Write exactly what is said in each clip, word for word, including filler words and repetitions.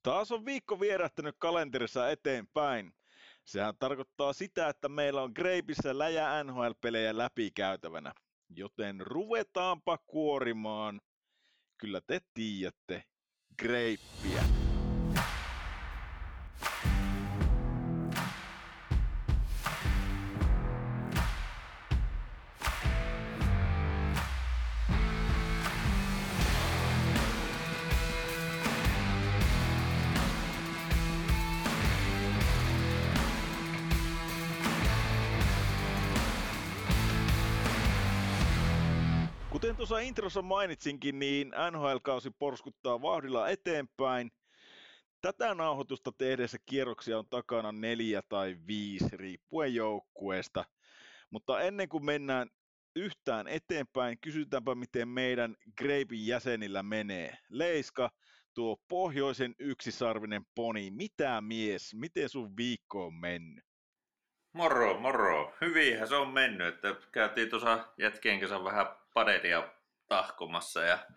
Taas on viikko vierähtänyt kalenterissa eteenpäin. Sehän tarkoittaa sitä, että meillä on Greipissä läjä N H L-pelejä läpikäytävänä. Joten ruvetaanpa kuorimaan. Kyllä te tiedätte, Greippiä. Kuten tuossa introssa mainitsinkin, niin N H L-kausi porskuttaa vauhdilla eteenpäin. Tätä nauhoitusta tehdessä kierroksia on takana neljä tai viisi, riippuen joukkueesta. Mutta ennen kuin mennään yhtään eteenpäin, kysytäänpä miten meidän Greipin jäsenillä menee. Leiska, tuo pohjoisen yksisarvinen poni, mitä mies, miten sun viikko on mennyt? Moro, moro. Hyvinhän se on mennyt, että käytiin tuossa jätkien kanssa vähän padelia tahkomassa ja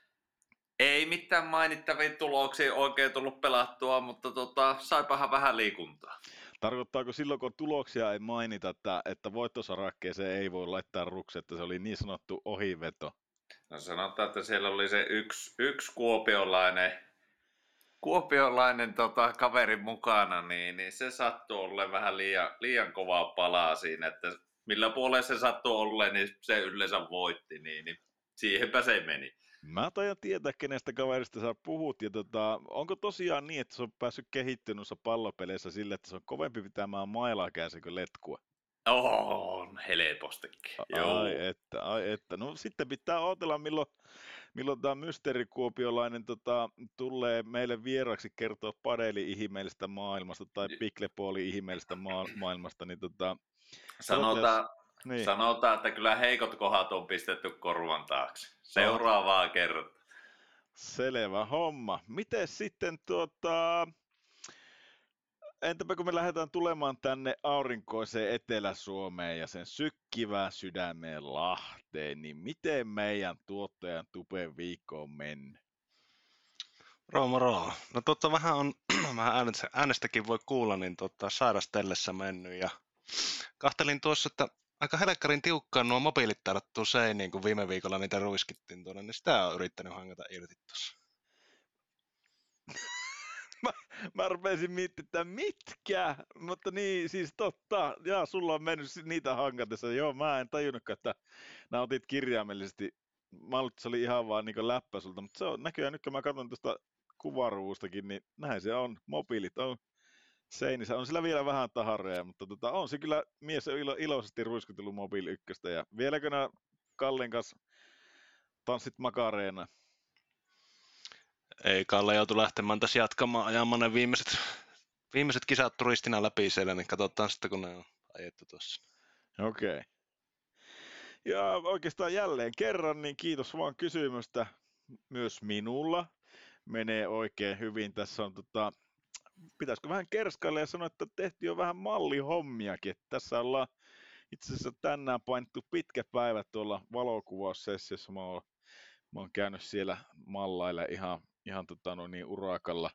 ei mitään mainittavia tuloksia oikein tullut pelattua, mutta tota, saipahan vähän liikuntaa. Tarkoittaako silloin, kun tuloksia ei mainita, että, että voittosarakkeeseen ei voi laittaa ruksi, että se oli niin sanottu ohiveto? No sanotaan, että siellä oli se yksi, yksi kuopiolainen, kuopiolainen tota, kaveri mukana, niin, niin se sattui olleen vähän liian, liian kovaa palaa siinä, että millä puolella se sattui olleen, niin se yleensä voitti, niin, niin siihenpä se meni. Mä tajan tietää, kenestä kaverista sä puhut, ja tota, onko tosiaan niin, että se on päässyt kehittynyt noissa pallopeleissä sille, että se on kovempi pitämään mailaa käsin kuin letkua? On, helpostikin. Joo. Ai että, ai että. No sitten pitää odotella, milloin, milloin tämä mysteerikuopiolainen tota, tulee meille vieraksi kertoa padeli-ihmeellisestä maailmasta tai piklepooli-ihmeellisestä maa- maailmasta, niin tota, Sanotaan, niin. sanotaan, että kyllä heikot kohdat on pistetty korvan taakse. Seuraavaa kertaa. Selvä homma. Miten sitten tuota, entäpä kun me lähdetään tulemaan tänne aurinkoiseen Etelä-Suomeen ja sen sykkivään sydämeen Lahteen, niin miten meidän tuottajan Tupen viikko on mennyt? Moro, moro. No totta vähän on, vähän äänestäkin voi kuulla, niin tota, sairastellessa mennyt ja kahtelin tuossa, että aika helkkarin tiukkaan nuo mobiilit tarttuu seiniin, kun viime viikolla niitä ruiskittiin tuonne, niin sitä on yrittänyt hangata irti tuossa. mä, mä rupesin miettimään, että mitkä, mutta niin, siis totta, jaa, sulla on mennyt niitä hankatessa, joo, mä en tajunnutkaan, että nämä otit kirjaimellisesti, mä luulen, että se oli ihan vaan niin läppä sulta, mutta se on näköjään, nyt kun mä katson tuosta kuvaruvustakin, niin näin se on, mobiilit on seinissä, on sillä vielä vähän tahareja, mutta tota, on se kyllä, mies on ilo, iloisesti ruiskutellut mobiili ykköstä, ja vieläkö nämä Kallen kanssa tanssit makareena? Ei Kalle joutu lähtemään tässä jatkamaan ajamaan ne viimeiset, viimeiset kisat turistina läpi siellä, niin katsotaan sitten, kun ne on ajettu tuossa. Okei. Okay. Ja oikeastaan jälleen kerran, niin kiitos vaan kysymystä. Myös minulla menee oikein hyvin. Tässä on tota, pitäisikö vähän kerskailla ja sanoa, että tehtiin jo vähän mallihommiakin. Että tässä ollaan itse asiassa tänään painettu pitkä päivä tuolla valokuvaussessiossa. Mä oon, mä oon käynyt siellä mallaille ihan, ihan tota, no niin, urakalla.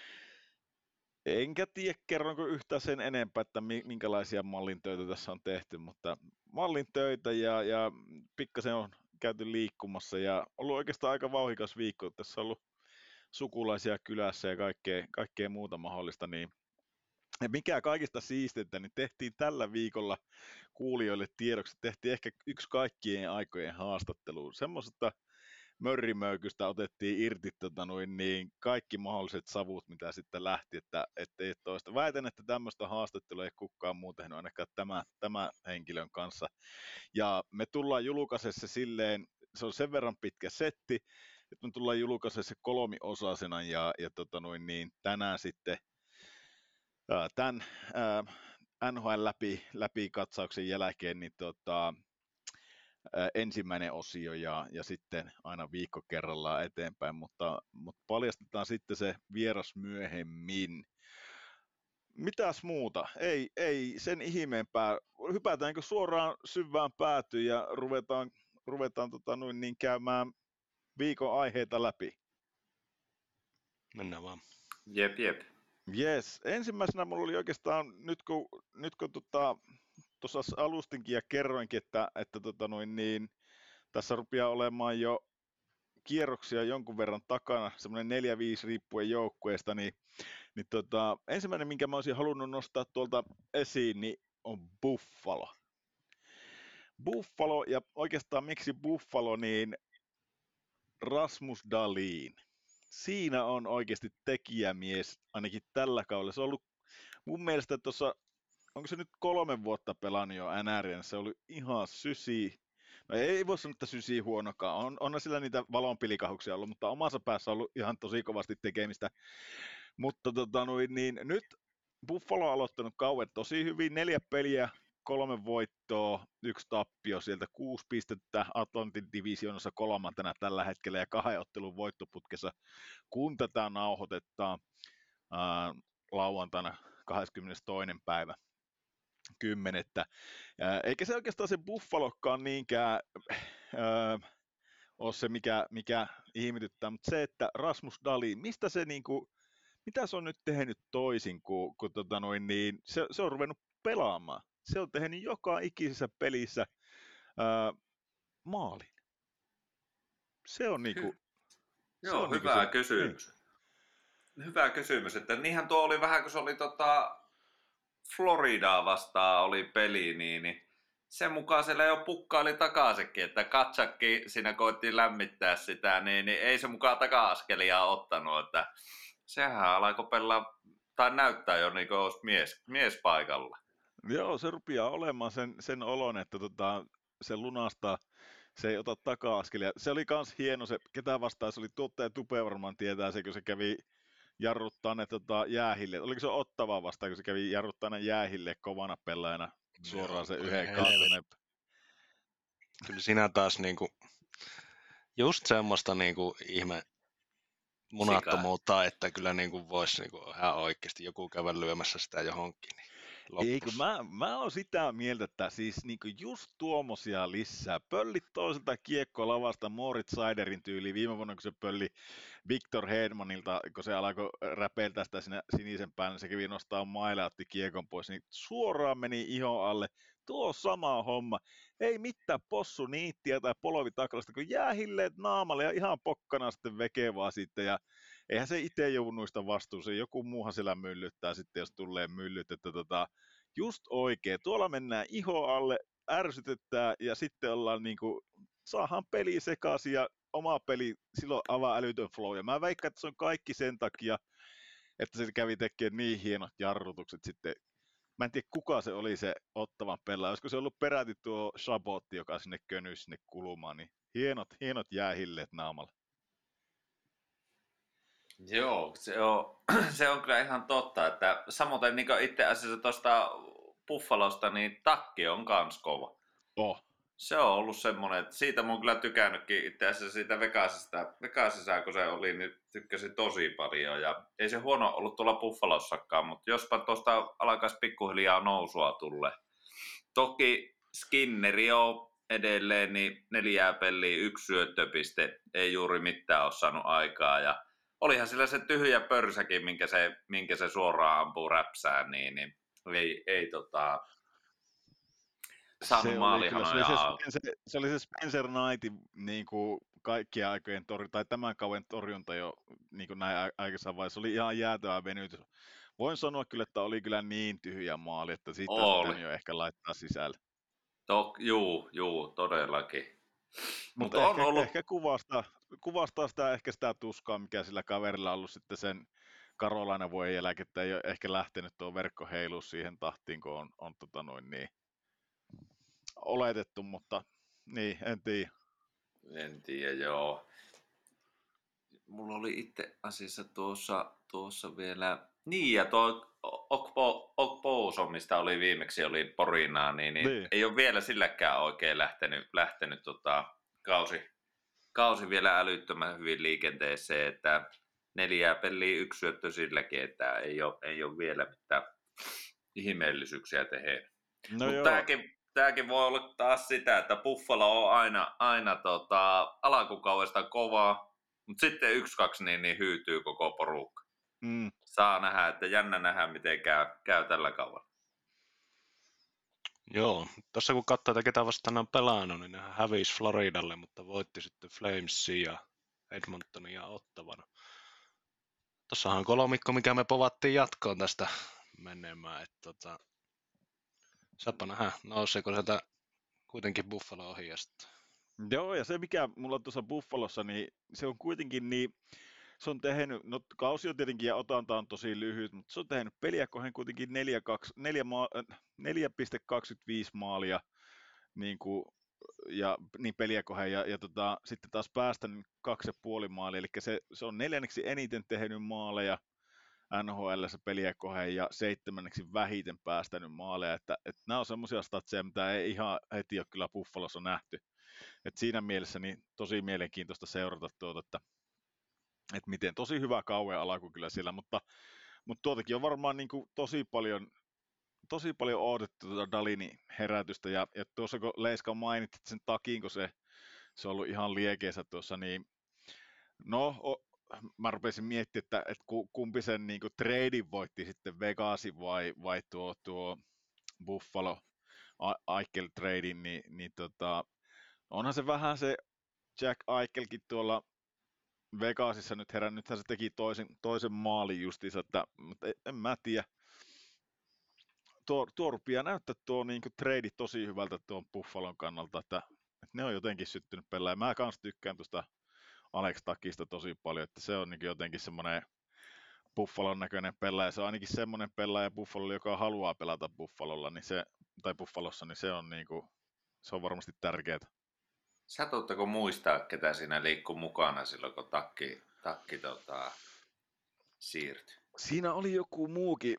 Enkä tiedä, kerronko yhtään sen enempää, että minkälaisia mallintöitä tässä on tehty, mutta mallintöitä ja, ja pikkasen on käyty liikkumassa ja ollut oikeastaan aika vauhikas viikko. Tässä on ollut sukulaisia kylässä ja kaikkea, kaikkea muuta mahdollista. Niin. Ja mikä kaikista siistintä, niin tehtiin tällä viikolla kuulijoille tiedoksi, tehtiin ehkä yksi kaikkien aikojen haastattelu. Semmoisesta mörrimöykystä otettiin irti tota, noin, niin kaikki mahdolliset savut, mitä sitten lähti, että ettei toista. Väitän, että tämmöistä haastattelua ei kukaan muu tehnyt, ainakaan tämä, tämä henkilön kanssa. Ja me tullaan julkaisessa silleen, se on sen verran pitkä setti, että me tullaan julkaisessa kolmiosaisena ja, ja tota, noin, niin, tänään sitten ää, tämän ää, N H L läpi, läpi katsauksen jälkeen, niin tota, ensimmäinen osio ja, ja sitten aina viikko kerrallaan eteenpäin, mutta, mutta paljastetaan sitten se vieras myöhemmin. Mitäs muuta? Ei, ei sen ihmeempää. Hypätäänkö suoraan syvään päätyyn ja ruvetaan, ruvetaan tota noin niin käymään viikon aiheita läpi? Mennään vaan. Jep, jep. Jes, ensimmäisenä mulla oli oikeastaan, nyt kun, nyt kun tota, tuossa alustinkin ja kerroinkin, että, että tota noin, niin, tässä rupeaa olemaan jo kierroksia jonkun verran takana, semmoinen neljä viisi riippuen joukkueesta, niin, niin tota, ensimmäinen, minkä mä olisin halunnut nostaa tuolta esiin, niin on Buffalo. Buffalo, ja oikeastaan miksi Buffalo, niin Rasmus Dahlin. Siinä on oikeasti tekijämies, ainakin tällä kaudella. Se on ollut mun mielestä tuossa, onko se nyt kolme vuotta pelannut jo N R N, se oli ihan sysi. No ei voi sanoa, että sysi huonokaan. On, on sillä niitä valonpilikahuksia ollut, mutta omassa päässä on ollut ihan tosi kovasti tekemistä. Mutta tota, noin, niin, nyt Buffalo on aloittanut kauden tosi hyvin. Neljä peliä, kolme voittoa, yksi tappio, sieltä kuusi pistettä Atlantin divisioonassa kolmantena tällä hetkellä ja kahden ottelun voittoputkessa, kun tätä nauhoitetaan ää, lauantaina kahdeskymmenestoinen päivä kymmenettä. Ää, eikä se oikeastaan se Buffalokkaan niinkään ää, ole se, mikä, mikä ihmetyttää, mutta se, että Rasmus Dahlin, mistä se niinku, mitä se on nyt tehnyt toisin, kun, kun tota noin, niin se, se on ruvennut pelaamaan. Se on tehnyt joka ikisessä pelissä ää, maalin. Se on niinku, se Joo, on niinku hyvä se, niin. kysymys. Hyvä kysymys, että niinhän tuo oli vähän, kun se oli tota Floridaa vastaan oli peli, niin, niin sen mukaan siellä jo pukkaili takaisinkin, että Katsakki siinä koettiin lämmittää sitä, niin, niin ei se mukaan taka-askelia ottanut, että sehän alkoi pelaa, tai näyttää jo niin kuin olisi mies, mies paikalla. Joo, se rupeaa olemaan sen, sen olon, että tota, se lunastaa, se ei ota taka-askelia. Se oli kans hieno, se, ketä vastaan se oli, tuottaja Tupe varmaan tietää se, kun se kävi jarruttaa ne tota, jäähille. Oliko se Ottava vastaan, kun se kävi jarruttaa ne jäähille kovana pelaajana suoraan Joo, se voi yhden helvetti. kantonen. Kyllä sinä taas niinku, just semmoista niinku ihme munattomuutta, että kyllä niinku voisi niinku ihan oikeasti joku käydä lyömässä sitä johonkin. Niin Eikö, mä, mä oon sitä mieltä, että siis niinku just tuommoisia lisää. Pöllit toiselta kiekkoa lavasta Moritz Seiderin tyyli viime vuonna, kun se pölli Victor Hedmanilta, kun se alkoi räpeiltää sitä sinne sinisen päälle, se kävi nostaa maille ja otti kiekon pois, niin suoraan meni ihon alle. Tuo sama homma. Ei mitään possu niittiä tai polvitaklasta, kun jäähilleet naamalle ja ihan pokkana sitten vekevaa sitten. Ja eihän se itse joudu noista vastuuseen, joku muuhan siellä myllyttää sitten, jos tulee myllyt, että tota, just oikein. Tuolla mennään iho alle, ärsytetään ja sitten ollaan niinku, saadaan peli sekaisin ja oma peli, silloin avaa älytön flow. Ja mä väikkaan, että se on kaikki sen takia, että se kävi tekemään niin hienot jarrutukset sitten. Mä en tiedä, kuka se oli se Ottavan pelaaja. Olisiko se ollut peräti tuo Shabotti, joka sinne könyi sinne kulumaan, niin hienot, hienot jäähilleet naamalla. Joo, se on, se on kyllä ihan totta, että samoin niin itse asiassa tuosta Buffalosta, niin takki on kans kova. Oh. Se on ollut semmoinen, että siitä mä oon kyllä tykännytkin itse asiassa siitä Vegasista, Vegasissa, kun se oli, niin tykkäsin tosi paljon. Ja ei se huono ollut tuolla Buffalossakaan, mutta jospa tuosta alkaisi pikkuhiljaa nousua tulle. Toki Skinneri on edelleen niin neljää peliä, yksi syöttöpiste, ei juuri mitään ole saanut aikaa. Ja olihan sillä se tyhjä pörsäkin, minkä se, minkä se suoraan ampuu räpsään, niin, niin ei, ei tota... Se oli, kyllä, se, oli se, Spencer, se oli se Spencer Knightin niin kuin kaikkien aikojen torjunta, tai tämän kauden torjunta jo niin kuin näin aikaisessa vaiheessa. Se oli ihan jäätävä venytys. Voin sanoa kyllä, että oli kyllä niin tyhjä maali, että siitä olisi pitänyt jo ehkä laittaa sisälle. Tok, juu, juu, todellakin. Mutta Mut ehkä, on ollut... ehkä kuvastaa, kuvastaa sitä, ehkä sitä tuskaa, mikä sillä kaverilla on ollut sitten sen Carolina vuoden jälkeen, että ei ole ehkä lähtenyt tuo verkkoheilu siihen tahtiin, kun on, on tota noin niin oletettu, mutta niin, en tiedä. En tiedä, joo. Mulla oli itse asiassa tuossa, tuossa vielä, niin ja tuo Okpo, Okpouso, mistä oli viimeksi oli Porinaa, niin, niin, niin ei ole vielä silläkään oikein lähtenyt, lähtenyt tota, kausi, kausi vielä älyttömän hyvin liikenteeseen, että neljää peliä yksi syöttö silläkin, että ei ole, ei ole vielä mitään ihmeellisyyksiä tehnyt. No mutta tämäkin, tämäkin voi olla taas sitä, että Buffalo on aina, aina tota, alkukaudesta kovaa, mutta sitten yksi kaksi niin, niin hyytyy koko porukka. Mm. saa nähdä, että jännä nähdä, miten käy, käy tällä kaudella. Joo, tuossa kun katsoo, että ketä vastaan ne on pelannut, niin nehän hävisi Floridalle, mutta voitti sitten Flamesia ja Edmontonia ja Ottavan. Tuossahan on kolmikko, mikä me povattiin jatkoon tästä menemään. Että tota, saapa nähdä, nouseeko sieltä kuitenkin Buffalo ohi ja sitten. Joo, ja se mikä mulla on tuossa Buffalossa, niin se on kuitenkin niin, se on tehnyt, no kausi on tietenkin ja otanta on tosi lyhyt, mutta se on tehnyt peliä kohden kuitenkin neljä pilkku kaksikymmentäviisi maalia niin kuin, ja niin peliä kohden ja, ja tota, sitten taas päästänyt kaksi ja puoli maalia, eli se, se on neljänneksi eniten tehnyt maaleja N H L:ssä peliä kohden ja seitsemänneksi vähiten päästänyt maaleja, että, että nämä on semmoisia statseja, mitä ei ihan heti ole kyllä Buffalossa nähty. Et siinä mielessä niin tosi mielenkiintoista seurata tuota, että, että miten tosi hyvä kauan alku kyllä siellä, mutta, mutta tuotakin on varmaan niin kuin tosi paljon tosi paljon odotettu tuota Dalinin herätystä ja, ja tuossa kun Leiska mainitsit sen takin, kun se, se on ollut ihan liekeensä tuossa, niin no o, mä rupesin miettimään, että, että kumpi sen niin kuin treidin voitti sitten Vegasi vai, vai tuo, tuo Buffalo Eichel treidin, niin, niin tota, onhan se vähän se Jack Eichelkin tuolla Vegasissa nyt herännyt, nythän se teki toisen, toisen maalin justiinsa, että, mutta en, en mä tiedä. Tuo, tuo rupeaa näyttää tuo niin kuin trade tosi hyvältä tuon Buffalon kannalta, että, että ne on jotenkin syttynyt pelaa. Mä kans tykkään tuosta Alex Takista tosi paljon, että se on niin jotenkin semmoinen Buffalon näköinen pelaaja. Se on ainakin semmoinen pelaaja Buffalo, joka haluaa pelata Buffalolla, niin se, tai Buffalossa, niin se on, niin kuin, se on varmasti tärkeää. Satutteko muistaa, ketä siinä liikkui mukana silloin, kun takki, takki tota, siirtyi? Siinä oli joku muukin.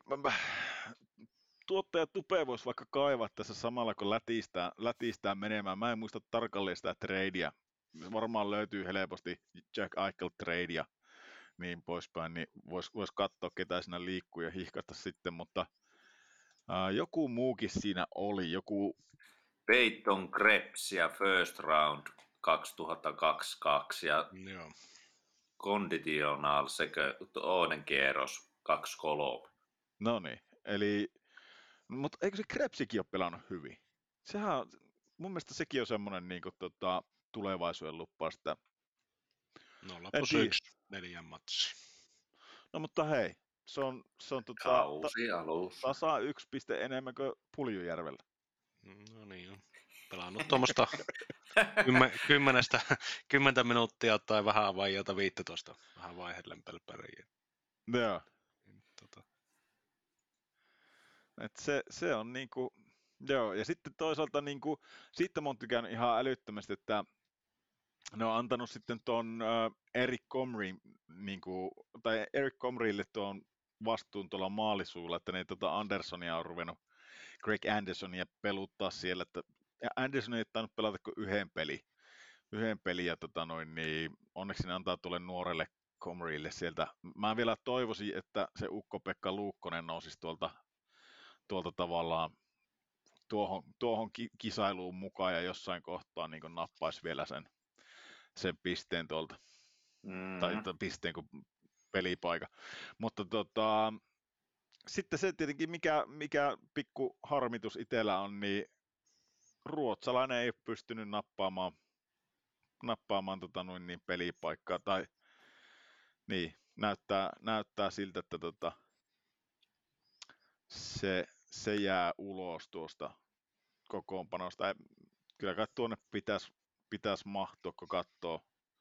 Tuottaja Tupe voisi vaikka kaivaa tässä samalla, kun lätistää, lätistää menemään. Mä en muista tarkalleen sitä tradea. Varmaan löytyy helposti Jack Eichel tradea niin poispäin, niin voisi vois katsoa, ketä siinä liikkuu ja hihkasta sitten, mutta ää, joku muukin siinä oli. Joku... Peyton Krebs ja first round kaksituhattakaksikymmentäkaksi ja Joo. Conditional sekä toinen kierros kaksikymmentäkolme. No niin, eli mutta eikö se Krebsikin ole pelannut hyvin? Sehän on, mun mielestä sekin on semmoinen niin kuin, tota, tulevaisuuden lupaus, että nolla plus yksi neljän matsi. No mutta hei, se on, se on tota, Kausi alussa. tasa yksi piste enemmän kuin Puljujärvellä. No niin on. Pelannut tuommoista kymmen, kymmenestä, kymmentä minuuttia tai vähän vaijalta viisitoista vähän vaihellen pelpäriin. Joo. Tota. Et se, se on niinku, joo, ja sitten toisaalta niinku, siitä mä oon tykännyt ihan älyttömästi, että ne on antanut sitten ton äh, Eric Comrie, niinku, tai Eric Comrielle tuon vastuun tuolla maalisuulla, että ne tota Andersonia on ruvennut, Greg Andersonia peluttaa siellä, että ja Anderson ei tainnut pelata kuin yhden pelin, yhden pelin ja tota noin, niin onneksi ne antaa tuolle nuorelle Comrielle sieltä. Mä vielä toivoisin, että se Ukko-Pekka Luukkonen nousisi tuolta, tuolta tavallaan tuohon, tuohon kisailuun mukaan ja jossain kohtaa niin nappaisi vielä sen, sen pisteen tuolta, mm. tai, tai pisteen kuin pelipaikan. Mutta tota, sitten se tietenkin, mikä, mikä pikku harmitus itsellä on, niin ruotsalainen ei ole pystynyt nappaamaan, nappaamaan tota noin niin pelipaikkaa, tai niin, näyttää, näyttää siltä, että tota, se, se jää ulos tuosta kokoonpanosta. Kyllä kai tuonne pitäisi pitäis mahtua, kun katsoo.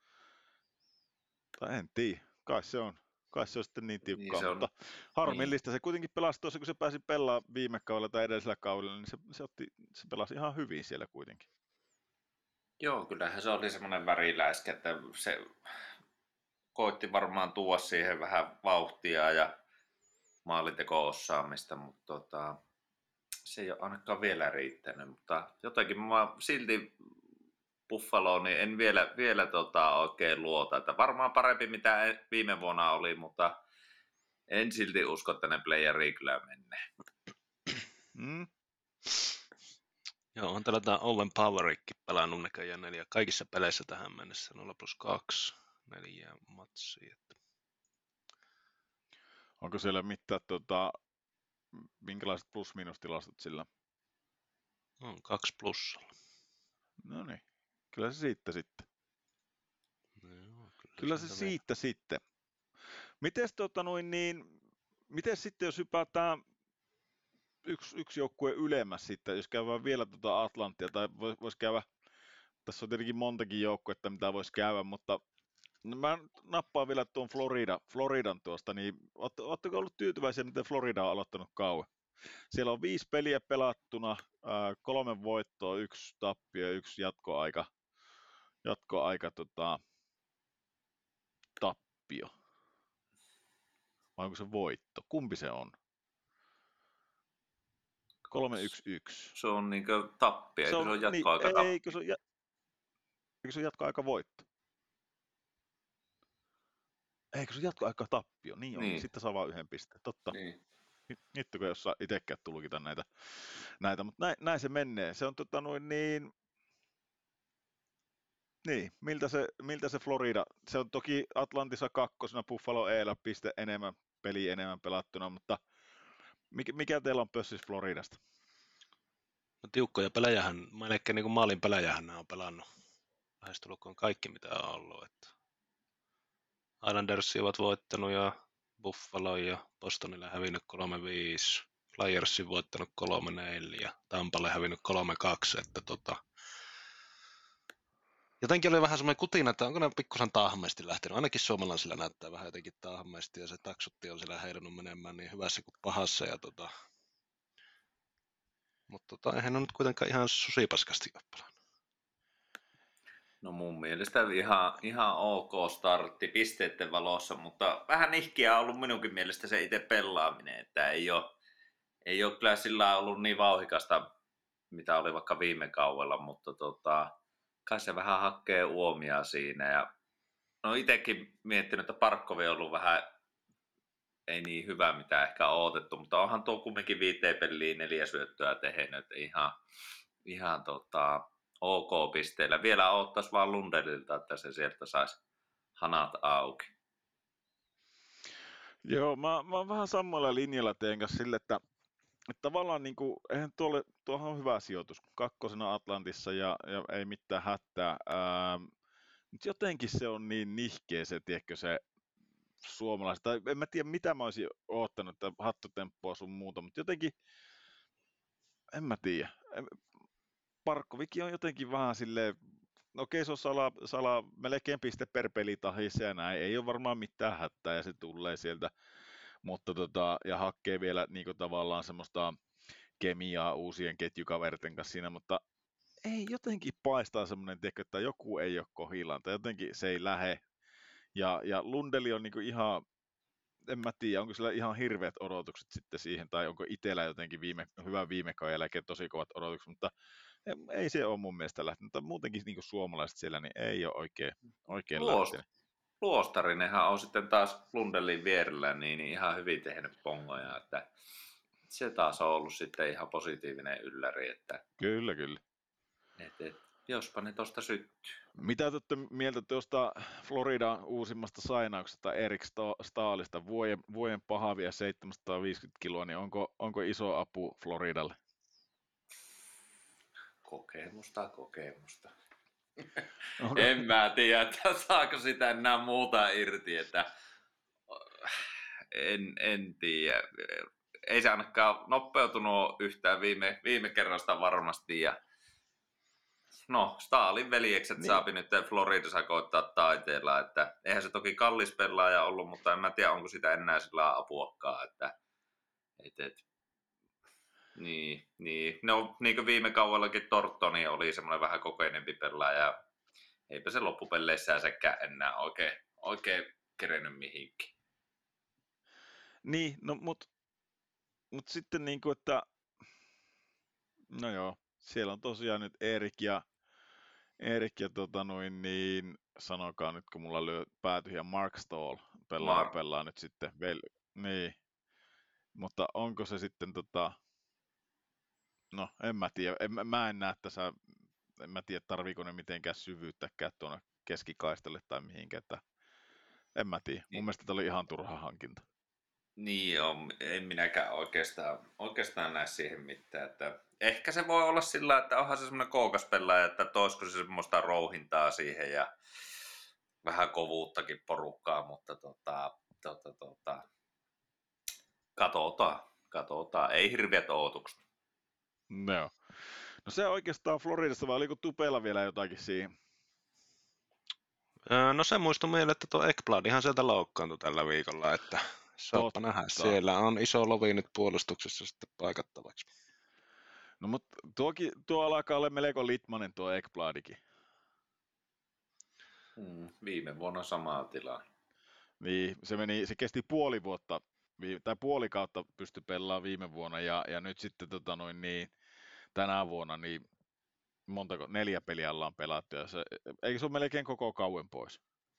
Tai en tiedä, kai se on. Kai se on sitten niin tiukkaa, niin mutta on, harmillista. Niin. Se kuitenkin pelasi tuossa, kun se pääsi pelaamaan viime kaudella tai edellisellä kaudella, niin se, se, otti, se pelasi ihan hyvin siellä kuitenkin. Joo, kyllähän se oli semmoinen väriläiskä, että se koitti varmaan tuoda siihen vähän vauhtia ja maalinteko-osaamista, mutta tota, se ei ole ainakaan vielä riittänyt. Mutta jotenkin mä silti Buffaloon niin en vielä, vielä tota oikein luota. Että varmaan parempi mitä viime vuonna oli, mutta en silti usko, että ne playeriin kyllä menee. Mm. Joo, on täällä tämä Owen Powerikki pelannut näköjään neljä kaikissa peleissä tähän mennessä, nolla plus kaksi, neljä matsia. Onko siellä mitään, tota, minkälaiset plus-miinustilastot sillä? On kaksi plussalla. No niin, kyllä se siitä sitten. Joo, kyllä, Kyllä se sieltä siitä sitten. Mites tota noin niin, mites sitten jos hypätään yksi, yksi joukkue ylemmäs sitten, jos käydään vielä tuota Atlanttia, tai vois, vois käydä, tässä on tietenkin montakin joukkuetta, mitä voisi käydä, mutta no mä nappaan vielä tuon Florida, Floridan tuosta, niin ootteko ollut tyytyväisiä, miten Florida on aloittanut kauan? Siellä on viisi peliä pelattuna, ää, kolme voittoa, yksi tappio ja yksi jatkoaika, jatkoaika tota, tappio. Vai onko se voitto? Kumpi se on? kolme yksi yksi. Se on niinkö tappia, Se eikö on, se ole niin, jatkoaika eikö se tappia? on, ja, eikö se on jatkoaika voitto? Eikö se ole jatkoaika tappio? Niin onkin, Niin, sitten saa vaan yhden pisteen. Totta. niin. Nyt, nyt kun ei osaa itsekään tulkita näitä, näitä. mutta näin, näin, se menee. Se on tota noin niin, niin, miltä se, miltä se Florida, se on toki Atlantissa kakkosena, Buffalo Eellä piste enemmän, peli enemmän pelattuna, mutta mikä, mikä teillä on pössissä Floridasta? No, tiukkoja pelejähän, melkein niin kuin maalin pelejähän nämä on pelannut. Lähestulkoon kaikki mitä on ollut. Että Islandersia ovat voittanut ja Buffalo ja Bostonille hävinnyt kolme viisi. Flyersin voittanut kolme neljä. Tampalle hävinnyt kolme kaksi. Että tota, jotenkin oli vähän semmoinen kutina, että onko ne pikkusen taahmeesti lähtenyt. Ainakin suomalaisilla näyttää vähän jotenkin taahmeesti ja se taksutti on siellä heidannut menemään niin hyvässä kuin pahassa. Ja tota, mutta tota, eihän ne nyt kuitenkaan ihan susipaskasti ole pelannut. No mun mielestä ihan, ihan ok startti pisteiden valossa, mutta vähän nihkiä on ollut minunkin mielestä se itse pelaaminen, että ei ole, ei ole kyllä sillä ollut niin vauhikasta, mitä oli vaikka viime kaudella, mutta tota, kai se vähän hakkee uomia siinä. Ja no itsekin miettinyt, että Parkkovi on ollut vähän ei niin hyvä, mitä ehkä on odotettu, mutta onhan tuo kumminkin viiteen peliin neljä syöttöä tehnyt, että ihan, ihan tota, ok pisteillä. Vielä odottaisi vaan Lundelilta, että se sieltä saisi hanat auki. Joo, mä, mä oon vähän samalla linjalla teidän kanssa sille, että, että tavallaan niin kuin, eihän tuolle, tuohon on hyvä sijoitus, kakkosena Atlantissa ja, ja ei mitään hätää. Ähm, mutta jotenkin se on niin nihkeä se, tiedätkö, se suomalaiset, tai en mä tiedä mitä mä olisin oottanut, että hattutemppua sun muuta, mutta jotenkin, en mä tiedä. Parkkovikin on jotenkin vähän silleen, no okei se on sala, sala melkein piste per peli tahissa ja näin, ei ole varmaan mitään hätää ja se tulee sieltä, mutta tota, ja hakkee vielä niin kuin tavallaan semmoista kemiaa uusien ketjukaverten kanssa siinä, mutta ei jotenkin paistaa semmoinen, tiedätkö, että joku ei ole kohillaan tai jotenkin se ei lähe. Ja, ja Lundeli on niin kuin ihan, en mä tiedä, onko sillä ihan hirveät odotukset sitten siihen, tai onko itsellä jotenkin viime, hyvän viime kauden jälkeen tosi kovat odotukset, mutta ei se ole mun mielestä lähtenyt, mutta muutenkin niin kuin suomalaiset siellä, niin ei ole oikein, oikein Luost, lähtenyt. Luostarinenhan on sitten taas Lundelin vierellä niin, niin ihan hyvin tehnyt pongoja, että se taas on ollut sitten ihan positiivinen ylläri, että Kyllä, kyllä. et, et, jospa ne tosta syttyy. Mitä te olette mieltä tuosta Floridan uusimmasta sainauksesta Erik Staalista, vuoden, vuoden pahavia seitsemänsataaviisikymmentä kiloa, niin onko, onko iso apu Floridalle? Kokemusta, kokemusta. Onko? En mä tiedä, että saako sitä enää muuta irti, että en, en tiedä. Ei se ainakaan nopeutunut yhtään viime, viime kerrasta varmasti. Ja no, Staalin veljekset Niin. saapi nyt Floridassa koittaa taiteella, että eihän se toki kallis pelaaja ollut, mutta en mä tiedä, onko sitä enää sillä apuakaan, että et, et, niin, niin. No, niin kuin viime kaudellakin Tortoni oli semmoinen vähän kokeneempi pelaaja, eipä se loppupelleissä sekään enää oikein, oikein kerennyt mihinkin. Niin, no mut, mut sitten niinku, että no joo, siellä on tosiaan nyt Erik ja Erik ja tota noin niin, sanokaa nyt kun mulla lyö pääty ja Mark Stahl pelaa, Mark. pelaa nyt sitten, vel, niin, mutta onko se sitten tota, no en mä tiedä, en, mä en näe tässä, en mä tiedä tarviiko ne mitenkään syvyyttäkään tuonne keskikaistalle tai mihinkään, että en mä tiedä, mun mielestä tämä oli ihan turha hankinta. Niin on, en minäkään oikeastaan, oikeastaan näe siihen mitään. Että ehkä se voi olla sillä, että onhan se semmoinen kookas pelaaja, että toisiko se semmoista rouhintaa siihen ja vähän kovuuttakin porukkaa, mutta tota, tota, tota, katsotaan, katsotaan. Ei hirveät odotukset. No. No se oikeastaan Floridasta, vai oliko Tupella vielä jotakin siihen? Öö, No se muistui mieleen, että tuo Ekblad ihan sieltä loukkaantui tällä viikolla, että saappa nähdä. Totta. Siellä on iso lovi nyt puolustuksessa sitten paikattavaksi. No mutta tuokin, tuo alkaa olla melko litmanen tuo Ekbladikin. Hmm, viime vuonna samaa tilaa. Niin, se, meni, se kesti puoli vuotta, vi- tai puoli kautta pystyi pelaamaan viime vuonna, ja, ja nyt sitten tota noin, niin, tänä vuonna niin montako, neljä peliä ollaan pelattu, ja se, eikö se ole melkein koko kauen pois?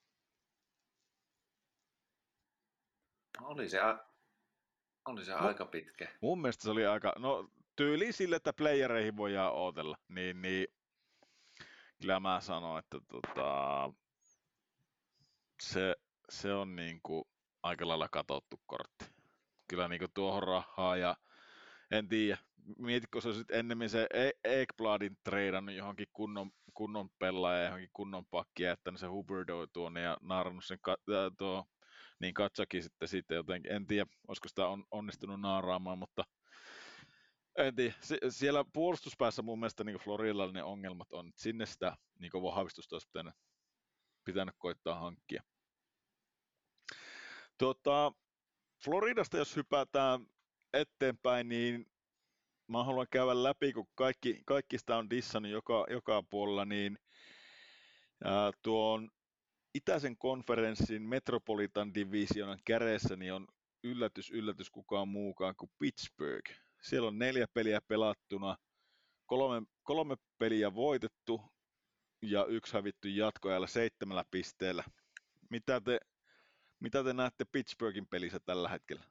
Oli se, a- oli se Mu, aika pitkä. mun mielestä se oli aika, no tyyli sille, että playereihin voidaan ootella, niin, niin kyllä mä sanon, että tota, se, se on niinku aika lailla katottu kortti. Kyllä niinku tuohon rahaa ja en tiedä, mietitkö se sitten ennemmin se E- Ekbladin treidannut johonkin kunnon, kunnon pelaaja, johonkin kunnon pakkia, jättänyt se Hubbardoi tuonne ja naarannut sen ka- ää, tuo, niin Katsakin sitten siitä jotenkin, en tiedä, olisiko sitä on, onnistunut naaraamaan, mutta en tiedä, Sie- siellä puolustuspäässä mun mielestä niin Floridalla ne ongelmat on, että sinne sitä niin vahvistusta olisi pitänyt, pitänyt koittaa hankkia. Tota, Floridasta jos hypätään eteenpäin, niin mä haluan käydä läpi, kun kaikki, kaikki sitä on dissannut joka, joka puolella, niin ää, tuon itäisen konferenssin Metropolitan Divisionan kädessä niin on yllätys, yllätys kukaan muukaan kuin Pittsburgh. Siellä on neljä peliä pelattuna, kolme, kolme peliä voitettu ja yksi hävitty jatkoajalla seitsemällä pisteellä. Mitä te, mitä te näette Pittsburghin pelissä tällä hetkellä?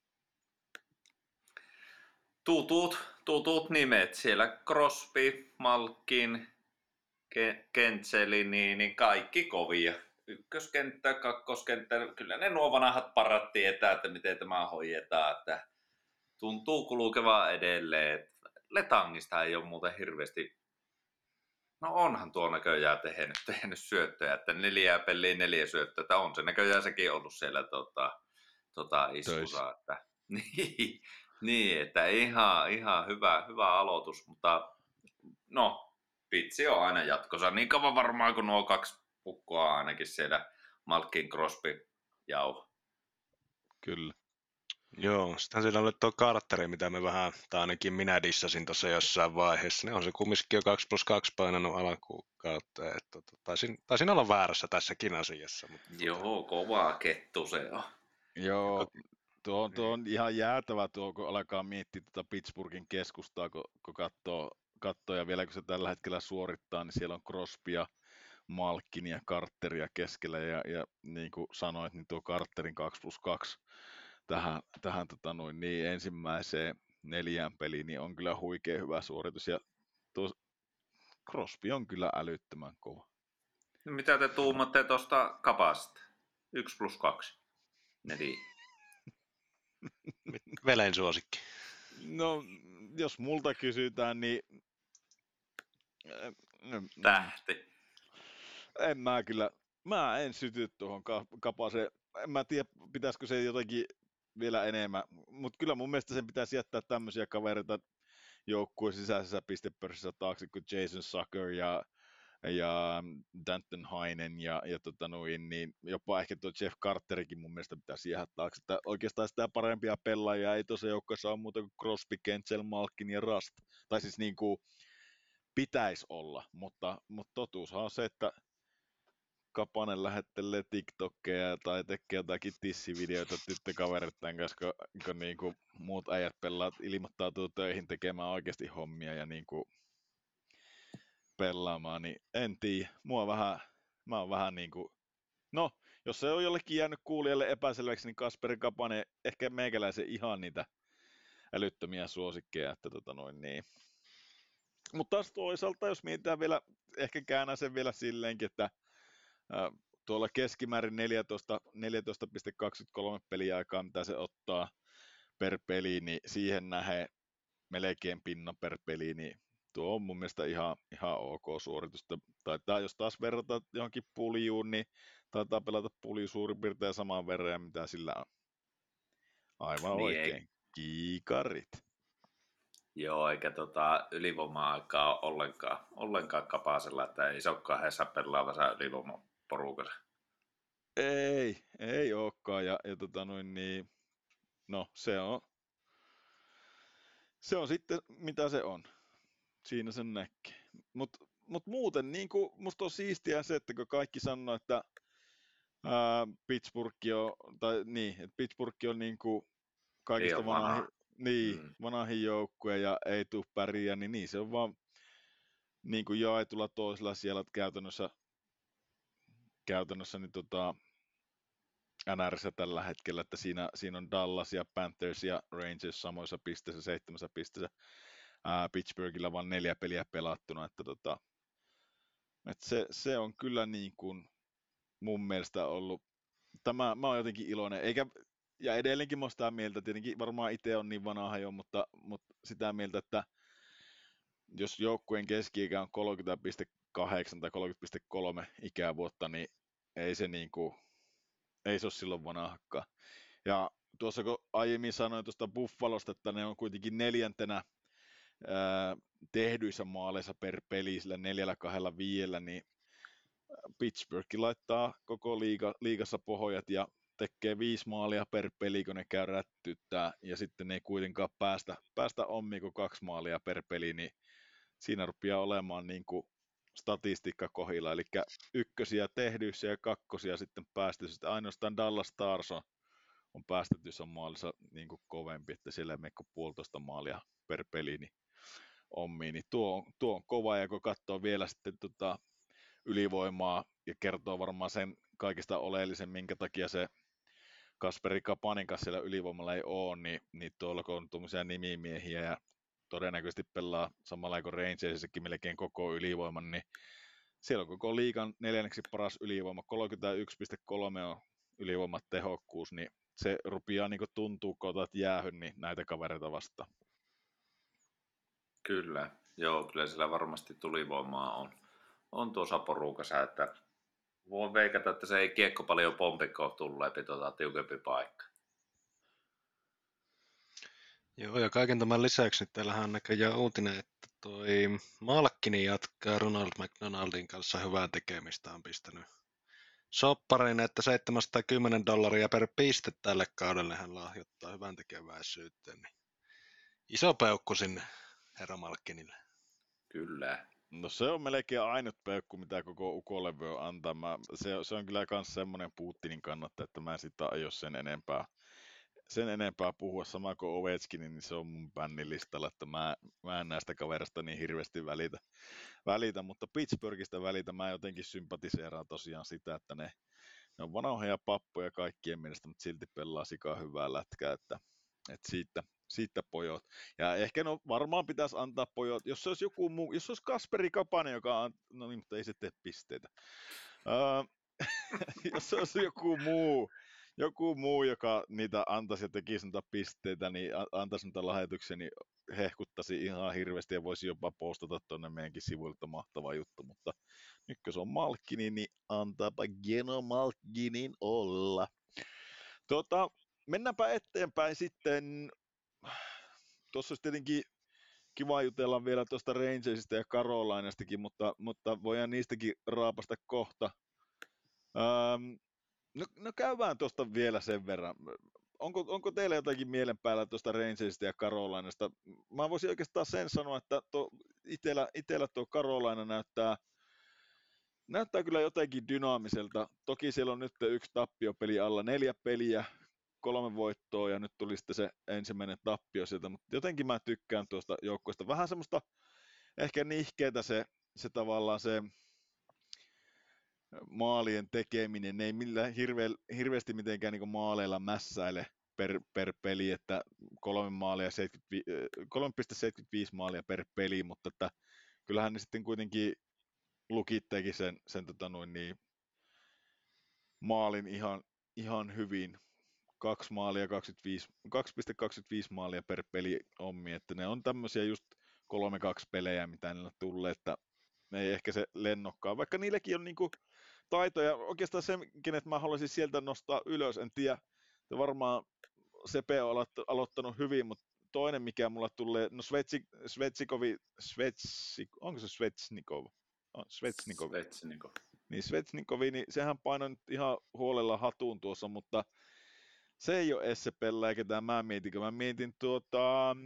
Tutut, tutut nimet. Siellä Crosby, Malkin, Ke- Kentseli, niin, niin kaikki kovia. Ykköskenttä, kakkoskenttä, kyllä ne nuo vanhat parat tietää, että miten tämä hoidetaan. Että tuntuu kulkevaa edelleen. Letangista ei ole muuten hirveästi, no onhan tuo näköjään tehnyt, tehnyt syöttöjä, että neljää peliä neljä syöttöä, että on se näköjään sekin ollut siellä tota, tota Töissä. iskussa. Että, niin, niin, että ihan, ihan hyvä, hyvä aloitus, mutta no, pitsi on aina jatkossa. Niin kauan varmaan kuin nuo kaksi pukkoa ainakin siellä Malkin Crosby jauh. Kyllä. Joo, sitten siellä oli tuo Carteri, mitä me vähän, tai ainakin minä dissasin tuossa jossain vaiheessa. Ne on se kumminkin jo kaksi plus kaksi painanut alkukautta. Että, tota, taisin, taisin olla väärässä tässäkin asiassa. Mutta, Joo, kova kettu se on. Joo, tuo on, tuo niin. on ihan jäätävä tuo, kun alkaa miettiä tuota Pittsburghin keskustaa, kun, kun katsoo, katsoo, ja vielä kun se tällä hetkellä suorittaa, niin siellä on Crosbya, Malkin ja Carteria keskellä, ja, ja niin kuin sanoit, niin tuo Carterin kaksi plus kaksi tähän, tähän tota noin, niin ensimmäiseen neljään peliin, niin on kyllä huikea hyvä suoritus, ja tuo Crosby on kyllä älyttömän kova. No, mitä te tuumatte tuosta kapasta? Yksi plus kaksi. Neli. Velen suosikki. No, jos multa kysytään, niin äh, mm, Tähti. en mä kyllä, mä en syty tuohon Kapaseen. En mä tiedä, pitäisikö se jotenkin vielä enemmän, mutta kyllä mun mielestä sen pitäisi jättää tämmöisiä kavereita joukkueen sisäisessä pistepörssissä taakse kuin Jason Sucker ja, ja Danton Heinen ja, ja tota noin, niin jopa ehkä tuo Jeff Carterikin mun mielestä pitäisi jäädä taakse. Että oikeastaan sitä parempia pelaajia ei tosiaan joukkueessa ole muuta kuin Crosby, Kentzel, Malkin ja Rust. Tai siis niin kuin pitäisi olla, mutta, mutta totuushan on se, että Kapanen lähettelee TikTokkeja tai tekee jotakin tissivideoita tyttökavereiden kanssa, kun, kun niin kuin muut äijät pelaat ilmoittautuu töihin tekemään oikeasti hommia ja niin kuin pelaamaan, niin en tiedä. Mua vähän, mä oon vähän niin kuin, no, jos se on jollekin jäänyt kuulijalle epäselväksi, niin Kasperi Kapanen ehkä meikäläisen ihan niitä älyttömiä suosikkeja, että tota noin niin. Mutta taas toisaalta, jos mietitään vielä, ehkä käännän sen vielä silleenkin, että tuolla keskimäärin neljätoista neljätoista pilkku kaksikymmentäkolme peliaikaa, mitä se ottaa per peli, niin siihen nähden melkein pinnan per peli, niin tuo on mun mielestä ihan, ihan ok suoritusta. Taitaa, jos taas verrataan johonkin puljuun, niin taitaa pelata pulju suurin piirtein saman verran, mitä sillä on. Aivan Niin oikein. ei, Kiikarit. joo, eikä tota ylivoima-aikaa ole ollenkaan, ollenkaan kapasella, että ei se ole kahdessa pelaavassa ylivoimaporukassa. Ei, ei olekaan. Ja, ja tota noin, niin, no se on, se on sitten mitä se on. Siinä sen näkee. Mutta mut muuten niin kuin, musta on siistiä se, että kun kaikki sanoo, että ää, Pittsburgh on, tai niin, että Pittsburgh on niin kuin kaikista Liian vanha. vanhi, niin, Mm. vanhin joukkue ja ei tule pärjää, niin, niin se on vaan niin kuin jaetulla toisella siellä käytännössä, käytännössä niin tota, N R:ssä tällä hetkellä, että siinä, siinä on Dallas ja Panthers ja Rangers samoissa pisteissä, seitsemässä pisteessä. Ää, Pittsburghilla vain neljä peliä pelattuna, että tota, et se, se on kyllä niin kuin mun mielestä ollut, tämä, mä oon jotenkin iloinen, eikä, ja edelleenkin mä oon sitä mieltä, tietenkin varmaan itse on niin vanha jo, mutta, mutta sitä mieltä, että jos joukkueen keski-ikä on kolmekymmentä pilkku kahdeksan tai kolmekymmentä pilkku kolme ikävuotta, niin ei se niin kuin, ei se ole silloin vanhakkaan. Ja tuossa kun aiemmin sanoin tuosta Buffalosta, että ne on kuitenkin neljäntenä ää, tehdyissä maaleissa per peli sillä neljällä kahdella viidellä, niin Pittsburgh laittaa koko liiga, liigassa pohjat ja tekee viisi maalia per peli, kun ne käy rättyttää, ja sitten ne ei kuitenkaan päästä, päästä ommiin kuin kaksi maalia per peli, niin siinä rupeaa olemaan niin kuin statistiikka kohilla, eli ykkösiä tehdyissä ja kakkosia sitten päästyissä. Ainoastaan Dallas Stars on, on päästetyissä maalissa niin kuin kovempi, että siellä ei mene kuin puolitoista maalia per peli niin ommiin, niin tuo, on- tuo on kova, ja kun katsoo vielä sitten tota ylivoimaa, ja kertoo varmaan sen kaikista oleellisen, minkä takia se Kasperi Kapanin kanssa siellä ylivoimalla ei ole, niin, niin tuolla kun on tuommoisia nimimiehiä ja todennäköisesti pelaa samalla kuin Rangersissakin melkein koko ylivoiman, niin siellä on koko liigan neljänneksi paras ylivoima, kolmekymmentäyksi pilkku kolme on ylivoimatehokkuus, niin se rupeaa niin tuntuu, kun otat jäähyn, niin näitä kavereita vastaan. Kyllä, joo, kyllä sillä varmasti tulivoimaa on, on tuossa porukassa, että voin veikata, että se ei kiekko paljon pompikkoon tulee, tota tiukempi paikka. Joo, ja kaiken tämän lisäksi niin teillähän on näköjään uutinen, että toi Malkkini jatkaa Ronald McDonaldin kanssa hyvää tekemistä, on pistänyt sopparin, että seitsemänsataakymmenen dollaria per piste tälle kaudelle hän lahjoittaa hyvän tekeväisyyteen. Niin iso peukku sinne herra Malkkinille. Kyllä. No se on melkein ainut peukku, mitä koko ukolle voi antaa. Mä, se, se on kyllä myös semmoinen Putinin kannattaja, että mä en sitä aio sen enempää, sen enempää puhua. Sama kuin Ovechkin, niin se on mun bännilistalla, että mä, mä en näistä kaverista niin hirveästi välitä, välitä. Mutta Pittsburghista välitä mä jotenkin sympatiseeraan tosiaan sitä, että ne, ne on vanhoja pappoja kaikkien mielestä, mutta silti pelaa sikaa hyvää lätkää, että, että siitä, siitä pojot. Ja ehkä no varmaan pitäisi antaa pojot, jos se olisi joku muu, jos se olisi Kasperi Kapanen, joka on, no niin, mutta ei se tee pisteitä. Uh, jos se olisi joku muu, joku muu, joka niitä antaisi ja tekisi niitä pisteitä, niin antaisi niitä lahjoituksia, niin hehkuttaisi ihan hirveästi ja voisi jopa postata tuonne meidänkin sivuilta, mahtava juttu, mutta nyt kun se on Malkkini, niin antaapa Geno Malkkinin olla. Tota, mennäänpä eteenpäin sitten. Tuossa olisi tietenkin kiva jutella vielä tuosta Rangersista ja Carolinastakin, mutta, mutta voidaan niistäkin raapasta kohta. Ähm, no, no käydään tuosta vielä sen verran. Onko, onko teillä jotakin mielen päällä tuosta Rangersista ja Carolinasta? Mä voisin oikeastaan sen sanoa, että tuo, itellä, itellä tuo Carolina näyttää, näyttää kyllä jotenkin dynaamiselta. Toki siellä on nyt yksi tappiopeli alla, neljä peliä, kolme voittoa ja nyt tuli sitten se ensimmäinen tappio sieltä, mutta jotenkin mä tykkään tuosta joukkueesta. Vähän semmoista ehkä nihkeetä se, se tavallaan se maalien tekeminen, ne ei millään hirve, hirveästi mitenkään niin maaleilla mässäile per, per peli, että kolme maalia, kolme pilkku seitsemänkymmentäviisi maalia per peli, mutta että kyllähän ne sitten kuitenkin lukitteekin sen, sen tota noin niin, maalin ihan, ihan hyvin. Kaksi maalia, kaksikymmentäviisi, kaksi pilkku kaksikymmentäviisi maalia per peli ommi, että ne on tämmöisiä just kolme kaksi pelejä, mitä niillä tulee, että ne ei ehkä se lennokkaan, vaikka niilläkin on niinku taitoja, oikeastaan se, kenet mä haluaisin sieltä nostaa ylös, en tiedä, että varmaan Sepe on aloitt- aloittanut hyvin, mutta toinen, mikä mulla tulee, no Svetsik, Svetsikovi, Svetsik, onko se Svetsnikov? On, Svetsnikov. Svetsnikov. Niin Svetsnikovi, niin sehän painoi nyt ihan huolella hatuun tuossa, mutta se ei ole S P:llä eikä tämä mä mietin, kun mä mietin tuota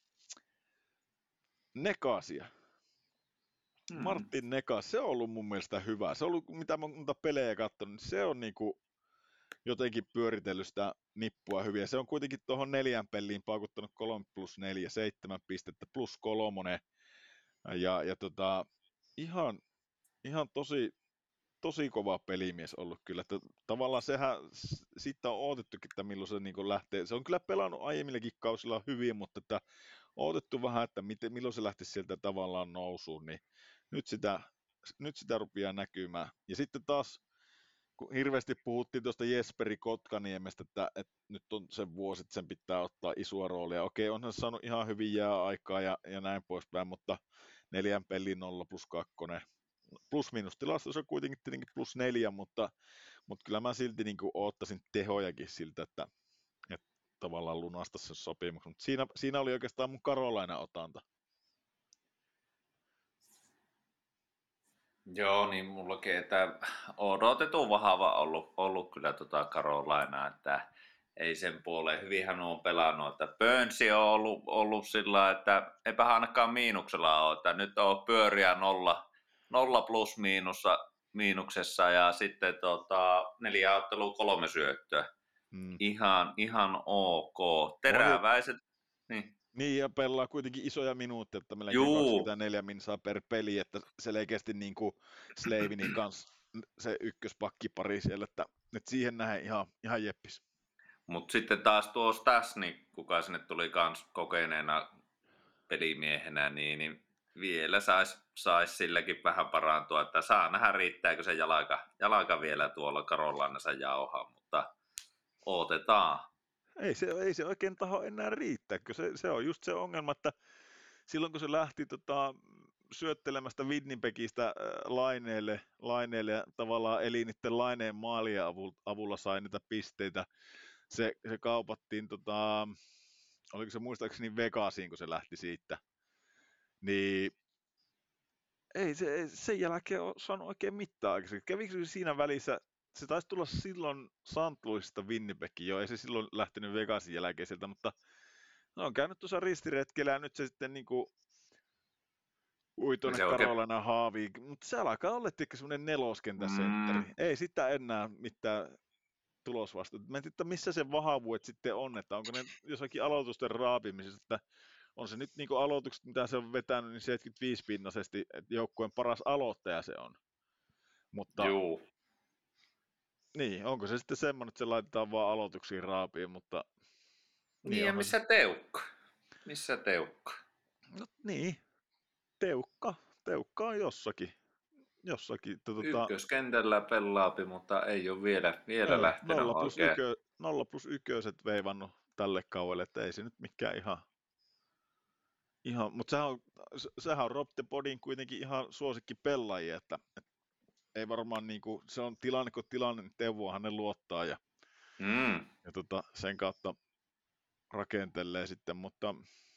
Nekasia. Hmm. Martin Nekas, se on ollut mun mielestä hyvä. Se on ollut, mitä mä monta pelejä katsonut, niin se on niinku jotenkin pyöritellyt sitä nippua hyvin. Se on kuitenkin tuohon neljän peliin paukuttanut kolme plus neljä, seitsemän pistettä plus kolmonen. Ja, ja tota, ihan, ihan tosi, tosi kova pelimies ollut kyllä. Että tavallaan sehän, siitä on odotettukin, että milloin se niin lähtee. Se on kyllä pelannut aiemmillakin kausilla hyvin, mutta että odotettu vähän, että miten, milloin se lähti sieltä tavallaan nousuun, niin nyt sitä, nyt sitä rupeaa näkymään. Ja sitten taas, kun hirveästi puhuttiin tuosta Jesperi Kotkaniemestä, että, että nyt on se vuosi, että sen pitää ottaa isoa roolia. Okei, onhan se saanut ihan hyvin jääaikaa ja, ja näin poispäin, mutta neljän pelin nolla plus kakkonen. Plus miinus tilastossa on kuitenkin tietenkin plus neljä, mutta, mutta kyllä mä silti niin kuin oottaisin tehojakin siltä, että, että tavallaan lunasta se sopimus. Mutta siinä, siinä oli oikeastaan mun Karolainen otanta. Joo, niin mullakin, että odotetun vahva ollut, ollut kyllä tota Carolina, että ei sen puoleen. Hyvinhän on pelannut, että Burns on ollut, ollut sillä, että eipä ainakaan miinuksella ole, että nyt on pyöriä nolla, nolla plus miinussa, miinuksessa ja sitten tota, neljä ottelua kolme syöttöä. Mm. Ihan, ihan ok. Moni, Teräväiset, niin. niin, ja pelaa kuitenkin isoja minuutteja, että melkein Juu. kaksikymmentäneljä minsaa per peli, että selkeästi niin kuin Slavinin kanssa se ykköspakkipari siellä, että, että siihen nähden ihan, ihan jeppis. Mutta sitten taas tuo Stasny, kuka sinne tuli kans kokeneena pelimiehenä, niin, niin vielä saisi sais silläkin vähän parantua, että saa nähdä riittääkö se jalka, jalka vielä tuolla Carolinassa jauhaa, mutta otetaan. Ei se, ei se oikein taho enää riittää, kun se, se on just se ongelma, että silloin kun se lähti tota, syöttelemästä Winnipegistä äh, laineelle, laineelle ja tavallaan eli niiden laineen maalien avulla, avulla sai niitä pisteitä, se, se kaupattiin, tota, oliko se muistaakseni Vegasiin, kun se lähti siitä, niin ei se ei sen jälkeen ole saanut oikein mitään aikaisemmin. Kävikö se siinä välissä, se taisi tulla silloin Saint Louisista Winnipegiin jo, ei se silloin lähtenyt Vegasin jälkeen sieltä, mutta no on käynyt tuossa ristiretkellä ja nyt se sitten niinku ui tuonne Karolainen oikein haaviin, mutta se alkaa olla tietenkin semmoinen neloskentän sentteri. Mm. Ei sitä enää mitään tulosvastuuta. Mä en tiedä, missä se vahvuudet sitten on, että onko ne jossakin aloitusten raapimisessa, että on se nyt niin kuin aloitukset, mitä se on vetänyt, niin seitsemänkymmentäviisi pinnaisesti, että joukkueen paras aloittaja se on. Mutta Juu. Niin, onko se sitten semmoinen, että se laitetaan vaan aloituksiin raapiin, mutta Niin, niin ja missä se... Teukka? Missä Teukka? No niin, Teukka. Teukka on jossakin. Jossakin. Tuota... Ykköskentällä pelaapi, mutta ei ole vielä, vielä ei, lähtenyt nolla plus oikein. Ykö, nolla plus ykköset veivannut tälle kauelle, että ei se nyt mikään ihan... ihan mutta sehän on, sehän on Rob the Podin kuitenkin ihan suosikki pelaajia, että, että ei varmaan niinku, se on tilanne kuin tilanne, niin Teuvoa hänen luottaa ja, mm. ja tota, sen kautta rakentelee sitten, mutta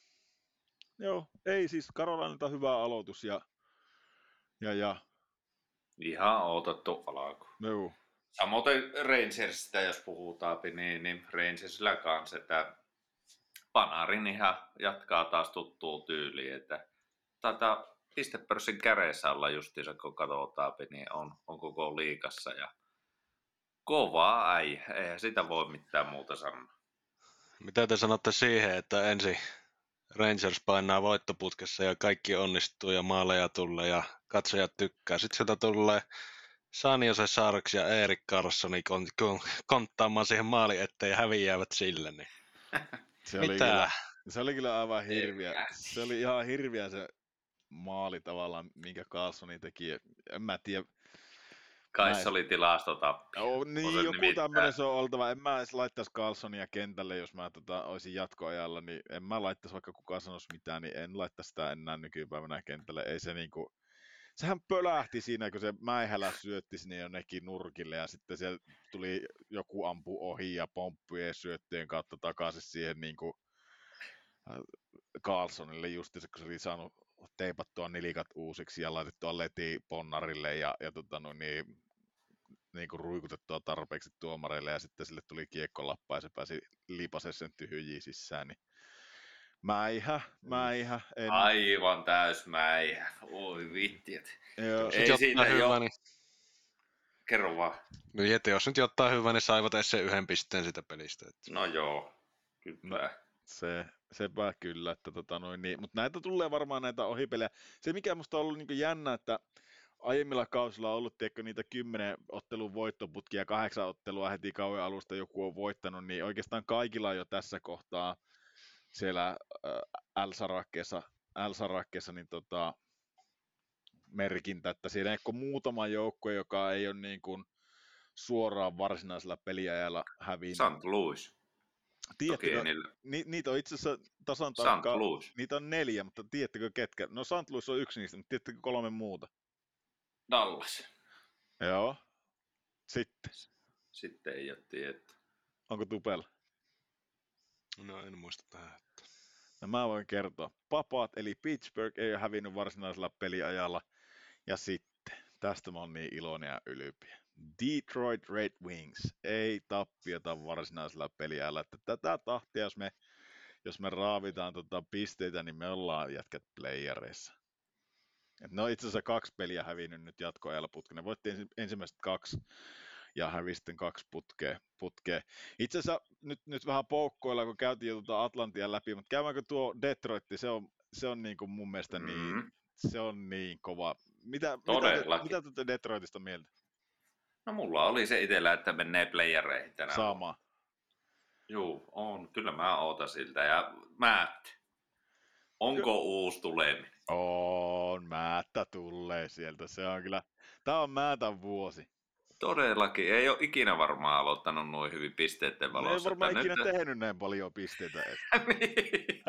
joo, ei siis Karolainilta hyvä aloitus ja, ja, ja ihan odotettu alku. Joo. Samoin Rangersista, jos puhutaan, niin, niin Rangersillä kanssa, että Panarin ihan jatkaa taas tuttuun tyyliin, että tätä pistepörssin käreissä olla justiinsa, kun katsotaan, niin on, on koko liigassa ja kovaa äijä, eihän sitä voi mitään muuta sanoa. Mitä te sanotte siihen, että ensin Rangers painaa voittoputkessa ja kaikki onnistuu ja maaleja tulee ja katsojat tykkää. Sitten sieltä tulee San Jose Sharks ja Erik Karlssoni konttaamaan siihen maali eteen ja häviävät sille. Niin. Se oli Mitä? Kyllä, se oli kyllä aivan hirviä. Se oli ihan hirviä se maali tavallaan, minkä Carlssoni teki. En mä tiedä. Kai Mä se en, oli tilastotappio. oh, On niin, se joku nimittäin. tämmöinen se on oltava. En mä edes laittaisi Carlsonia kentälle, jos mä tota, olisin jatkoajalla, niin en mä laittaisi, vaikka kukaan sanoisi mitään, niin en laittaisi sitä enää nykypäivänä kentälle. Ei se niinku, sehän pölähti siinä, kun se Mäihälä syötti sinne jonnekin nurkille ja sitten siellä tuli joku ampu ohi ja pomppujen syöttöjen kautta takaisin siihen niin kuin Carlsonille justiinsa, kun se oli saanut teipattua nilikat uusiksi ja laitettua leti ponnarille ja, ja tota, no niin, niin kuin ruikutettua tarpeeksi tuomareille ja sitten sille tuli kiekkolappa ja se pääsi liipaseen sen tyhjiin sisään, niin mäihä, mäihä, en, Aivan täysmäihä. Oi vittiet. joo, Nyt Ei ottaa siitä hyvä, jo. niin... Kerro vaan. No Jete, jos nyt ottaa hyvä, niin saivat edes sen yhden pisteen sitä pelistä. Että... No joo. no, Kyllä. Se, sepä kyllä, että tota noin, niin, mutta näitä tulee varmaan näitä ohipelejä. Se mikä musta on ollut niin jännä, että aiemmilla kausilla on ollut tiedätkö, niitä kymmenen ottelun voittoputkia, kahdeksan ottelua heti kauden alusta joku on voittanut, niin oikeastaan kaikilla on jo tässä kohtaa siellä äh, L-sarakkeessa, L-sarakkeessa niin tota, merkintä, että siellä ei ole muutama joukkue, joka ei ole niin kuin suoraan varsinaisella peliajalla hävinnyt. Saint Louis. Toki Tiedättekö, ei niillä. ni, niitä on itse asiassa tasan Saint tarkkaan, Louis. niitä on neljä, mutta tiedättekö ketkä? No Saint Louis on yksi niistä, mutta tiedättekö kolme muuta? Dallas. Joo. Sitten, Sitten ei ole tietty. onko Tupella? No en muista tähän. No mä voin kertoa. Papat, eli Pittsburgh ei ole hävinnyt varsinaisella peliajalla. Ja sitten, tästä mä oon niin iloinen ja ylpeä. Detroit Red Wings ei tappiota varsinaisella peliajalla. Että tätä tahtia, jos me, jos me raavitaan tota pisteitä, niin me ollaan jätkät playereissa. Et ne on itse asiassa kaksi peliä hävinnyt nyt jatkoajalla putkeen. Ne voitti ensi, ensimmäiset kaksi ja hävisi sitten kaksi putkea. putkea. Itse asiassa nyt, nyt vähän poukkoilla, kun käytiin jo tuota Atlantia läpi, mutta käydäänkö tuo Detroit, se on, se on niin kuin mun mielestä niin, Mm. se on niin kova. Mitä, mitä, te, Todellakin. mitä te olette Detroitista mieltä? No mulla oli se itsellä, että menee playereihin tänään. Sama. Joo, on. Kyllä mä ootan siltä. Ja Matt, onko Ky- uusi tuleminen? On, Määttä tulee sieltä. Se on kyllä, tää on Määtän vuosi. Todellakin. Ei ole ikinä varmaan aloittanut noin hyvin pisteiden Ne ei valossa. varmaan että ikinä nyt... tehnyt näin paljon pisteitä. Et. Niin.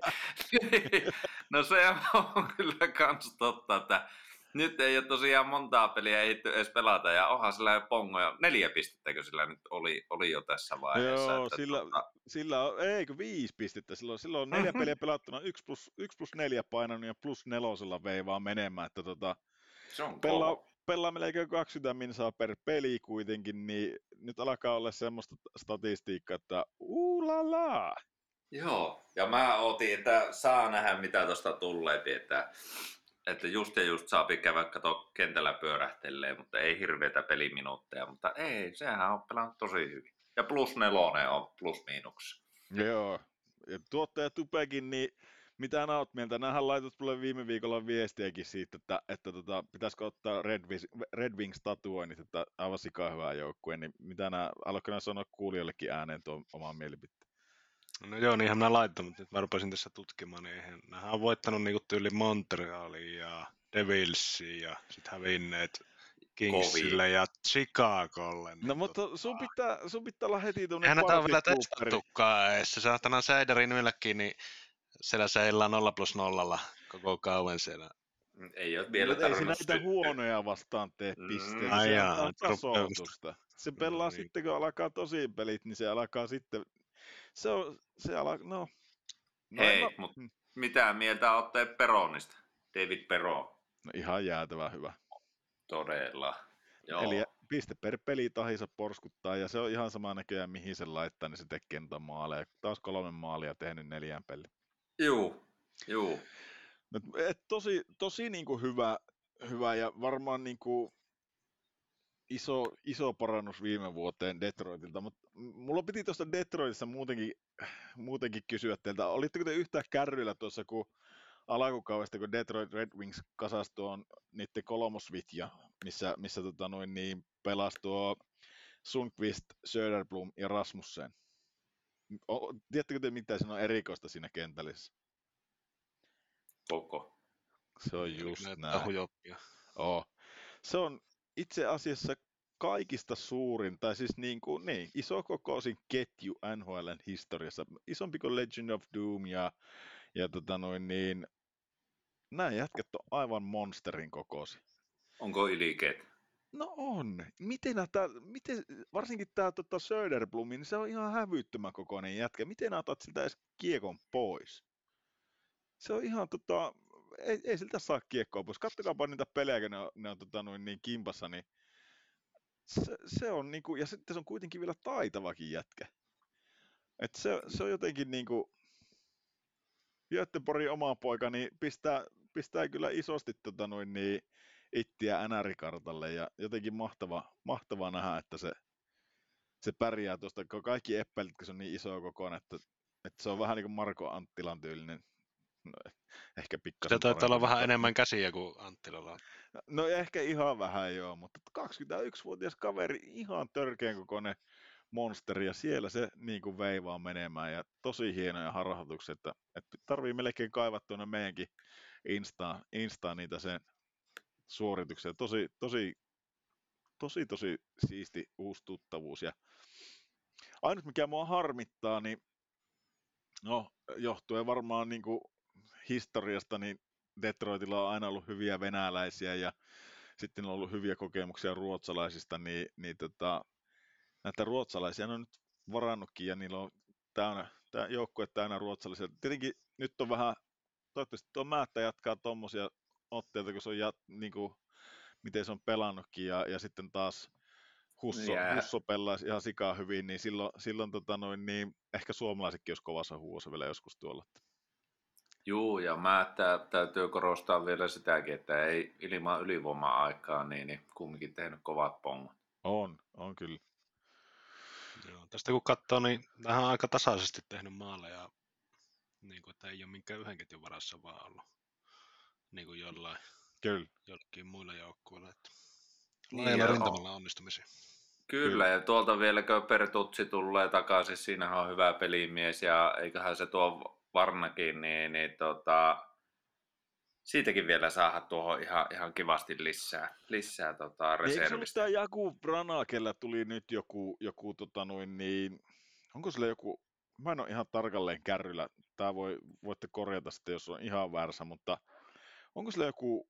No se on kyllä kans totta, että nyt ei ole tosiaan montaa peliä ehditty edes pelata, ja onhan sillä jo pongoja. Neljä pistettäkö sillä nyt oli, oli jo tässä vaiheessa. Joo, että sillä, tuota... sillä on, eikö viisi pistettä, silloin, silloin on neljä peliä pelattuna, yksi plus, yksi plus neljä painanut ja plus nelosella vei vaan menemään, että tota, Se on pelaa, kova. pelaa melkein kaksikymmentä minsaa per peli kuitenkin, niin nyt alkaa olla semmoista statistiikkaa, että uulala. Joo, ja mä ootin, että saa nähdä mitä tosta tulee, että, että just ja just saa käydä kato kentällä pyörähtelee, mutta ei hirveitä peliminuutteja, mutta ei, sehän on pelannut tosi hyvin. Ja plus nelonen on plus miinuksessa. Joo, ja tuottaja Tupekin, niin mitä nää oot mieltä? Nämähän laitot mulle viime viikolla viestiäkin siitä, että, että tota, pitäisikö ottaa Red Wings, Red Wings tatuoinnit, että aivan sikaa hyvää joukkue, niin mitä nää, aloitko nää sanoa kuulijoillekin ääneen tuon oman mielipiteen? No joo, niinhän mä laittan, mutta nyt mä rupesin tässä tutkimaan, niin eihän, nämähän on voittanut niinku tyyli Montrealia ja Devilsia ja sit hävinneet Kingsille ja Chicagolle. Niin No mutta tota... sun pitää, sun pitää olla heti tuonne eihän näitä on vielä Party Cooperi. testattukaan edes. Se saatana Seiderin ylläkin, niin siellä seillaa nolla plus nollalla koko kauan siellä. Ei ole vielä Mutta ei se tarvinnut näitä syttyä. huonoja vastaan tee Mm. pisteitä, Ai se jaa, antaa et rupea tasoitusta. Se pelaa No niin. sitten, kun alkaa tosi pelit, niin se alkaa sitten, se on, se alkaa, no. no en Hei, mä- mutta mm. mitä mieltä olette Peronista? David Peron. No ihan jäätävä hyvä. Todella. Joo. Eli piste per peli tahissa porskuttaa, ja se on ihan sama näköjään, mihin se laittaa, niin se tekee niitä maaleja. Taas kolme maalia tehnyt neljään peliin. Juu, juu. Et, et tosi tosi niinku hyvä, hyvä, ja varmaan niinku iso, iso parannus viime vuoteen Detroitilta, mutta mulla piti tuosta Detroitissa muutenkin, muutenkin kysyä teiltä, olitteko te yhtään kärryillä tuossa, kun alkukaudesta, kun Detroit Red Wings kasasi tuon niiden kolmosvitja, missä, missä tota noin, niin pelasi tuo Sundqvist, Söderblom ja Rasmussen. O, tiedättekö te mitä siinä on erikoista siinä kentälissä? Koko. Se on just Näyttää näin. hujoppia. Oo. Se on itse asiassa kaikista suurin, tai siis niin kuin, niin, isokokoisin ketju N H L:n historiassa. Isompi kuin Legend of Doom ja, ja tota noin niin, nämä jätkät on aivan monsterin kokoisia. Onko ylikeet? No on. Miten, nää, miten varsinkin tämä tota Söderblom, niin se on ihan hävyttömän kokoinen jätkä. Miten otat siltä edes kiekon pois? Se on ihan tota, ei, ei siltä saa kiekkoa pois. Kattokaapa niitä pelejä, kun ne on, ne on tota, noin niin kimpassa, niin se, se on niinku, ja sitten se on kuitenkin vielä taitavakin jätkä. Et se, se on jotenkin niinku, Göteborgin oma poika, niin pistää, pistää kyllä isosti tota noin niin, ittiä N R-kartalle ja jotenkin mahtava, mahtavaa nähdä, että se, se pärjää tuosta, kun kaikki epäilit, kun se on niin iso kokoinen, että, että se on vähän niin kuin Marko Anttilan tyylinen, no, ehkä Sitä pikkasen taitaa parempi, olla vähän mutta, enemmän käsiä kuin Anttilalla. no ehkä ihan vähän joo, mutta kaksikymmentäyksivuotias kaveri, ihan törkeän kokoinen monsteri, ja siellä se niin kuin veivaa menemään, ja tosi hienoja harhautuksia, että, että tarvii melkein kaivaa tuonne meidänkin Instaan, Instaan niitä sen suorituksia. Tosi, tosi, tosi, tosi siisti uusi tuttavuus, ja ainut mikä mua harmittaa, niin no, johtuen varmaan niin kuin historiasta, niin Detroitilla on aina ollut hyviä venäläisiä, ja sitten on ollut hyviä kokemuksia ruotsalaisista, niin, niin tota, näitä ruotsalaisia on nyt varannutkin, ja niillä on täynnä, tämä joukkue täynnä ruotsalaisia. Tietenkin nyt on vähän, toivottavasti tuo Määttä jatkaa tuommoisia otteita, kun se on jat, niin kuin, miten se on pelannutkin, ja, ja sitten taas Husso, Yeah. Husso pelaisi ihan sikaa hyvin, niin silloin, silloin tota noin, niin ehkä suomalaisetkin olisi kovassa huuossa vielä joskus tuolla. Juu, ja mä että täytyy korostaa vielä sitäkin, että ei ilman ylivoima-aikaa, niin, niin kumminkin tehnyt kovat pommat. On, on kyllä. Joo, tästä kun katsoo, niin vähän aika tasaisesti tehnyt maaleja, niin kuin, että ei ole minkään yhden ketjun varassa vaan ollut niin kuin jollain, Kyllä. jollakin muilla joukkueilla. Että Niin, laajalla ja rintamalla onnistumisia. Kyllä, Kyllä. ja tuolta vielä kun Pertutsi tulee takaisin, siinähän on hyvä pelimies, ja eiköhän se tuo Varnakin, niin, niin tota, siitäkin vielä saada tuohon ihan, ihan kivasti lisää, lisää tota, Niin eikö se ollut reservistä. tämä Jaku Brana, kellä tuli nyt joku, joku tota noin niin, onko sillä joku, mä en ole ihan tarkalleen kärryllä, tää voi, voitte korjata sitten, jos on ihan väärässä, mutta onko sillä joku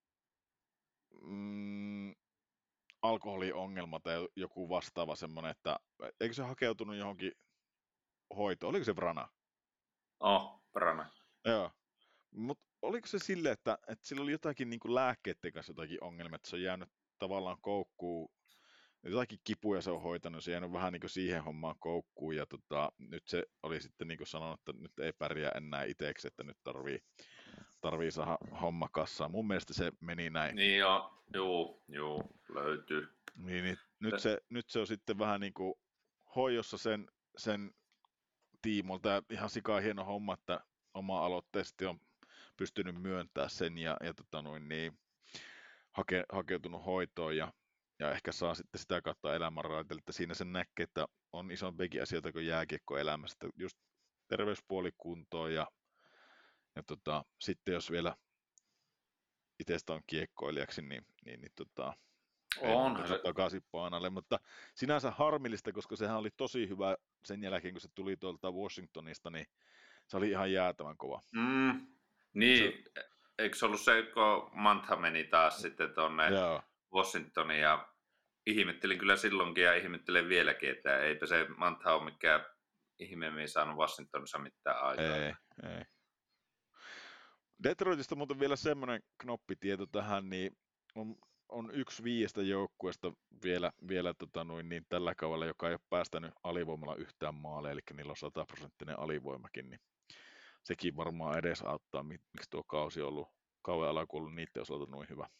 mm, alkoholiongelma tai joku vastaava semmoinen, että eikö se hakeutunut johonkin hoitoon, oliko se Brana? Oh, Brana. Joo, mutta oliko se silleen, että, että sillä oli jotakin niin kuin lääkkeiden kanssa jotakin ongelmia, että se on jäänyt tavallaan koukkuun, jotakin kipuja se on hoitanut, se on jäänyt vähän niin kuin siihen hommaan koukkuun, ja tota, nyt se oli sitten niin kuin sanonut, että nyt ei pärjää enää itseksi, että nyt tarvii, tarvii saada homma kassaan. Mun mielestä se meni näin. Niin joo, juu, juu, löytyy. Niin, niin nyt, se, nyt se on sitten vähän niin kuin hoidossa sen, sen tiimolta, ja ihan sikaa hieno homma, että oma aloitteisesti on pystynyt myöntämään sen, ja, ja tota noin, niin, hake, hakeutunut hoitoon, ja ja ehkä saa sitten sitä kautta elämänraiteille, että siinä sen näkee, että on isompiakin asioita kuin jääkiekko elämästä, just terveyspuoli kuntoon, ja, ja tota, sitten jos vielä itsestä on kiekkoilijaksi, niin, niin, niin tota, ei Onhan muuta se. kuin takaisin paanalle, mutta sinänsä harmillista, koska sehän oli tosi hyvä sen jälkeen, kun se tuli tuolta Washingtonista, niin se oli ihan jäätävän kova. Mm, niin, se... eikö se ollut se, kun Mantha meni taas sitten tuonne Washingtoniin, ja ihmettelin kyllä silloinkin ja ihmettelen vieläkin, että eipä se Mantha ole mikään ihmeemmin saanut Washingtonissa mitään aikaa. Ei, ei. Detroitista muuten vielä semmoinen knoppitieto tähän, niin on, on yksi viiestä joukkueesta vielä, vielä tota noin, niin tällä kaudella, joka ei ole päästänyt alivoimalla yhtään maalle, eli niillä on sataprosenttinen alivoimakin, niin sekin varmaan edesauttaa, miksi tuo kausi on ollut, kauan alkuun ollut niiden osalta noin hyvä.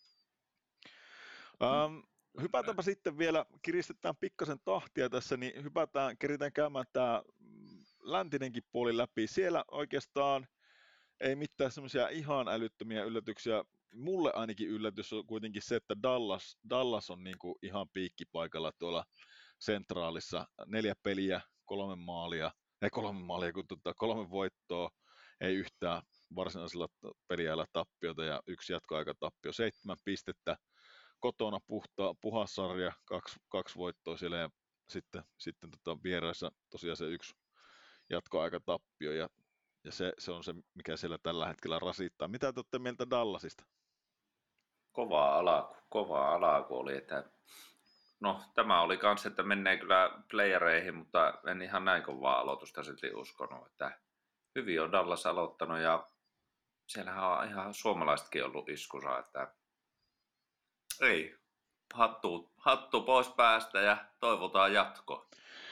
Um, hypätäänpä sitten vielä, kiristetään pikkasen tahtia tässä, niin hypätään, keritään käymään tämä läntinenkin puoli läpi. Siellä oikeastaan ei mitään semmoisia ihan älyttömiä yllätyksiä. Mulle ainakin yllätys on kuitenkin se, että Dallas, Dallas on niinku ihan piikkipaikalla tuolla sentraalissa. Neljä peliä, kolme maalia, ei kolme maalia, kun tuota, kolme voittoa, ei yhtään varsinaisella peliajalla tappiota ja yksi jatkoaikatappio, seitsemän pistettä, kotona puhta, puhas sarja, kaksi, kaksi voittoa siellä ja sitten, sitten tota vieraissa tosiaan se yksi jatkoaikatappio ja, ja se, se on se, mikä siellä tällä hetkellä rasittaa. Mitä te olette mieltä Dallasista? Kova alaku, kova alaku oli, että no tämä oli kans, että menee kyllä playereihin, mutta en ihan näin kovaa aloitusta silti uskonut, että hyvin on Dallas aloittanut ja siellähän on ihan suomalaisetkin ollut iskussa, että ei, hattu, hattu pois päästä ja toivotaan jatkoa.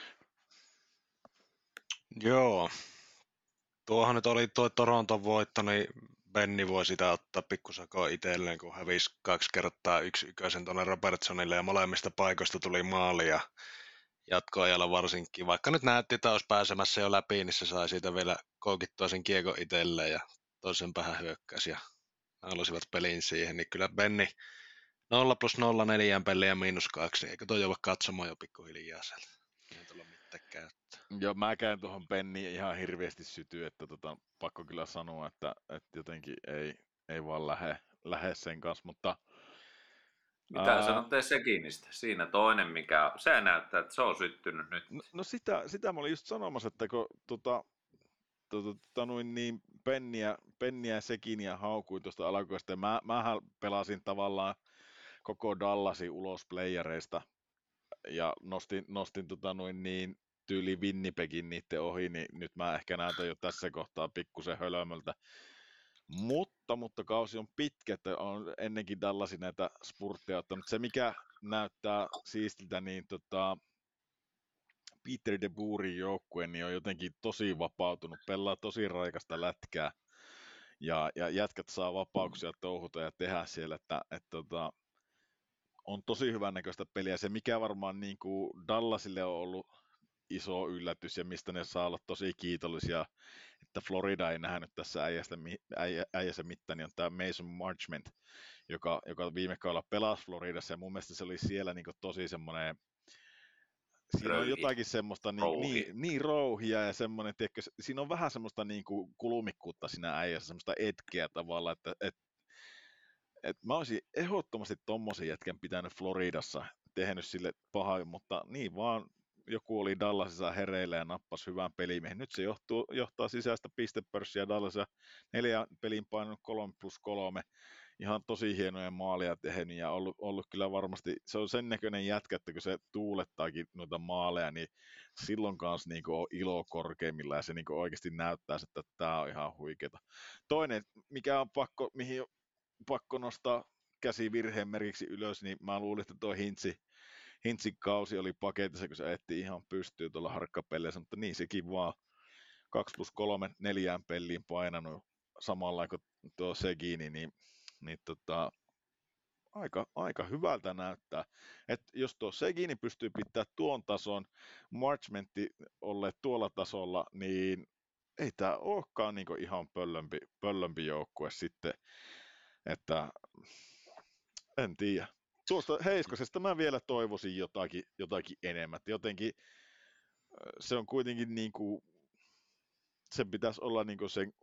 Joo. Tuohan nyt oli tuo Toronton voitto, niin Benni voi sitä ottaa pikkusakoon itselleen, kun hävisi kaksi kertaa yksi yköisen tuonne Robertsonille ja molemmista paikoista tuli maali ja jatkoajalla varsinkin. Vaikka nyt näytti, että olisi pääsemässä jo läpi, niin se sai siitä vielä koukittua sen kiekon itselleen ja toisen päähän hyökkäsi ja naulasivat pelin siihen. Niin kyllä Benni nolla plus nolla neljään peliä miinus kaksi, niin eikö toi ole katsomaan jo pikkuhiljaa sieltä? Ei tulla mitään käyttää. Joo, mä käyn tuohon Penniin ihan hirveästi sytyy, että tota, pakko kyllä sanoa, että, että jotenkin ei, ei vaan lähde, lähde sen kanssa, mutta Mitä ää, sanotte Seginistä? Siinä toinen, mikä se näyttää, että se on syttynyt nyt. no, no sitä, sitä mä olin just sanomassa, että kun tota, tota, tota noin niin Penniä, Penniä ja Sekiniä haukuin tuosta alkuista, ja mä, mähän pelasin tavallaan koko Dallasin ulos playereista, ja nostin, nostin tota noin niin tyyli Winnipegin niiden ohi, niin nyt mä ehkä näytän jo tässä kohtaa pikkusen hölömöltä. Mutta, mutta kausi on pitkä, että on ennenkin Dallasin näitä spurtteja ottanut. Se mikä näyttää siistiltä, niin tota, Peter de Boerin joukkue niin on jotenkin tosi vapautunut, pelaa tosi raikasta lätkää. Ja, ja jätkät saa vapauksia touhuta ja tehdä siellä, että, että, että on tosi hyvän näköistä peliä. Se mikä varmaan niin kuin Dallasille on ollut iso yllätys ja mistä ne saa olla tosi kiitollisia, että Florida ei nähnyt tässä äijästä, äijä, äijässä mitään, niin on tämä Mason Marchment, joka, joka viime kaudella pelasi Floridassa ja mun mielestä se oli siellä niin tosi semmoinen, siinä on Röyhi. jotakin semmoista niin, Rouhi. niin, niin rouhia ja semmoinen, tiedätkö, siinä on vähän semmoista niin kuin kulumikkuutta siinä äijässä, semmoista etkeä tavalla, että et, et mä olisin ehdottomasti tommosen jätkän pitänyt Floridassa, tehnyt sille pahaa, mutta niin vaan joku oli Dallasissa hereillä ja nappasi hyvän pelimiehen. Nyt se johtuu, johtaa sisäistä pistepörssiä Dallasissa neljä pelin painanut kolme plus kolme. Ihan tosi hienoja maalia tehnyt ja ollut, ollut kyllä varmasti, se on sen näköinen jätkä, että kun se tuulettaakin noita maaleja, niin silloin kanssa niin on ilo korkeimmilla ja se niin oikeasti näyttää, että tämä on ihan huikeeta. Toinen, mikä on pakko, mihin on pakko nostaa käsi virheen merkiksi ylös, niin mä luulin, että tuo Hintsi, Hintsin kausi oli paketissa, kun se ajettiin ihan pystyyn tuolla harkkapeleissä, mutta niin sekin vaan kaksi plus kolme neljään peliin painanut samalla kuin tuo Segini, niin, niin tota, aika, aika hyvältä näyttää. Et jos tuo Segini pystyy pitämään tuon tason, Marchmentti olleet tuolla tasolla, niin ei tämä olekaan niinku ihan pöllömpi, pöllömpi joukkue sitten, että en tiedä. Tuosta Heiskasesta mä vielä toivoisin jotakin, jotakin enemmän. Jotenkin se on kuitenkin niin kuin, sen pitäisi olla niin kuin sen,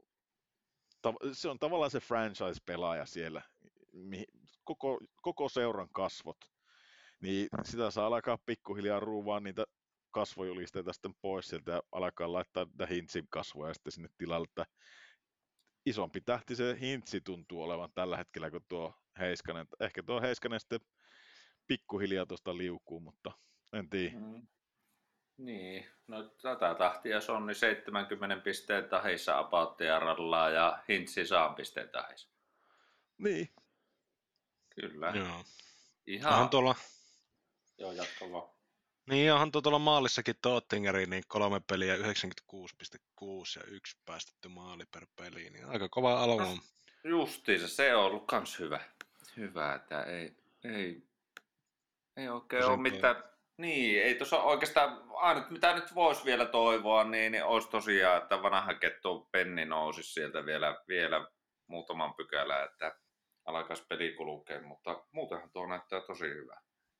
se on tavallaan se franchise-pelaaja siellä, koko, koko seuran kasvot. Niin sitä saa alkaa pikkuhiljaa ruuvaa niitä kasvojulisteita sitten pois sieltä ja alkaa laittaa niitä Hintsin kasvoja sitten sinne tilalle. Että isompi tähti se Hintsi tuntuu olevan tällä hetkellä kuin tuo Heiskanen. Ehkä tuo Heiskanen sitten pikkuhiljaa tuosta liukuu, mutta en tiedä. Mm. Niin, no tätä tahtia se on, niin seitsemänkymmentä pisteen tahissa apauttia rallaa ja Hintsi saa pisteen tahissa. Niin. Kyllä. Joo. Ihan. Onhan tuolla, Joo, jatka vaan. niin onhan tuo tuolla maalissakin Tottingeri, niin kolme peliä yhdeksänkymmentäkuusi pilkku kuusi ja yksi päästetty maali per peli, niin aika kova alue. Justiinsa, se on ollut kans hyvä. Hyvä, että ei, ei, ei oikein Tosin ole mitään. Niin, ei tuossa oikeastaan, ainut mitä nyt voisi vielä toivoa, niin, niin olisi tosiaan, että vanha kettu Penni nousisi sieltä vielä, vielä muutaman pykälän, että alkaisi peli kulkea, mutta muutenhan tuo näyttää tosi hyvää.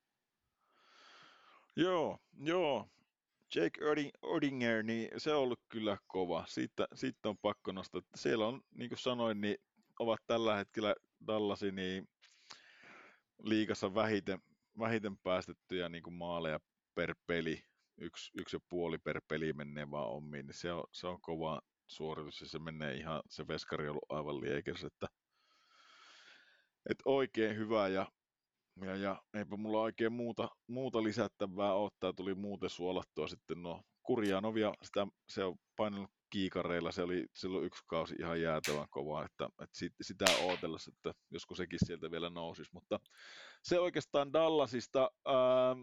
Joo, joo. Jake Oettinger, niin se on ollut kyllä kova. Siitä, siitä on pakko nostaa. Siellä on, niin kuin sanoin, niin ovat tällä hetkellä Dallasi, niin liigassa vähiten, vähiten päästettyjä niin kuin maaleja per peli, yksi, yksi ja puoli per peli menee vaan omiin, niin se on, se on kova suoritus ja se menee ihan, se veskari on ollut aivan liekeys, että, että oikein hyvä ja, ja, ja eipä mulla oikein muuta, muuta lisättävää ole, tää tuli muuten suolattua sitten no Kurjanovia, sitä, se on painanut kiikareilla, se oli silloin yksi kausi ihan jäätävän kova, että, että sit, sitä ootellessa, että joskus sekin sieltä vielä nousisi, mutta se oikeastaan Dallasista. Ähm,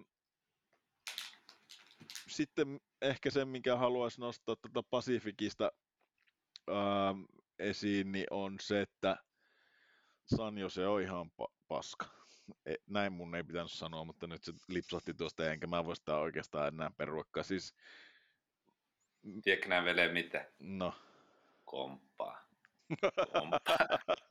sitten ehkä se, minkä haluaisin nostaa tuota Pacificista ähm, esiin, niin on se, että San Jose on ihan pa- paska. E, näin mun ei pitänyt sanoa, mutta nyt se lipsahti tuosta, enkä mä voi sitä oikeastaan enää peruakkaan. Siis, Tiedätkö nää vele mitä? no. Komppaa. Komppaa.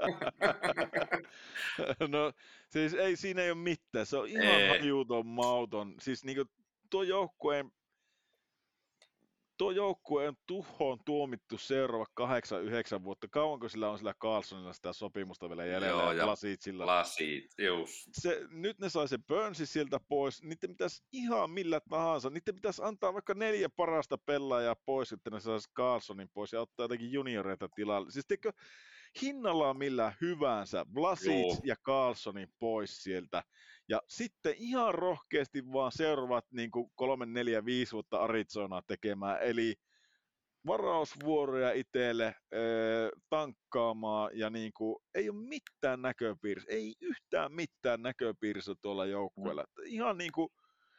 No, siis ei, siinä ei ole mitään. Se on ihan Ei. hajuton, mauton. Siis niinku tuo joukkueen Tuo joukkue on tuhoon tuomittu seuraava kahdeksan yhdeksän vuotta. Kauanko sillä on sillä Carlsonilla sitä sopimusta vielä jäljellä Joo, ja ja Blasicilla? Lasit, just. Se, nyt ne sai se Burnsi sieltä pois. Niiden pitäisi ihan millä tahansa. Niiden pitäisi antaa vaikka neljä parasta pelaajaa pois, että ne saisi Carlsonin pois ja ottaa jotakin junioreita tilalle. Siis teikö hinnallaan millään hyvänsä Vlasic Joo. ja Carlsonin pois sieltä. Ja sitten ihan rohkeasti vaan seuraavat niin kuin kolme, neljä, viisi vuotta Arizonaa tekemään. Eli varausvuoroja itselle öö, tankkaamaan ja niin kuin, ei ole mitään näköpiirissä, ei yhtään mitään näköpiirissä tuolla joukkueella. Mm. Ihan niin kuin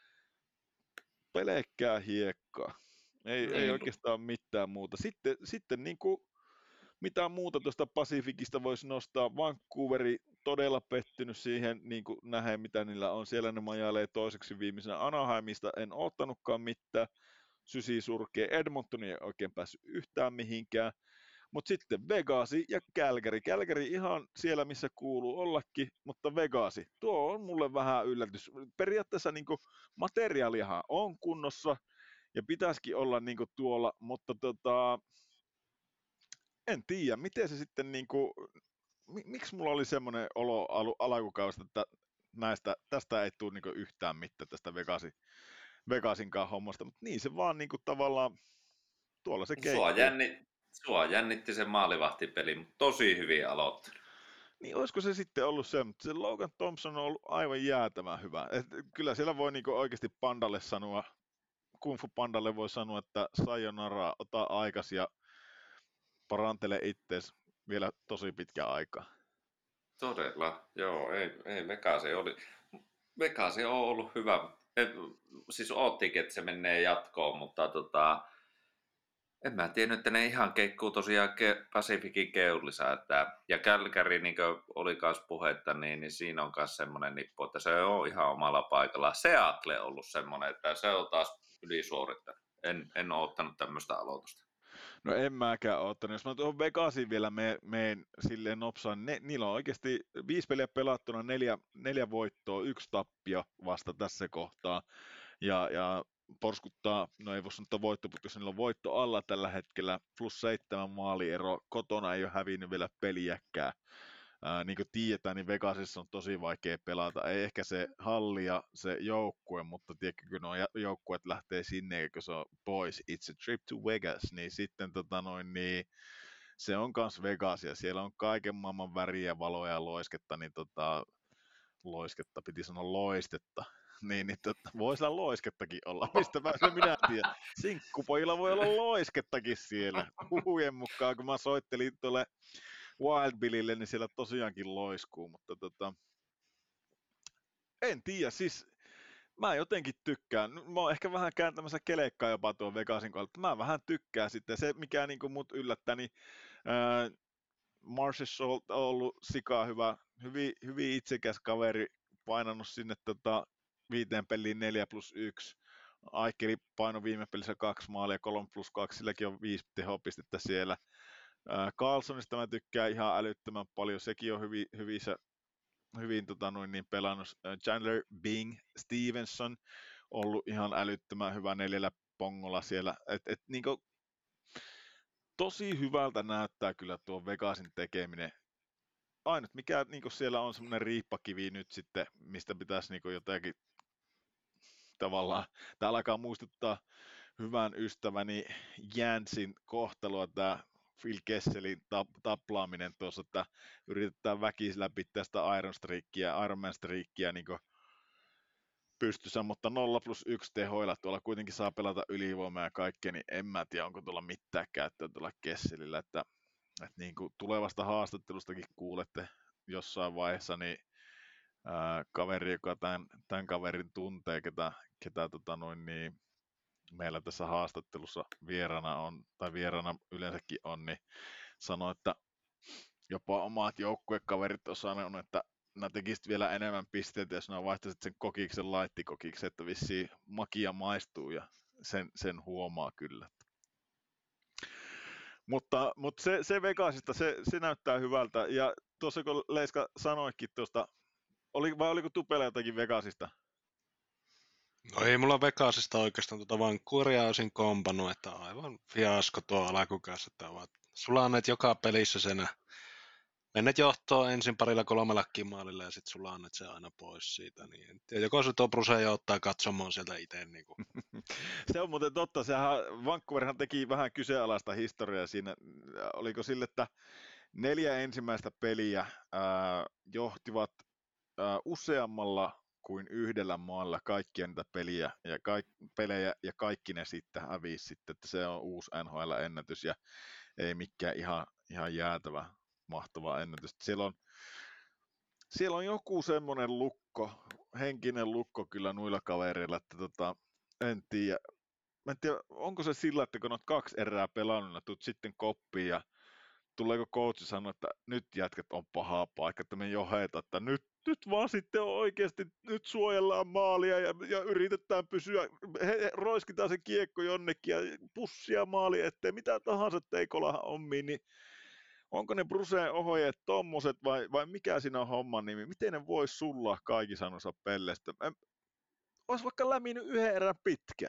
pelkkää hiekkaa. Ei, Niin. ei oikeastaan mitään muuta. Sitten, sitten niin kuin, mitä muuta tuosta Pacificista voisi nostaa. Vancouveri todella pettynyt siihen, niin kuin nähdään mitä niillä on. Siellä ne majailee toiseksi viimeisenä. Anaheimista en ottanutkaan mitään. Sysi surkea. Edmontoni ei oikein päässyt yhtään mihinkään. Mutta sitten Vegasi ja Calgary. Calgary ihan siellä, missä kuuluu ollakin, mutta Vegasi. Tuo on mulle vähän yllätys. Periaatteessa niin kuin materiaalihan on kunnossa ja pitäisikin olla niin kuin tuolla, mutta tota, en tiedä, miten se sitten, niin kuin, miksi mulla oli semmoinen olo al- alkukaudesta, että näistä, tästä ei tule niin kuin yhtään mitään tästä Vegasin, Vegasinkaan hommasta, mutta niin se vaan niin kuin tavallaan tuolla se keikkuu. Sua, jänni, sua jännitti se maalivahtipeli, mutta tosi hyvin aloittanut. Niin olisiko se sitten ollut se, mutta se Logan Thompson on ollut aivan jäätävän hyvä. Et kyllä siellä voi niinku oikeasti Pandalle sanoa, Kung Fu Pandalle voi sanoa, että sayonara, ota aikas ja parantele ittees vielä tosi pitkä aikaa. Todella, joo, ei, ei Vegasi oli, Vegasi on ollut hyvä. Et, siis oottikin, että se menee jatkoon, mutta tota, en mä tiennyt, että ne ihan keikkuu tosiaan ke, Pacificin keulissa. Että, ja Calgary, niin kuin oli kanssa puhetta, niin, niin siinä on myös semmoinen nippu, että se on ihan omalla paikalla. Seattle on ollut semmoinen, että se on taas ylisuorittanut. En, en ole ottanut tämmöistä aloitusta. No en mäkään ottanut. Jos mä tuohon Vegasiin vielä meen, meen silleen nopsaan, ne, niillä on oikeasti viisi peliä pelattuna, neljä, neljä voittoa, yksi tappio vasta tässä kohtaa. Ja, ja porskuttaa, no ei voi sanoa voitto, mutta jos niillä on voitto alla tällä hetkellä, plus seitsemän maaliero, kotona ei ole hävinnyt vielä peliäkään. Ää, niin kuin tiedetään, niin Vegasissa on tosi vaikea pelata. Ei ehkä se halli ja se joukkue, mutta tiedätkö, kun nuo joukkueet lähtee sinne, kun se on boys, it's a trip to Vegas, niin sitten tota noin, niin se on kans Vegas ja siellä on kaiken maailman väriä, valoja ja loisketta, niin tota, loisketta, piti sanoa loistetta. Niin, niin tota, voi siellä loiskettakin olla, mistä mä se minä tiedän. Sinkkupojilla voi olla loiskettakin siellä. Huhujen mukaan, kun mä soittelin tuolle Wild Billille, niin siellä tosiaankin loiskuu, mutta tota, en tiedä, siis mä jotenkin tykkään. Mä oon ehkä vähän kääntämässä kelekkaa jopa tuon Vegasin kohdalla, että mä vähän tykkään sitten. Se, mikä niin mut yllättää, niin ää, Marshall on ollut sikaa hyvä, hyvin, hyvin itsekäs kaveri, painanut sinne tota, viiteen peliin neljä plus yksi. Aikeli paino viime pelissä kaksi maalia, kolme plus kaksi, silläkin on viisi tehopistettä siellä. Carlsonista mä tykkään ihan älyttömän paljon, sekin on hyvin, hyvin, hyvin tota noin, niin pelannut. Chandler Bing Stevenson ollut ihan älyttömän hyvä neljällä pongolla siellä. Et, et, niin kuin, tosi hyvältä näyttää kyllä tuo Vegasin tekeminen. ainut mikä niin siellä on semmoinen riippakivi nyt sitten, mistä pitäisi niin jotenkin tavallaan, tämä alkaa muistuttaa hyvän ystäväni Jänsin kohtaloa, tämä Phil Kesselin tap- taplaaminen tuossa, että yritetään väkisellä pitää sitä Iron Streakia, Iron Man Streakia niin pystyssä, mutta nolla plus yksi tehoilla tuolla kuitenkin saa pelata ylivoimaa ja kaikkea, niin en mä tiedä, onko tuolla mitään käyttöä tuolla Kesselillä, että, että niin kuin tulevasta haastattelustakin kuulette jossain vaiheessa, niin ää, kaveri, joka tämän, tämän kaverin tuntee, ketä, ketä tota noin, niin meillä tässä haastattelussa vierana on, tai vierana yleensäkin on, niin sanoi, että jopa omat joukkuekaverit on sanonut, että nämä tekisit vielä enemmän pisteitä, jos nämä vaihtaisit sen kokiksen laittikokiksi, että vissiin makia maistuu ja sen, sen huomaa kyllä. Mutta, mutta se, se Vegasista, se, se näyttää hyvältä. Ja tuossa kun Leiska sanoikin tuosta, oli, vai oliko Tupella jotakin Vegasista? No ei mulla Vegasista oikeastaan tuota Vancouveria olisin kompannut, että aivan fiasko tuo alkukäs, että ovat sulaneet joka pelissä senä. Mennet johtoon ensin parilla kolmella kimaalilla ja sitten sulaneet se aina pois siitä. Niin. Ja joko se tuo Bruse ottaa katsomaan sieltä itse. Niin kuin. Se on muuten totta, sehän Vancouverhan teki vähän kyseenalaista historiaa siinä. Oliko sille, että neljä ensimmäistä peliä ää, johtivat ää, useammalla kuin yhdellä maalla kaikkia niitä peliä ja, kaik, pelejä ja kaikki ne sitten hävisi sitten, että se on uusi N H L-ennätys ja ei mikään ihan, ihan jäätävä mahtava ennätys. Siellä on, siellä on joku semmoinen lukko, henkinen lukko kyllä noilla kavereilla, että tota, en tiedä. Mä en tiedä, onko se sillä, että kun olet kaksi erää pelannut, tulet sitten koppiin ja tuleeko coachi sanoa, että nyt jätkät on pahaa paikka, että me joheta, että nyt, nyt vaan sitten oikeasti, nyt suojellaan maalia ja, ja yritetään pysyä, he, he, roiskitaan se kiekko jonnekin ja pussia maali eteen, mitä tahansa teikolahan ommiin, niin onko ne Bruseen ohojeet tommoset vai, vai mikä siinä on homman nimi, miten ne vois sullaa kaikki sanossa pellestä, olisi vaikka läminyt yhden erän pitkä.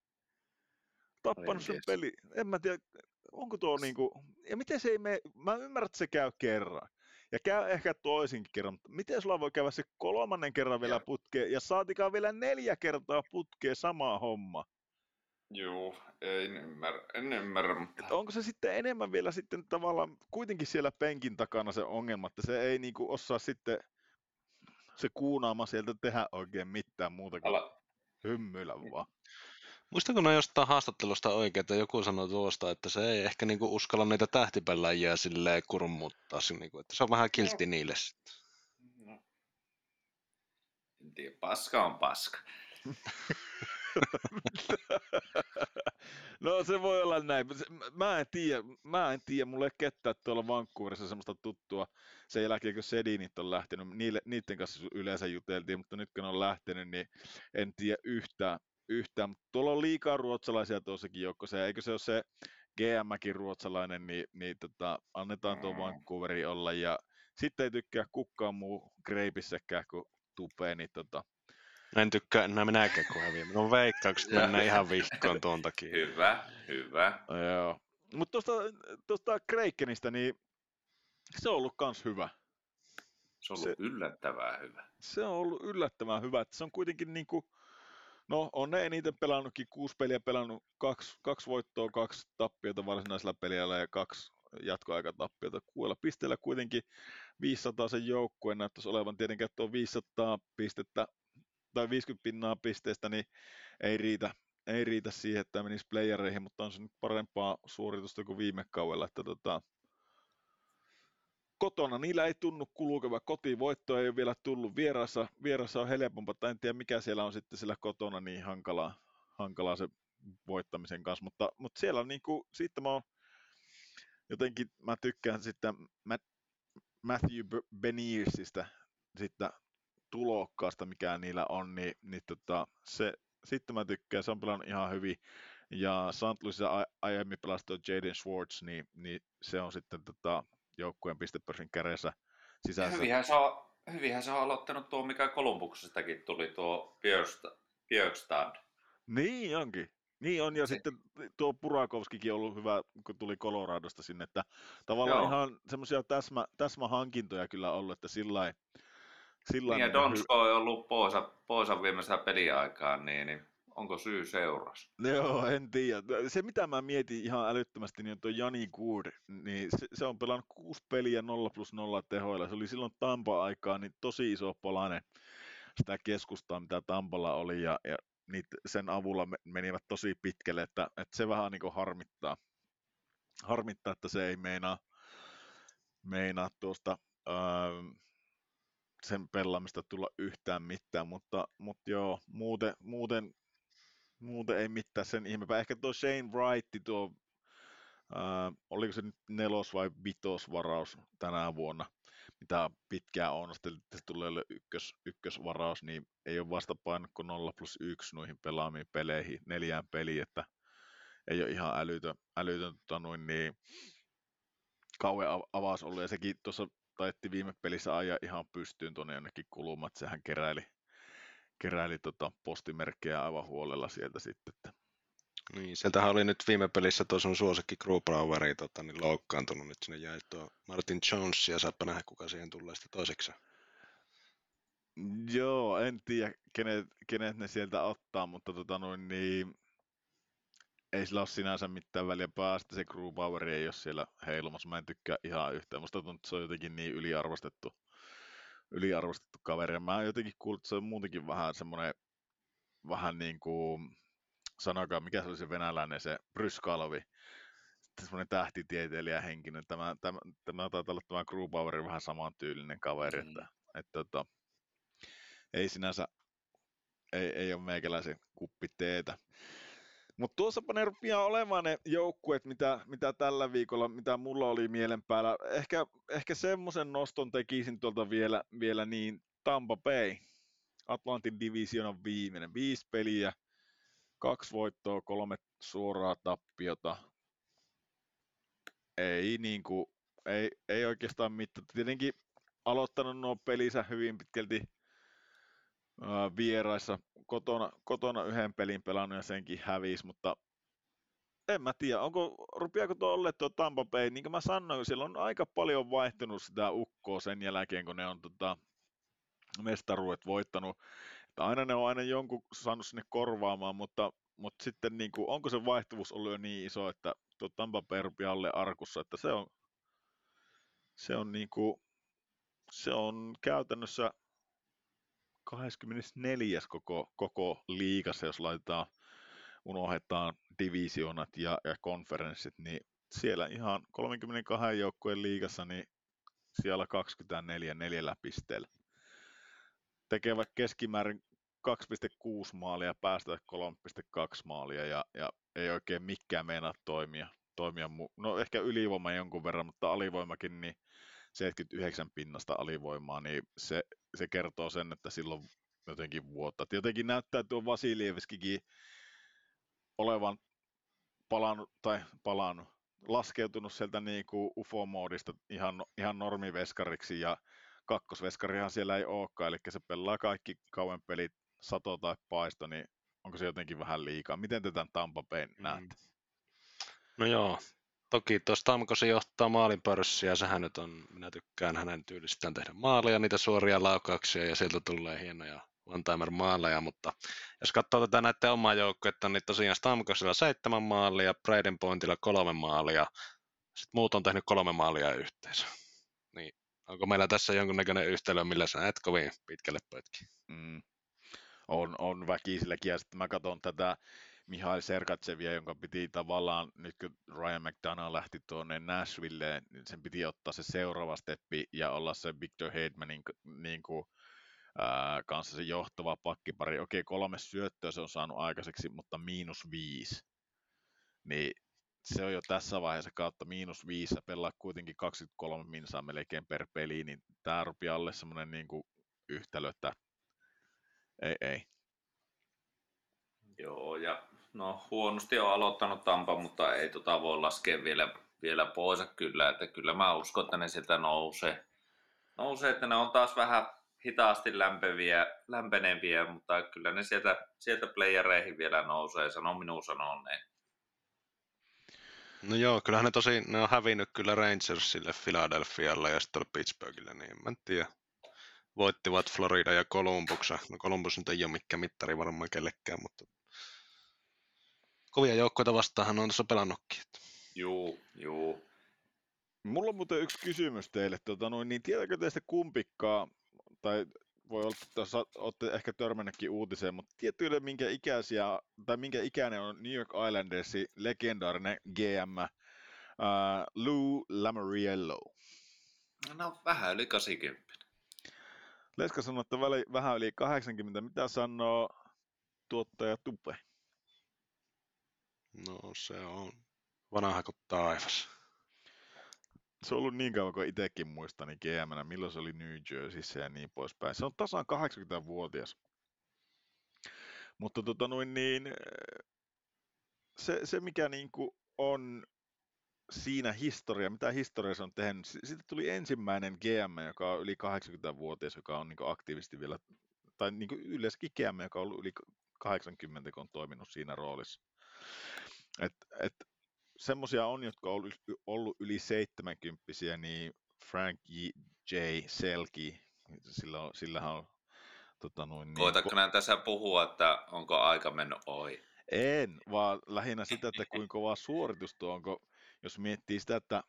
Tappanut sen peli. En mä tiedä, onko tuo niinku, ja miten se ei mene, mä ymmärrän, että se käy kerran. Ja käy ehkä toisinkin kerran, mutta miten sulla voi käydä se kolmannen kerran vielä putkeen, ja saatikaan vielä neljä kertaa putkeen sama homma. Joo, en ymmärrä, en ymmärrä, mutta... Et onko se sitten enemmän vielä sitten tavallaan kuitenkin siellä penkin takana se ongelma, että se ei niinku osaa sitten se kuunaama sieltä tehdä oikein mitään muuta kuin Ala... hymyillä vaan. Muistatko ne jostain haastattelusta oikein, että joku sanoi tuosta, että se ei ehkä niinku uskalla niitä tähtipelläjiä silleen kurmuuttaa, niinku, että se on vähän kiltti no. niille sitten. No. En tiedä, paska on paska. No se voi olla näin. Mä en tiedä, mä en tiedä, mulla ei ketään tuolla Vancouverissa semmoista tuttua sen jälkeen, kun Sedinit on lähtenyt. Niille, niiden kanssa yleensä juteltiin, mutta nyt kun on lähtenyt, niin en tiedä yhtään. yhtään. Mutta tuolla on liikaa ruotsalaisia tuossakin joukkoissa, ja eikö se ole se G M:kin ruotsalainen, niin, niin tota, annetaan tuo Vancouverin olla. Ja sitten ei tykkää kukaan muu Greipissäkään kuin Tupee, niin tota, en tykkää enää minäkään, kun häviää. No veikkaukset mennään ihan vihkoon tuon takia. Hyvä, hyvä. Joo. Mutta tuosta, tuosta Krakenista, niin se on ollut kans hyvä. Se on ollut se, yllättävän hyvä. Se on ollut yllättävän hyvä. Se on kuitenkin niinku, no on ne eniten pelannutkin, kuusi peliä pelannut, kaksi, kaksi voittoa, kaksi tappiota varsinaisella peliällä ja kaksi jatkoaikatappiota. Kuudella pisteellä kuitenkin viisisataa sen joukkueen näyttäisi olevan tietenkin, tuo viisisataa pistettä tai viisikymmentä pinnaa pisteestä, niin ei riitä, ei riitä siihen, että menisi playereihin, mutta on se nyt parempaa suoritusta kuin viime kaudella, että tota, kotona niillä ei tunnu kulkeva, kotivoitto ei ole vielä tullut, vierassa, vierassa on helpompaa, tai en tiedä mikä siellä on sitten siellä kotona niin hankalaa, hankalaa se voittamisen kanssa, mutta, mutta siellä on niin kuin, sitten mä oon, jotenkin mä tykkään sitten Matthew Beniersistä, sitten tulokkaasta, mikä niillä on, niin, niin tota, se, sitten mä tykkään, se on pelannut ihan hyvin, ja Saint Louisissa aiemmin pelastui Jaden Schwartz, niin, niin se on sitten tota, joukkueen pistepörssin kädessä sisässä. Hyvinhän se on, hyvinhän se on aloittanut tuo, mikä Kolumbuksestakin tuli, tuo Björkstad. Niin onkin. Niin on, ja Se, sitten tuo Burakovskikin on ollut hyvä, kun tuli Coloradosta sinne, että tavallaan joo. ihan semmoisia täsmä, täsmähankintoja kyllä ollut, että sillä sillä Niin ja niin hy- Donsko on ollut Poosa, Poosan viimeisellä peliaikaan, niin, niin onko syy seurassa? Joo, en tiedä. Se mitä mä mietin ihan älyttömästi, niin on tuo Jani Good, niin se, se on pelannut kuusi peliä nolla plus nolla tehoilla. Se oli silloin Tampa-aikaa niin tosi iso palanen sitä keskustaa, mitä Tampalla oli, ja, ja niitä sen avulla me- menivät tosi pitkälle, että, että se vähän niin kuin harmittaa. Harmittaa, että se ei meinaa, meinaa tuosta öö, sen pelaamista tulla yhtään mitään, mutta, mutta joo, muuten, muuten, muuten ei mitään sen ihmeempää. Ehkä tuo Shane Wright, tuo Ää, oliko se nyt nelos- vai vitosvaraus tänä vuonna, mitä pitkään on, sitten että se tulee olemaan ykkös, ykkösvaraus, niin ei ole vastapainut kuin nolla plus yksi noihin pelaamiin peleihin, neljään peliin, että ei ole ihan älytön, älytön tota noin, niin kauhean av- avaus ollut, ja sekin tuossa taitti viime pelissä ajaa ihan pystyyn tuonne jonnekin kulumaan, että sehän keräili, keräili tota postimerkkejä aivan huolella sieltä sitten, että Niin, sieltähän oli nyt viime pelissä tuo sun suosikki Grubaueri tota, niin loukkaantunut. Nyt sinne jäi tuo Martin Jones ja saappa nähdä, kuka siihen tulee sitten toiseksi. joo, en tiedä kenet, kenet ne sieltä ottaa, mutta tota noin, niin ei sillä ole sinänsä mitään väliä, päästä se Grubauer ei ole siellä heilumassa. Mä en tykkää ihan yhtään. Musta tuntuu, että se on jotenkin niin yliarvostettu, yliarvostettu kaveri. Ja mä oon jotenkin kuullut, että se on muutenkin vähän semmoinen, vähän niin kuin, sanokaa, mikä se oli se venäläinen, se Bryskalvi. Semmoinen tähtitieteilijä henkinen. Tämä, tämä, tämä taitaa olla tämä Grubauer vähän samantyylinen kaveri, Mm. että, että, että ei sinänsä, ei, ei ole meikäläisen kuppi teetä. Mutta tuossapa ne rupeaa olemaan ne joukkueet, mitä, mitä tällä viikolla, mitä mulla oli mielen päällä. Ehkä, ehkä semmoisen noston tekisin tuolta vielä, vielä niin Tampa Bay, Atlantin divisioonan viimeinen. Viisi peliä, kaksi voittoa, kolme suoraa tappiota. Ei, niinku, ei, ei oikeastaan mitään. Tietenkin aloittanut nuo pelinsä hyvin pitkälti ää, vieraissa. Kotona, kotona yhden pelin pelannut ja senkin hävisi, mutta en mä tiedä, onko, rupeako tuo olleet tuo Tampa Bay, niin kuin mä sanoin, siellä on aika paljon vaihtunut sitä ukkoa sen jälkeen, kun ne on tota, mestaruudet voittanut. Että aina ne on aina jonkun saanut sinne korvaamaan, mutta, mutta sitten niin kuin, onko se vaihtuvuus ollut jo niin iso, että tuo Tampa Bay rupeaa alle arkussa, että se on, se on, niin kuin, se on käytännössä kaksikymmentäneljä koko, koko liigassa, jos laitetaan unohdetaan divisioonat ja, ja konferenssit, niin siellä ihan kolmekymmentäkaksi joukkueen liigassa, niin siellä kaksikymmentäneljä neljällä pisteellä. Tekevät keskimäärin kaksi pilkku kuusi maalia ja päästävät kolme pilkku kaksi maalia ja, ja ei oikein mikään meinaa toimia. toimia mu- no ehkä ylivoima jonkun verran, mutta alivoimakin, niin seitsemänkymmentäyhdeksän pinnasta alivoimaa, niin se, se kertoo sen, että silloin jotenkin vuotta. Jotenkin näyttää tuo Vasilievskikin olevan palannut, tai palannut, laskeutunut sieltä niin kuin U F O-moodista ihan, ihan normiveskariksi, ja kakkosveskarihan siellä ei olekaan, eli se pelaa kaikki kauan pelit, sato tai paisto, niin onko se jotenkin vähän liikaa? Miten te tämän Tampa Bayn näette? No joo, toki tuossa Tamkosi johtaa maalinpörssiä, sehän nyt on, minä tykkään hänen tyylistään tehdä maaleja, niitä suoria laukauksia ja sieltä tulee hienoja one-timer maaleja, mutta jos katsoo tätä näiden omaa joukkuetta, niin tosiaan Stamkosilla seitsemän maalia, Braden Pointilla kolme maalia, sitten muut on tehnyt kolme maalia yhteensä. Niin onko meillä tässä jonkunnäköinen yhtälö, millä sä et kovin pitkälle pötki? Mm. On, on väkisilläkin, ja sitten mä katson tätä Mihail Sergatsevia, jonka piti tavallaan, nyt kun Ryan McDonough lähti tuonne Nashvilleen, niin sen piti ottaa se seuraava steppi ja olla se Victor Hedmanin niin kuin, ää, kanssa se johtava pakkipari. Okei, kolme syöttöä se on saanut aikaiseksi, mutta miinus viisi. Niin se on jo tässä vaiheessa kautta miinus viisi, ja pelaa kuitenkin kaksikymmentäkolme minsaa melkein per peli, niin tää rupeaa alle semmoinen niin kuin yhtälö, että ei, ei. Joo, ja no huonosti on aloittanut Tampa, mutta ei tota voi laskea vielä, vielä pois kyllä, että kyllä mä uskon, että ne sieltä nousee. Nousee, että ne on taas vähän, hitaasti lämpeviä, lämpeneviä, mutta kyllä ne sieltä, sieltä playereihin vielä nousee, sano minun sanoneen. No joo, kyllähän ne tosi, ne on hävinnyt kyllä Rangersille, Philadelphialle ja sitten Pittsburghille, niin mä en tiedä. Voittivat Florida ja Columbuksen. No Columbus nyt ei ole mikään mittari varmaan kellekään, mutta kovia joukkoita vastaanhan on tuossa pelannutkin. Juu, juu. Mulla on muuten yksi kysymys teille. Tota, noin, niin tiedätkö teistä kumpikaan, tai voi olla, että sa- olette ehkä törmännytkin uutiseen, mutta tiedättekö minkä ikäisiä, tai minkä ikäinen on New York Islandersin legendaarinen G M uh, Lou Lamoriello? No vähän yli kahdeksankymmentä. Leska sanoo, että väli, vähän yli kahdeksankymmentä. Mitä sanoo tuottaja Tupe? No se on vanha kuin taivas. Se on ollut niin kauan kuin itsekin muistan, niin G M:nä, milloin se oli New Jerseyssä ja niin poispäin. Se on tasan kahdeksankymmentävuotias. Mutta tota noin niin, se, se mikä niinku on siinä historia, mitä historia se on tehnyt, si- siitä tuli ensimmäinen G M, joka on yli kahdeksankymmentävuotias, joka on niinku aktiivisesti vielä, tai niinku yleensäkin G M, joka on ollut yli kahdeksankymmentä, kun on toiminut siinä roolissa. Et, et, semmoisia on, jotka on ollut, ollut yli seitsemänkymppisiä, niin Frank J. Selke, sillä on, sillähän on tota noin, niin, Koitatko näin tässä puhua, että onko aika mennyt ohi? En, vaan lähinnä sitä, että kuinka kova suoritus tuo onko, jos miettii sitä, että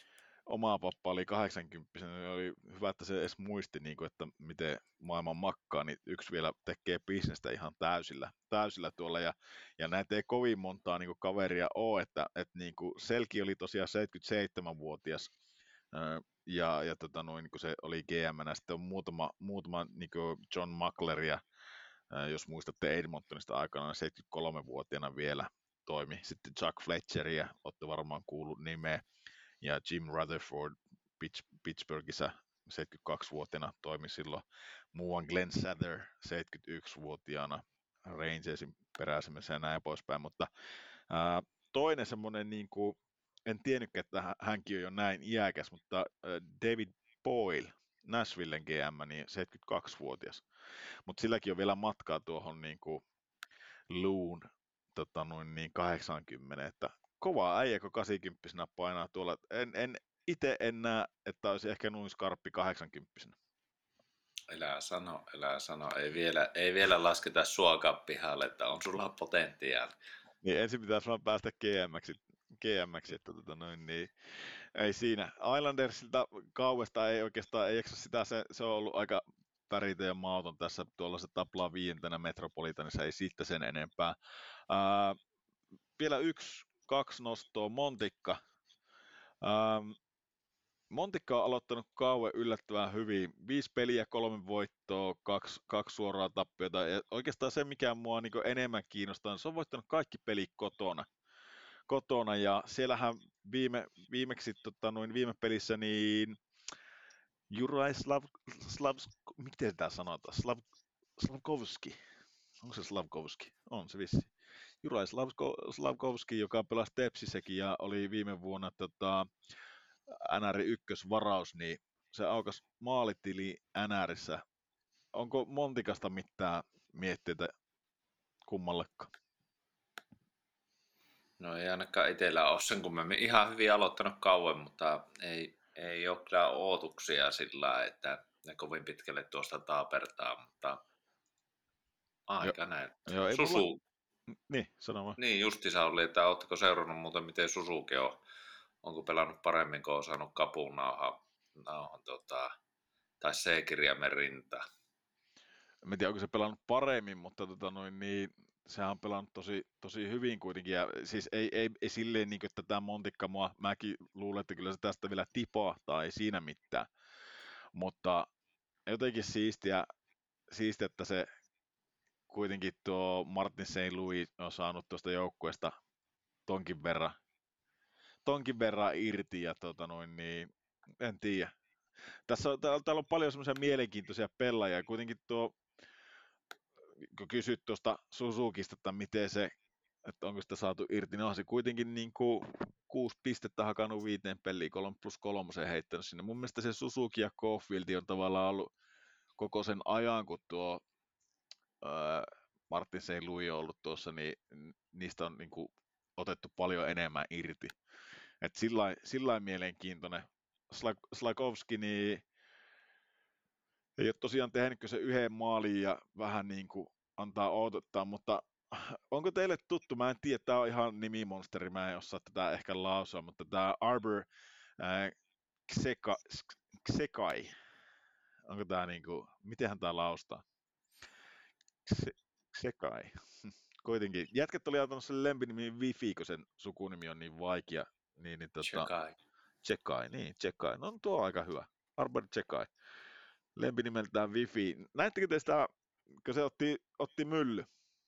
oma pappa oli kahdeksankymmentä, niin oli hyvä, että se edes muisti, niin kuin, että miten maailman makkaa, niin yksi vielä tekee bisnestä ihan täysillä, täysillä tuolla, ja, ja näitä ei kovin montaa niin kuin kaveria ole, että, että niin kuin Selki oli tosiaan seitsemänkymmentäseitsemänvuotias, ää, ja, ja tota noin, niin kuin se oli G M:nä, sitten on muutama, muutama niin kuin John Muckleria, ää, jos muistatte Edmontonista aikanaan seitsemänkymmentäkolmevuotiaana vielä toimi. Sitten Chuck Fletcheria, olette varmaan kuullut nimeä, ja Jim Rutherford Pitts- Pittsburghissa seitsemänkymmentäkaksivuotiaana toimi silloin. Muuan Glenn Sather seitsemänkymmentäyksivuotiaana Rangersin peräisemmässä ja näin poispäin, mutta ää, toinen semmoinen, niin kuin, en tiennytkään, että hän- hänkin on jo näin iäkäs, mutta ää, David Boyle, Nashvillen G M, niin seitsemänkymmentäkaksivuotias, mutta silläkin on vielä matkaa tuohon niin kuin Loon tota noin niin kahdeksankymmentä, että kova äijä, kun kahdeksankymmentä painaa tuolla. En, en itse en näe, että olisi ehkä noin skarppi kahdeksankymmentä. Elää sano, elää sano. Ei vielä, ei vielä lasketa suokaa pihalle, että on sulla potentiaali. Niin ensin pitäisi vaan päästä G M:ksi, G M:ksi että tota noin, niin ei siinä. Islandersilta kauesta ei oikeastaan, ei eksä sitä, se, se on ollut aika päritä ja mauton tässä tuolla se taplaa viidentenä Metropolitanissa, ei siitä sen enempää. Ää, vielä yksi, kaksi nostoa, Montikka. Ää, Montikka on aloittanut kauan yllättävän hyvin. Viisi peliä, kolme voittoa, kaksi, kaksi suoraa tappiota. Ja oikeastaan se, mikä mua niin enemmän kiinnostaa, niin se on voittanut kaikki pelit kotona. kotona ja siellähän viime, viimeksi tota, noin viime pelissä niin Juraj Slav, Slav, miten tämä sanotaan? Slav, Slavkovski. Onko se Slavkovski? On se vissi. Juraj Slavko, Slavkovski, joka pelasi Tepsissäkin ja oli viime vuonna tota, N R ykkösvaraus, niin se aukas maalitili N R:ssä. Onko Montikasta mitään mietteitä kummallekaan? No ei ainakaan itsellä ole sen kummemmin. Ihan hyvin aloittanut kauan, mutta ei, ei ole kyllä ootuksia sillä lailla, että ne kovin pitkälle tuosta taapertaa, mutta aika näyttää. Joo, ei mulla... Susu, Niin, sano vaan. niin justiinsa oli, että ootteko seurannut muuten, miten Susuki on? Onko pelannut paremmin, kun on saanut kapun nauhan, nauhan tota, tai C-kirjaimen rintaan? En tiedä, onko se pelannut paremmin, mutta tota noin, niin, sehän on pelannut tosi, tosi hyvin kuitenkin. Ja siis ei, ei, ei silleen, niin kuin, että tämä Montikka mua, mäkin luulen, että kyllä se tästä vielä tipahtaa, ei siinä mitään. Mutta jotenkin siistiä, siistiä, että se kuitenkin tuo Martin Saint Louis on saanut tuosta joukkueesta tonkin verran, tonkin verran irti. Ja tota noin, niin, en tiedä. Tässä on, täällä, täällä on paljon semmoisia mielenkiintoisia pelaajia. Kuitenkin tuo kun kysyt tuosta Suzukista, että miten se, että onko sitä saatu irti, niin on se kuitenkin niin kuin kuusi pistettä hakannut viiteen peliin, kolme plus kolmoseen heittänyt sinne. Mun mielestä se Suzuki ja Caulfield on tavallaan ollut koko sen ajan, kun tuo ää, Martin Saint Louis on ollut tuossa, niin niistä on niin kuin otettu paljon enemmän irti. Et sillä mielenkiintoinen. Slagowski niin ei ole tosiaan tehnyt se yhden maalin ja vähän niin kuin antaa odottaa, mutta onko teille tuttu, mä en tiedä, tämä on ihan nimimonsteri, mä en osaa tätä ehkä lausua, mutta tämä Arbor ää, Kseka, Ksekai, onko tämä niinku, mitenhän tämä laustaa? Kse, Ksekai. Kuitenkin. Jätkät oli antanut sen lempinimi Wifi, kun sen sukunimi on niin vaikea. Niin, niin, tota, Chekai. Chekai, niin, Chekai. No tuo on aika hyvä. Arbor Chekai. Lempinimeltään Wifi. Näittekö te sitä, kun se otti, otti mylly?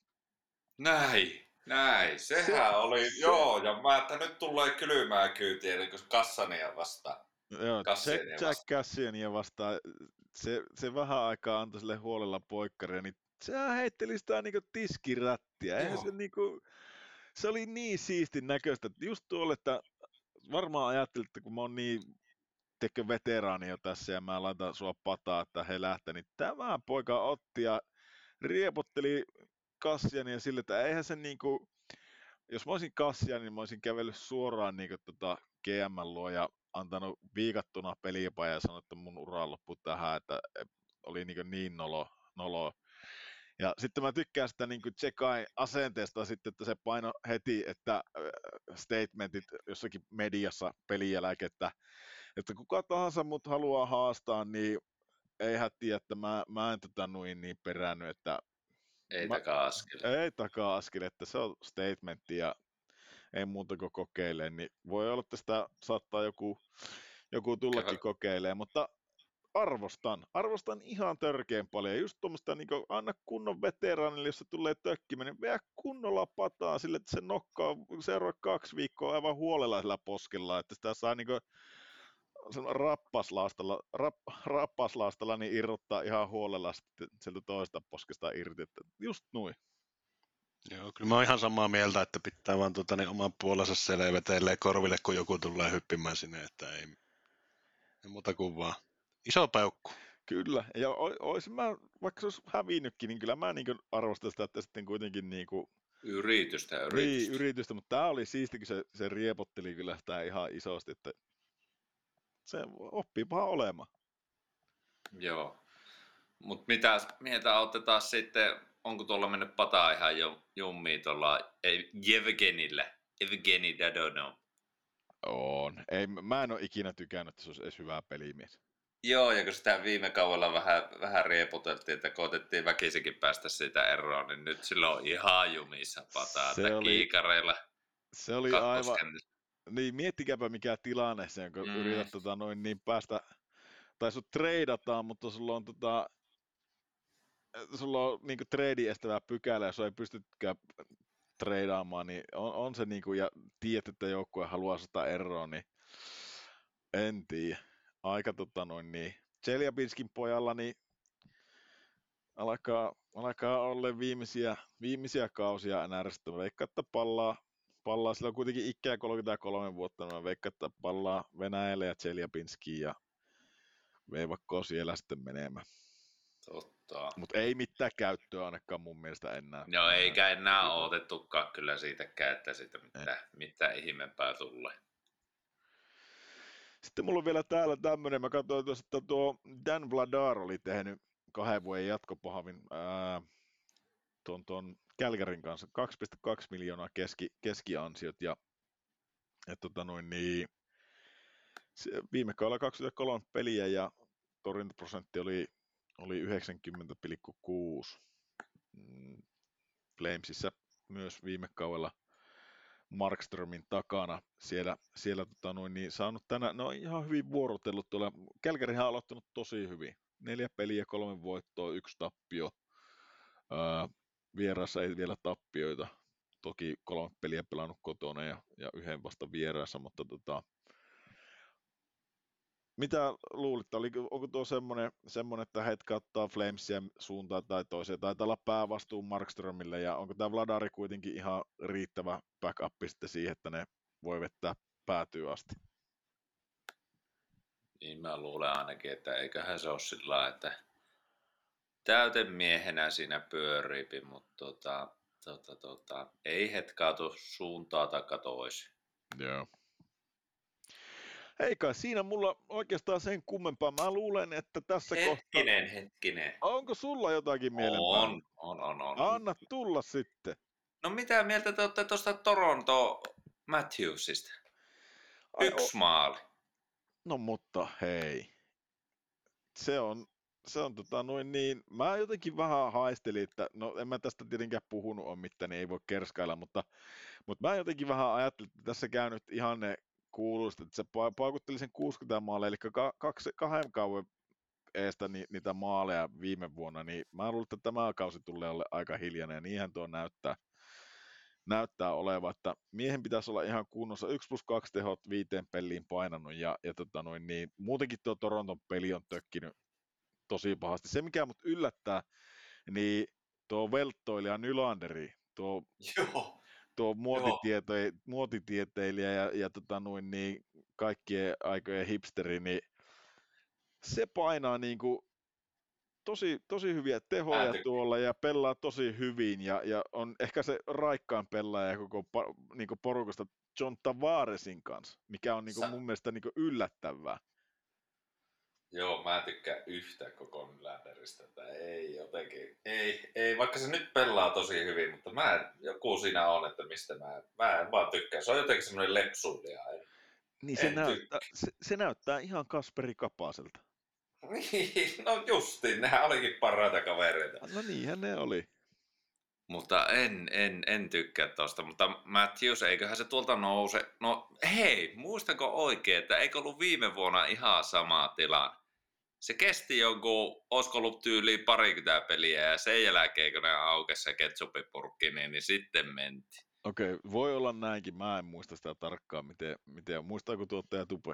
Näin, näin. Sehän Se- oli, se- joo, ja mä, että nyt tulee kylmää kyytiä, eli kun Kassania vastaan. Joo, Jack, Cassiania Jack vastaan. Cassiania vastaan. Se, se vähän aikaa antoi sille huolella poikkaria, niin sehän heitteli sitä niinku tiskirättiä. Eihän Joo. se niinku, se oli niin siistin näköistä, että just tuolle, että varmaan ajattelit, että kun mä oon niin tekö veteraani jo tässä ja mä laitan sua pataa, että he lähtee, niin tämä poika otti ja riepotteli Cassiania sille, että eihän se niinku, jos mä olisin Cassian, niin mä olisin kävellyt suoraan niinku tota G M:n luo ja antanut viikattuna pelipaja ja sanonut, että mun ura on loppu tähän, että oli niinku niin nolo, nolo. Ja sitten mä tykkään sitä niinku Tsekai asenteesta sitten, että se paino heti, että äh, statementit jossakin mediassa pelin jälkeen, että, että kuka tahansa mut haluaa haastaa, niin eihän tiedä, että mä, mä en tätä nuin niin perännyt, että Ei mä, takaa askel. ei takaa askel, että se on statementti ja ei muuta kuin kokeilee, niin voi olla, että sitä saattaa joku, joku tullakin Käydä. kokeilemaan, mutta arvostan, arvostan ihan törkeän paljon. Just tuommoista niin anna kunnon veteraanille, jos se tulee tökkimään, niin veä kunnolla pataa sille, että se nokkaa seuraavat kaksi viikkoa aivan huolella sillä poskella, että sitä saa niin rappaslaastalla, rap, rappaslaastalla niin irrottaa ihan huolella sitten sieltä toista poskesta irti, että just noin. Joo, kyllä mä oon ihan samaa mieltä, että pitää vaan tota, niin oman puolensa selvetelee korville, kun joku tulee hyppimään sinne, että ei, ei muuta kuin vaan iso peukku. Kyllä, ja oisin mä, vaikka se olisi hävinnytkin, niin kyllä mä niin arvostan sitä, että sitten kuitenkin niin kuin, Yritystä, niin, yritystä. yritystä, mutta tää oli siisti, kun se, se riepotteli kyllä sitä ihan isosti, että se oppii vaan olemaan. Joo. Mut mitä mieltä otetaan sitten, onko tuolla mennyt pataa ihan jo jummiin tuolla Jevgenillä, Evgeni Dadonov. On. Ei, mä en ole ikinä tykännyt, että se olisi edes hyvä pelimies. Joo, ja kun sitä viime kaudella vähän, vähän rieputeltiin, että koetettiin väkisinkin päästä siitä eroon, niin nyt sillä on ihan jumissa pataa, Se että oli- kiikareilla Se oli aivan, kakkoskentällä. niin miettikääpä mikä tilanne se on, kun Mm. mm. yrität tota, noin niin päästä, tai sut treidataan, mutta sulla on tota, sulla on niinku treidi estävä pykälä, ja sua ei pystytkään treidaamaan, niin on, on se niinku, ja tiedät, että joukkue haluaa sitä eroa, niin en tiedä. Aika tota noin niin. Tseljabinskin pojalla, niin alkaa, alkaa olla viimeisiä, viimeisiä kausia N R:stä. Veikkaa, että pallaa, pallaa, sillä on kuitenkin ikää kolmekymmentäkolme vuotta, niin mä veikkaan, että pallaa Venäjälle ja Tseljabinskiin ja veivakkoon siellä sitten menemään. Totta. Mutta ei mitään käyttöä ainakaan mun mielestä enää. No eikä enää otettukaan kyllä siitäkään, että siitä mitään, mitään ihmeempää tulee. Sitten mulla on vielä täällä tämmönen, mä katsoin tuossa, että tuo Dan Vladar oli tehnyt kahden vuoden jatkopahavin ää, tuon, tuon Kälkärin kanssa kaksi pilkku kaksi miljoonaa keski, keskiansiot ja, ja tota noin niin, se, viime kaudella kaksikymmentäkolme peliä ja torjuntaprosentti oli, oli yhdeksänkymmentä pilkku kuusi. Mm, Flamesissa myös viime kaudella Markströmin takana siellä, siellä tota noin, niin saanut tänään, no ihan hyvin vuorotellut tuolla. Kälkärihän on aloittanut tosi hyvin. Neljä peliä, kolme voittoa, yksi tappio. Ää, vieraassa ei vielä tappioita. Toki kolme peliä pelannut kotona ja, ja yhden vasta vieraassa, mutta tota, mitä luulitte, oli, onko tuo semmoinen, semmoinen, että hetkä ottaa Flamesia suuntaan tai toiseen, taitaa olla päävastuu Markströmille, ja onko tämä Vladari kuitenkin ihan riittävä backup sitten siihen, että ne voi vettää päätyy asti? Niin mä luulen ainakin, että eiköhän se ole sillä lailla, että täytemiehenä siinä pyöriipi, mutta tota, tota, tota, ei hetkautu suuntaa taikka toisi. Joo. Ei kai siinä mulla oikeastaan sen kummempaa. Mä luulen, että tässä kohtaa... Hetkinen, hetkinen. Onko sulla jotakin mielen päällä? On, on, on, on. Anna tulla sitten. No mitä mieltä te olette tuosta Toronto Matthewsista? Ai, Yksi o- maali. No mutta hei. Se on, se on tota noin niin, mä jotenkin vähän haistelin, että no en mä tästä tietenkään puhunut ole mitään, niin ei voi kerskailla, mutta, mutta mä jotenkin vähän ajattelin, että tässä käy nyt ihan ne kuuluiset, että se pa- paukutteli sen kuusikymmentä maalia, eli ka- kaksi, kahden kauan eestä ni, niitä maaleja viime vuonna, niin mä luulen, että tämä kausi tulee olla aika hiljainen, ja niinhän tuo näyttää, näyttää olevan, että miehen pitäisi olla ihan kunnossa, yksi plus kaksi tehot viiteen peliin painanut, ja, ja tota noin, niin, muutenkin tuo Toronton peli on tökkinyt tosi pahasti. Se, mikä mut yllättää, niin tuo velttoilija Nylanderi, tuo, Joo. tuo muotitieto- muotitieteilijä ja, ja tota noin, niin kaikkien aikojen hipsteri, niin se painaa niinku tosi, tosi hyviä tehoja Mä tuolla ja pelaa tosi hyvin ja, ja on ehkä se raikkaan pelaaja koko pa- niinku porukasta John Tavaresin kanssa, mikä on niinku Sä- mun mielestä niinku yllättävää. Joo, mä en tykkää yhtään koko Nylanderista, että ei jotenkin, ei, ei, vaikka se nyt pelaa tosi hyvin, mutta mä en, joku siinä on, että mistä mä, mä en vaan tykkää. Se on jotenkin semmoinen lepsuilija. En, Niin se, en näyttää, tykkää. se, se näyttää ihan Kasperi Kapaselta. Niin, no justiin, nehän olikin parhaita kavereita. No niinhän ne oli. Mutta en, en, en tykkää tosta, mutta Matthews, eiköhän se tuolta nouse. No hei, muistanko oikein, että eikö ollut viime vuonna ihan sama tilanne? Se kesti jonkun, olisiko ollut tyyliin parikymmentä peliä ja sen jälkeen kun ne aukesi se ketsupipurkki, niin, niin sitten menti. Okei, voi olla näinkin. Mä en muista sitä tarkkaan, miten, miten muistaako tuottaja Tupe?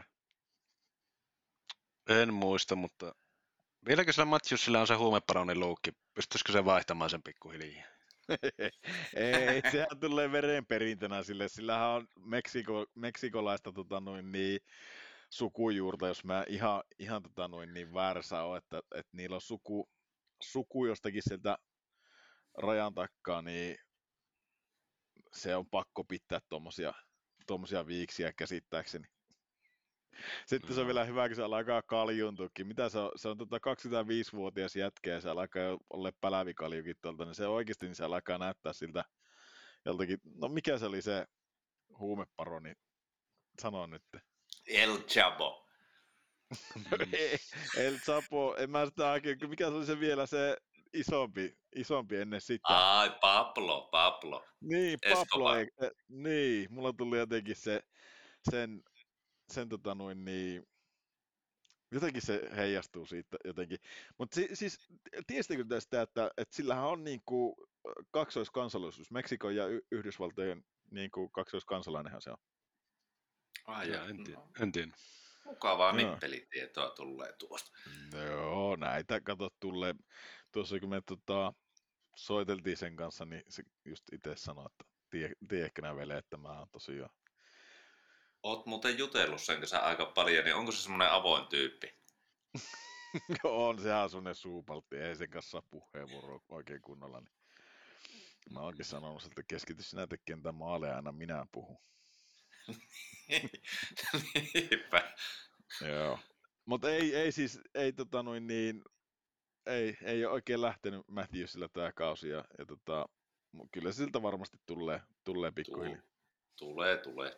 En muista, mutta vieläkö sillä Matthewsilla on se huumeparonin luukki? Pystyisikö se vaihtamaan sen pikkuhiljaa? Ei, sehän tulee verenperintönä sille. Sillähän on Meksiko, meksikolaista tota noin niin, sukujuurta, jos mä ihan, ihan tota noin niin väärässä on, että, että niillä on suku, suku jostakin sieltä rajan takkaa, niin se on pakko pitää tommosia, tommosia viiksiä käsittääkseni. Sitten se on Mm. vielä hyvä, kun se alkaa kaljuntuukin. Mitä se on? Se on tota kaksikymmentäviisivuotias jätkä ja se alkaa jo olla pälävikaljukin tuolta, niin se oikeasti niin se alkaa näyttää siltä joltakin, no mikä se oli se huumeparoni? Sano nyt. El Chavo. Ei, El Chapo, en mä sitä oikein, mikä se oli se vielä se isompi, isompi ennen sitä. Ai, Pablo, Pablo. Niin, Pablo, Escobar. ei, eh, niin, mulla tuli jotenkin se, sen, sen tota noin niin, jotenkin se heijastuu siitä jotenkin. Mutta si, siis, tiesittekö tästä, että, että sillähän on niinku kaksoiskansalaisuus, Meksikon ja y- Yhdysvaltojen niinku kaksoiskansalainenhan se on. Ai, Ja, ja, en tiedä. no, En tiedä. mukavaa Joo. nippelitietoa tulee tuosta. Joo, näitä kato tulee. Tuossa kun me tota, soiteltiin sen kanssa, niin se just itse sanoi, että tie, tiedätkö nää vele, että mä oon tosiaan. Oot muuten jutellut sen kanssa aika paljon, niin onko se semmoinen avoin tyyppi? on, sehän on semmonen suupaltti, ei sen kanssa saa puheenvuoroa oikein kunnolla. Niin. Mä oonkin sanonut, että keskity sinä tekemään tätä maaleja, aina minä puhun. Niinpä. Joo. Mutta ei, ei siis, ei tota noin niin, ei, ei ole oikein lähtenyt Matthewsilla tää kausi ja, ja tota, mu- kyllä se siltä varmasti tulee, tulee pikkuhiljaa. Tulee, tulee.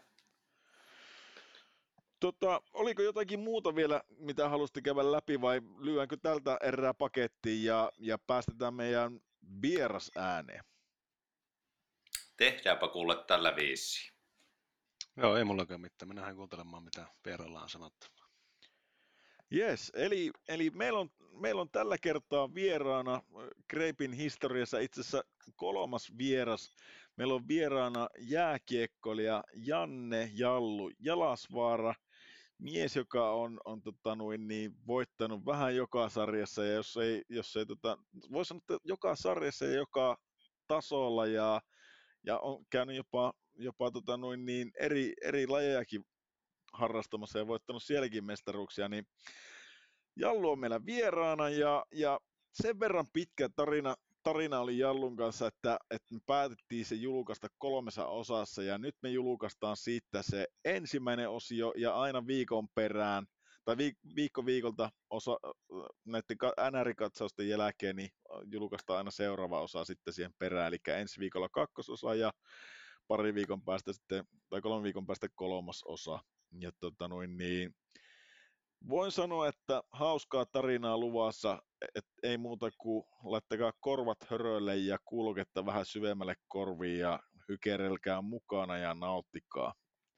Tota, oliko jotakin muuta vielä, mitä halusitte käydä läpi vai lyönkö tältä erää pakettiin ja, ja päästetään meidän vieras ääneen? Tehdäänpä kuule tällä viisi. Joo, ei mullakaan mitään. Mennään kuuntelemaan, mitä vierailla on sanottu. Yes, eli, eli meillä, on, meillä on tällä kertaa vieraana äh, Greipin historiassa itse asiassa kolmas vieras. Meillä on vieraana jääkiekkoilija Janne Jallu Jalasvaara, mies, joka on, on tota, noin, niin, voittanut vähän joka sarjassa, ja jos ei, jos ei tota, voi sanoa, että joka sarjassa ja joka tasolla, ja, ja on käynyt jopa, jopa tota, noin, niin, eri, eri lajejakin harrastamassa ja voittanut sielläkin mestaruuksia, niin Jallu on meillä vieraana ja, ja sen verran pitkä tarina, tarina oli Jallun kanssa, että, että me päätettiin se julkaista kolmessa osassa, ja nyt me julkaistaan siitä se ensimmäinen osio, ja aina viikon perään, tai viik- viikko viikolta osa, näiden N R-katsausten jälkeen, niin julkaistaan aina seuraava osa sitten siihen perään, eli ensi viikolla kakkososa, ja pari viikon päästä sitten, tai kolmen viikon päästä kolmas osa. Ja tota noin, niin voin sanoa, että hauskaa tarinaa luvassa, että ei muuta kuin laittakaa korvat höröille ja kulketta vähän syvemmälle korviin ja hykerelkää mukana ja nauttikaa.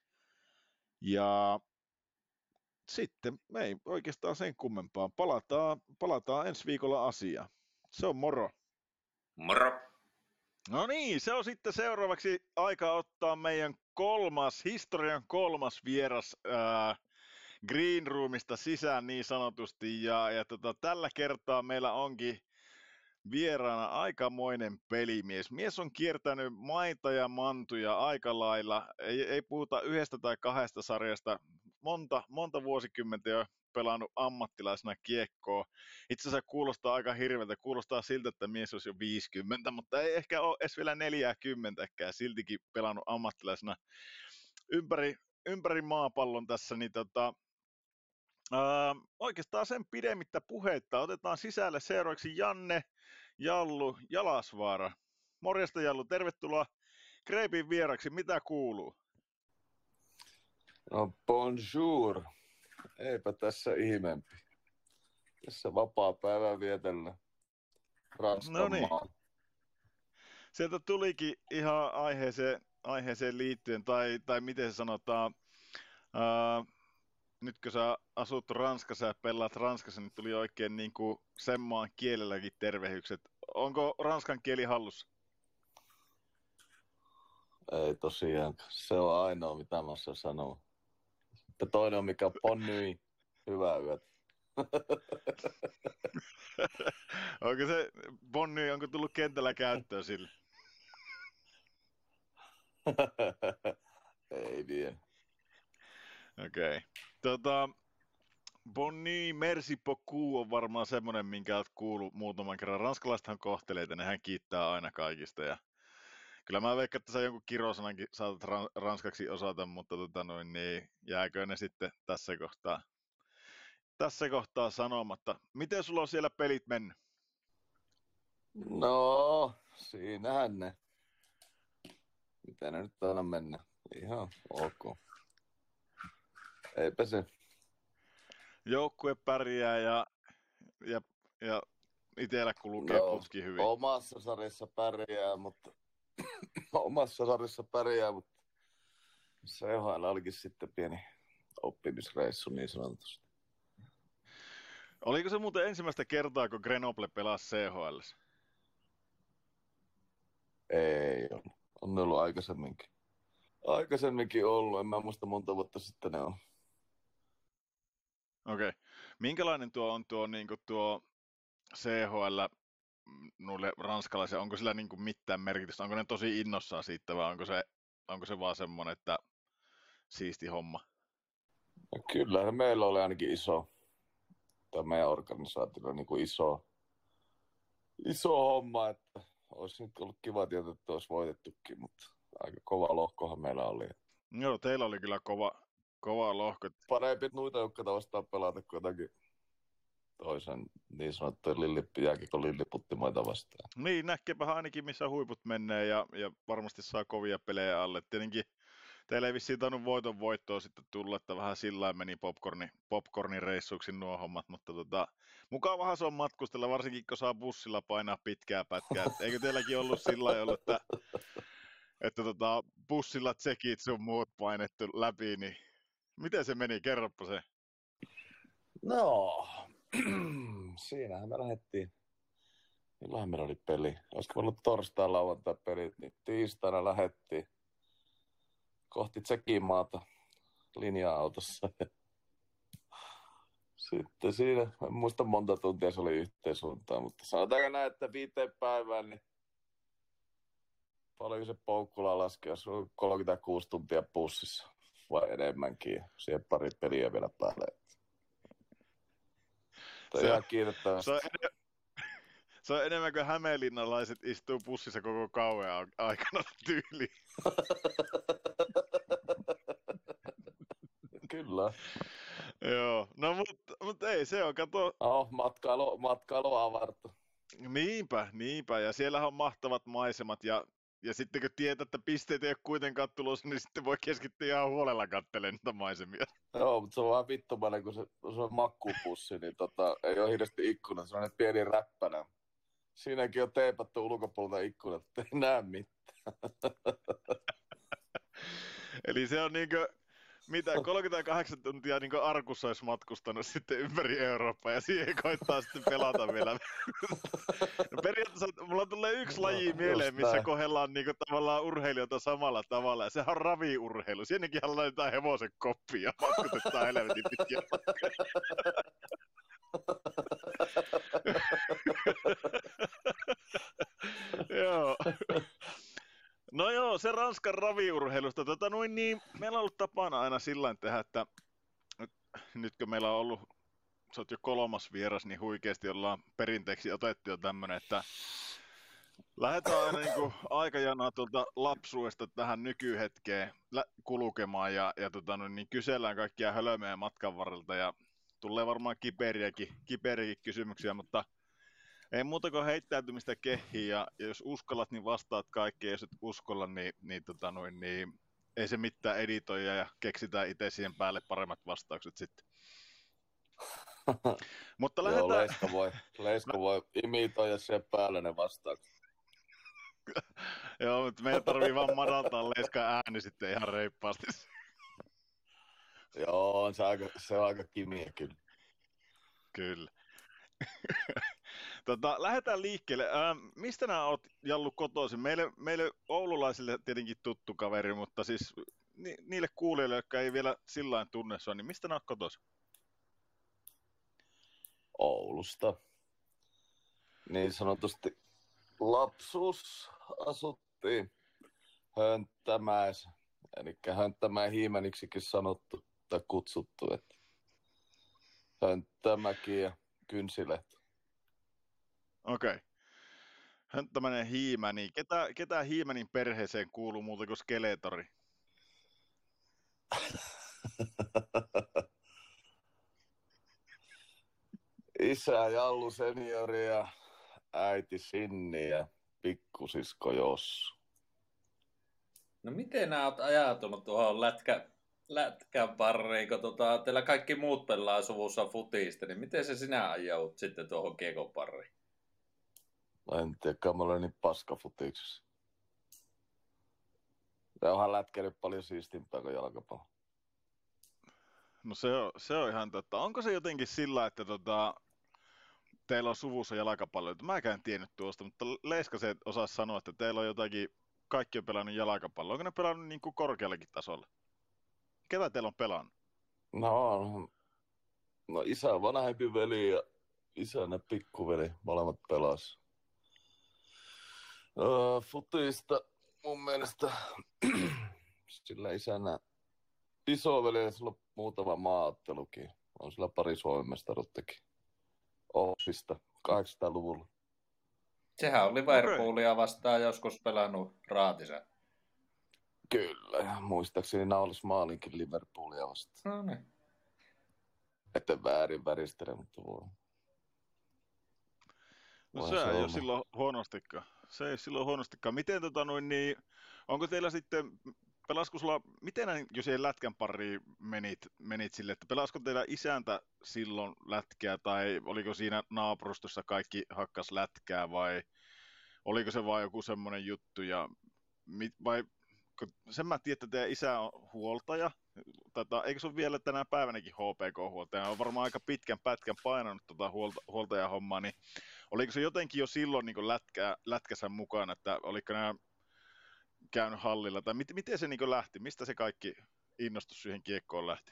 Ja sitten me ei oikeastaan sen kummempaa. Palataan, palataan ensi viikolla asiaan. Se on moro. Moro! No niin, se on sitten seuraavaksi aika ottaa meidän kolmas, historian kolmas vieras ää, Green Roomista sisään niin sanotusti. Ja, ja tota, tällä kertaa meillä onkin vieraana aikamoinen pelimies. Mies on kiertänyt maita ja mantuja aika lailla. Ei, ei puhuta yhdestä tai kahdesta sarjasta. Monta, monta vuosikymmentä jo pelannut ammattilaisena kiekkoa. Itse asiassa kuulostaa aika hirveältä. Kuulostaa siltä, että mies olisi jo viisikymmentä, mutta ei ehkä ole edes vielä neljäkymmentäkään. Siltikin pelannut ammattilaisena ympäri, ympäri maapallon tässä. Niin tota, ää, oikeastaan sen pidemmittä puheitta otetaan sisälle seuraavaksi Janne Jallu Jalasvaara. Morjesta Jallu, tervetuloa Greipin vieraksi. Mitä kuuluu? No bonjour. Eipä tässä ihmeempi. Tässä vapaa päivän vietellä Ranskan No niin. maan. Sieltä tulikin ihan aiheeseen, aiheeseen liittyen, tai, tai miten se sanotaan, ää, nyt kun sä asut Ranskassa ja pelaat Ranskassa, niin tuli oikein niin kuin sen maan kielelläkin tervehykset. Onko ranskan kieli hallussa? Ei tosiaan. Se on ainoa, mitä mä osaan sanoa. Mutta toinen on mikä on bon nuit. Hyvää yötä. Onko se Bonni, onko tullut kentällä käyttöön sille? Ei vielä. Okei. Okay. Tota, Bonni merci beaucoup on varmaan semmoinen, minkä olet kuullut muutaman kerran. Ranskalaisethan kohtelee, että nehän kiittää aina kaikista. Ja kyllä mä veikkaan, että sä jonkun kirosanankin saatat ranskaksi osata, mutta tota noin, niin jääkö ne sitten tässä kohtaa, tässä kohtaa sanomatta. Miten sulla on siellä pelit mennyt? No, siinähän ne. Miten ne nyt aina mennä? Ihan ok. Eipä se. Joukkue pärjää ja, ja, ja itsellä kulkee No, putki hyvin. omassa sarjassa pärjää, mutta omassa sarjassa pärjää, mutta C H L olikin sitten pieni oppimisreissu niin sanotusti. Oliko se muuten ensimmäistä kertaa, kun Grenoble pelasi C H L? Ei ole. On ne ollut aikaisemminkin. Aikaisemminkin ollut. En mä muista monta vuotta sitten ne on. Okei. Okay. Minkälainen tuo on tuo, niin kuin tuo C H L noille ranskalaisille? Onko sillä niin kuin mitään merkitystä? Onko ne tosi innossaan siitä vai onko se, onko se vaan semmoinen, että siisti homma? No kyllähän meillä oli ainakin iso, tai meidän organisaatio niin kuin iso, iso homma, että olisi nyt ollut kiva tietää, että olisi voitettukin, mutta aika kova lohkohan meillä oli. Joo, teillä oli kyllä kova, kova lohko. Parempi noita joukkoja vastaan pelata kuin jotakin toisen niin sanottuja lillippi, jääkiekon lilliputtimaita vastaan. Niin, näkeepähän ainakin missä huiput menee ja, ja varmasti saa kovia pelejä alle. Tietenkin teillä ei vissiin tainnut voiton voittoa sitten tulla, että vähän sillä meni popcorni, popcornin reissuiksi nuo hommat, mutta tota, mukavahan se on matkustella, varsinkin kun saa bussilla painaa pitkää pätkää. Eikö teilläkin ollut sillä lailla, että, että tota, bussilla tsekit sun muut painettu läpi, niin miten se meni? Kerropa se. No, siinähän me lähdettiin. Milloinhan meillä oli peli? Olisiko ollut torstai lauantai pelit, niin tiistaina lähdettiin kohti Tsekin maata linja-autossa. Sitten siinä, en muista monta tuntia se oli yhteen suuntaan, mutta sanotaanko näin, että viiteen päivään, niin paljon se Poukkula laski, jos on kolmekymmentäkuusi tuntia bussissa vai enemmänkin, ja siihen pari peliä vielä päälle. Se, ihan kiitettävästi. Se on, Se on enemmän kuin hämeenlinnalaiset istuu bussissa koko kauan aikana tyyliin. Kyllä. Joo, no mutta mut ei se on, kato. No, matkailu, matkailu avartu. Niinpä, niinpä. Ja siellähän on mahtavat maisemat ja, ja sitten kun tietää, että pisteitä ei ole kuitenkaan tulossa, niin sitten voi keskittyä ihan huolella katselemaan niitä maisemia. Joo, mutta se on vähän vittumainen, kun se, se on makkupussi, niin tota, ei ole hirveästi ikkuna, se on pieni räppänä. Siinäkin on teipattu ulkopuolelta ikkunat, että ei näe mitään. Eli se on niinkö, mitä, kolmekymmentäkahdeksan tuntia niinkö arkussa olisi matkustanut sitten ympäri Eurooppaa ja siihen koittaa sitten pelata vielä. No periaatteessa mulla tulee yksi laji mieleen, missä näin. kohdellaan niinku tavallaan urheilijoita samalla tavalla, ja sehän on raviurheilu. Siinäkin laitetaan hevosen koppiin ja matkutetaan helvetin pitkiä matkoja. Joo. No joo, se Ranskan raviurheilusta. Tota, noin niin, meillä on ollut tapana aina sillä tehdä, että nyt, nyt kun meillä on ollut, sä oot jo kolmas vieras, niin huikeasti ollaan perinteeksi otettu jo tämmönen, että lähdetään aina niin kuin aikajanaa tuolta lapsuudesta tähän nykyhetkeen lä- kulkemaan ja, ja tota, noin, niin kysellään kaikkia hölmöjä matkan varrelta ja tulee varmaan kiperiäkin, kiperiäkin kysymyksiä, mutta ei muuta kuin heittäytymistä kehiin ja, ja jos uskallat, niin vastaat kaikkeen, jos et uskalla, niin, niin, tota noin, niin ei se mitään editoja ja keksitään itse siihen päälle paremmat vastaukset sitten. Mutta Joo, lähdetään... Leiska voi, Leiska voi imitoida siihen päälle ne vastaukset. Joo, mutta meidän tarvii vaan madaltaa Leiskan ääni sitten ihan reippaasti. Joo, on se, aika, se on aika kimiä kyllä. Kyllä. tota, lähdetään liikkeelle. Ähm, mistä nämä oot, Jallu, kotoisin? Meille, meille oululaisille tietenkin tuttu kaveri, mutta siis ni, niille kuulijoille, jotka ei vielä sillain tunne sua, niin mistä nämä oot kotoisin? Oulusta. Niin sanotusti lapsuus asuttiin Hönttämäessä. Eli Hönttämäen Hiimäniksikin sanottu tai kutsuttu. Että Hönttämäki ja Kynsilehto. Okei. Okay. Hönttämäinen Hiimäni. Ketä, ketä Hiimänin perheeseen kuuluu muuta kuin Skeletori? Isä Jallu seniori ja äiti Sinni ja pikkusisko Jossu. No miten nää oot ajatunut tuohon lätkä, lätkän pariin, kun tota, teillä kaikki muut pelaa suvussa futista, niin miten se sinä ajaut sitten tuohon kiekon pariin? No en tiedä, kai mä olen niin paskafutiksessa. Ja onhan lätkä nyt paljon siistimpää kuin jalkapallo. No se on, se on ihan totta. Onko se jotenkin sillä, että tota, teillä on suvussa jalkapalloita? Mäkään en tiennyt tuosta, mutta Leiska se osaa sanoa, että teillä on jotakin, kaikki on pelannut jalkapalloa. Onko ne pelannut niin kuin korkeallakin tasolla? Ketä teillä on pelannut? No, no isä on vanhempi veli ja isänä pikkuveli, molemmat pelas. Öö, futista mun mielestä sillä isänä isoveljellä sillä on muutama maaottelukin. On sillä pari Suomen mestaruuttakin. Oppista kahdeksankymmentäluvulla. Sehän on Liverpoolia vastaan joskus pelannut Raatisen. Kyllä, ja muistaakseni naulis maalinkin Liverpoolia vastaan. No niin. Ette väärin väristele, mutta voi. No Voi se se ei ole olla. silloin huonostikaan. Se ei ole silloin huonostikaan. Miten tota noin niin, onko teillä sitten, pelasko sulla, miten näin, jos ei lätkän pariin menit, menit sille, että pelasko teillä isäntä silloin lätkää tai oliko siinä naapurustossa kaikki hakkas lätkää vai oliko se vain joku semmoinen juttu ja mit, vai kun sen mä tiedän, että teidän isä on huoltaja, Tata, eikö se ole vielä tänä päivänäkin H P K-huoltaja? On varmaan aika pitkän pätkän painanut tuota huolta, huoltajahommaa, niin oliko se jotenkin jo silloin niin lätkä, lätkässä mukana, että oliko nämä käynyt hallilla, tai mit, miten se niin lähti? Mistä se kaikki innostus siihen kiekkoon lähti?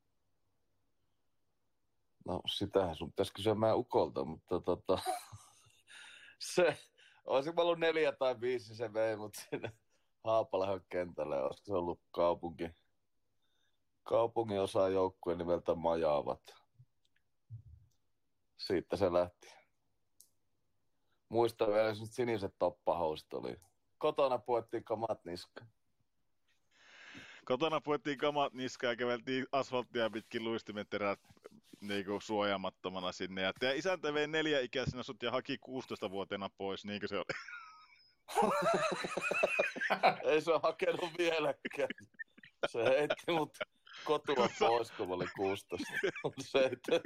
No sitähän sun pitäisi kysyä meidän ukolta, mutta tota, se, olisi mä ollut neljä tai viisi se vei, mutta sinne Haapalahden kentälle, olisiko se ollut kaupunki, kaupungin osa joukkueen nimeltä Majaavat. Siitä se lähti. Muistan vielä, että siniset toppahousut oli. Kotona puettiin kamat niskaan. Kotona puettiin kamat niskaan ja käveltiin asfalttia pitkin luistimen terät niinku suojaamattomana sinne. Ja teidän isäntä vei neljä-ikäisenä sut ja haki kuusitoista-vuotiaana pois, niinkö se oli? Ei se ole hakenut vieläkään. Se heitti mut kotua pois, kun mä olin kuusitoista. Se, että...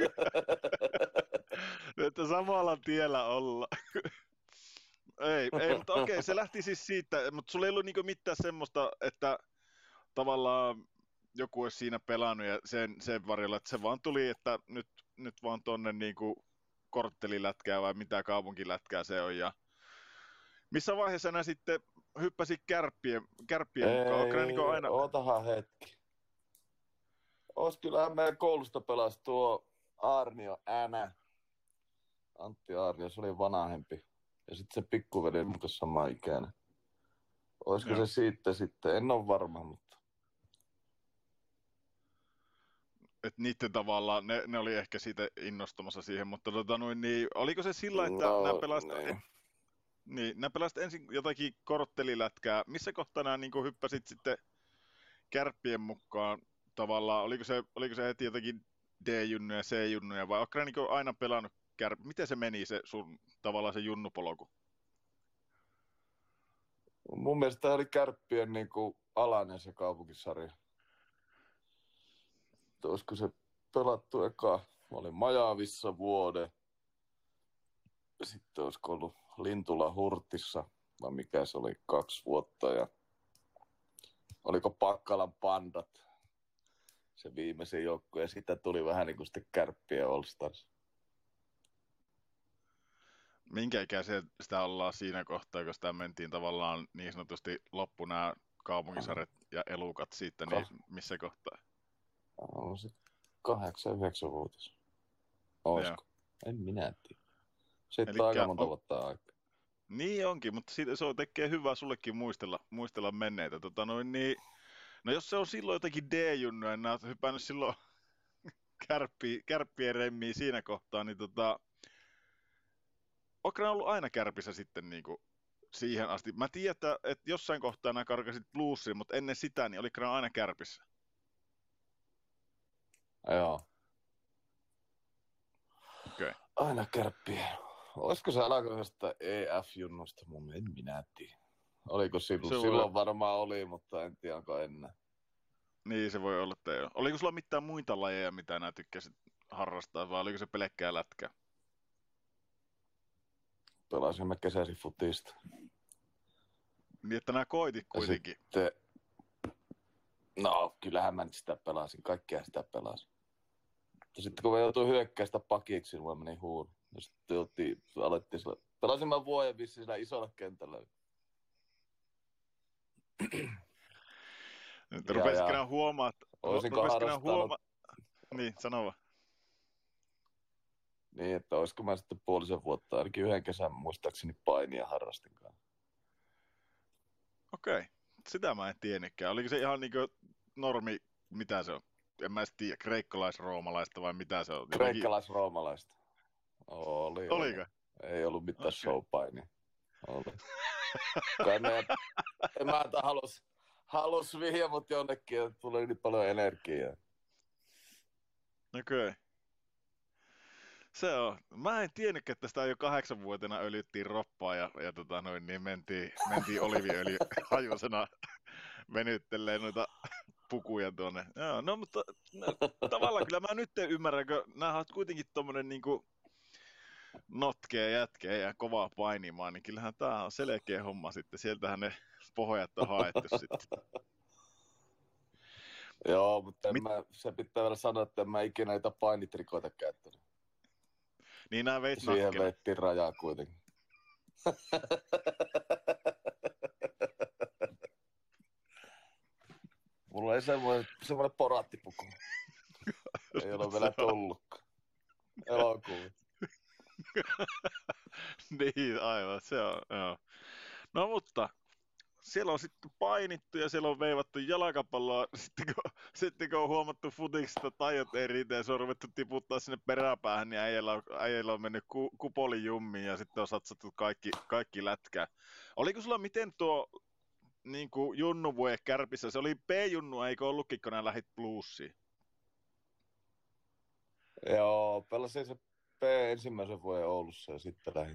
että samalla tiellä olla. ei, ei, mutta okei, se lähti siis siitä, mutta sulla ei ollut niinku mitään semmoista, että tavallaan joku olisi siinä pelannut ja sen, sen varjolla, että se vaan tuli, että nyt, nyt vaan tonne niinku korttelilätkää vai mitä kaupunkilätkää se on. Ja missä vaiheessa nää sitten hyppäsit kärppien, kärppien mukaan? Onko niinku aina... Ootahan hetki. Ois kyllähän meidän koulusta pelasi tuo Arnio Änä. Antti Arnio, se oli vanhempi. Ja sitten se pikkuveli oli mukaan sama ikäinen. Olisiko Joo. se siitä sitten? En ole varma, mutta... Että niiden tavallaan, ne, ne oli ehkä siitä innostamassa siihen, mutta tota noin, niin, oliko se sillä, että No, nämä pelasit, niin. niin, nämä pelasit ensin jotakin korttelilätkää. Missä kohtaa nämä niin hyppäsit sitten kärppien mukaan tavallaan? Oliko se, oliko se heti jotakin D-junnuja, C-junnuja vai onko niin aina pelannut kärp... Miten se meni se sun tavallaan se junnupolku? Mun mielestä tämä oli kärppien niin kuin alainen se kaupunkisarja. Että olisiko se pelattu eka? Mä olin Majavissa vuoden. Sitten olisiko ollut Lintula Hurtissa, vai mikä se oli, kaksi vuotta. Ja oliko Pakkalan Pandat se viimeisin joukkue. Ja sitä tuli vähän niin kuin sitten kärppien All Stars. Minkä ikäisiä sitä ollaan siinä kohtaa, kun sitä mentiin tavallaan niin sanotusti loppu nämä kaupunkisarjat ja elukat siitä, niin missä kohtaa? On se kahdeksan, yhdeksän vuotis. Olisiko? En minä tiedä. Sitten Elikkä on aika monta on- vuotta aikaa. Niin onkin, mutta siitä se on, tekee hyvää sullekin muistella, muistella menneitä. Tota noin, niin, no jos se on silloin jotakin D-junnuja, niin olet hypännyt silloin kärppi, kärppien remmiin siinä kohtaa, niin tota, onko nämä ollut aina kärpissä sitten niin kuin siihen asti? Mä tiedän, että, että jossain kohtaa nämä karkasit bluesiin, mutta ennen sitä, niin oliko nämä aina kärpissä? Joo. Okei. Okay. Aina kärppiä. Olisiko se alkoi jostain E F-junnusta? Mun en minä tiedä. Oliko silloin? Se voi- Silloin varmaan oli, mutta en tiedä onko enää. Niin se voi olla, että ei ole. Oliko sulla mitään muita lajeja, mitä nämä tykkäsit harrastaa, vai oliko se pelkkää lätkää? Pelasimme kesäisin futista. Niin, että nämä koitit kuitenkin. Sitten... No, kyllähän mä nyt sitä pelasin. Kaikkea sitä pelasin. Mutta sitten kun mä joutuin hyökkää sitä pakiksi, niin mä menin huuruun. Ja sitten joutiin, alettiin sillä... Pelasin mä vuoden vissiin sillä isolla kentällä. Nyt Ja, rupesitko ja. nämä huomaat... Oisinko rupesitko nämä harrastanut... huoma... Niin, sano vaan. Niin, että olisiko mä sitten puolisen vuotta, ainakin yhden kesän muistaakseni painia harrastin kanssa. Okei, sitä mä en tiennytkään. Oliko se ihan niinku normi, mitä se on? En mä edes tiedä, kreikkalais-roomalaista vai mitä se on? Jotakin- Kreikkalais-roomalaista. Oli. Oliko? Ei ollut mitään Okei. showpainia. Oli. Kai meidän emäntä halus, halus vihiä mut jonnekin, että tuli niin paljon energiaa. Okei. Se on. Mä en tiennytkään, että sitä jo kahdeksanvuotena öljyttiin roppaa ja, ja tota noin, niin mentiin, mentiin oliviöljy hajusena venyttelee noita pukuja tuonne. Joo, no mutta no, tavallaan kyllä mä nyt ymmärrän, kun nää on kuitenkin tommonen niinku notkea jätkeä ja kovaa painimaan, niin kyllähän tää on selkeä homma sitten. Sieltähän ne pohjat on haettu sitten. Joo, mutta en Mit- mä, se pitää vielä sanoa, että en mä ikinä niitä painitrikoita käyttänyt. Niin nää veit Siihen nakkena. veittiin rajaa kuitenkin. Mulla ei semmoinen, semmoinen poraattipuku. Ei ole vielä tullutkaan. Elokuun. Niin, aivan, se on, joo. No mutta, siellä on sitten painittu ja siellä on veivattu jalkapalloa, sitten kun sitten kun on huomattu futiksesta tajot ei riitä ja se on ruvettu tiputtaa sinne peräpäähän, niin äijällä on, äijällä on mennyt ku, kupoli jummiin ja sitten on satsattu kaikki, kaikki lätkää. Oliko sulla miten tuo niin kuin Junnu-vuoden Kärpissä, se oli P-junnu, eikö ollutkin, kun nää lähit Bluesiin? Joo, pelasin se P ensimmäisen vuoden Oulussa ja sitten lähdin.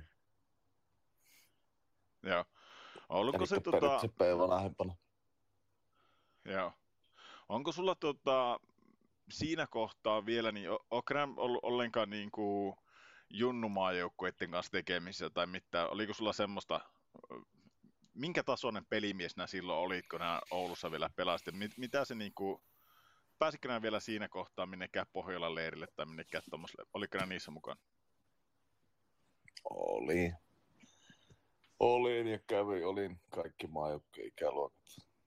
Joo. Oliko Elikkä se tota... periaatteessa P vanhempana. Joo. Onko sulla tota, siinä kohtaa vielä, niin onko nämä ollut ollenkaan niin kuin junnumaajoukkueiden kanssa tekemisissä tai mitään? Oliko sulla semmoista, minkä tasoinen pelimies nämä silloin olit, kun nämä Oulussa vielä pelasit? Mit, mitä se niin kuin, pääsikö nämä vielä siinä kohtaa minnekään Pohjolan leirille tai minnekään tuommoiselle? Oliko nämä niissä mukana? Oli. Olin ja kävin, olin kaikki maajoukkueen ikäluokat.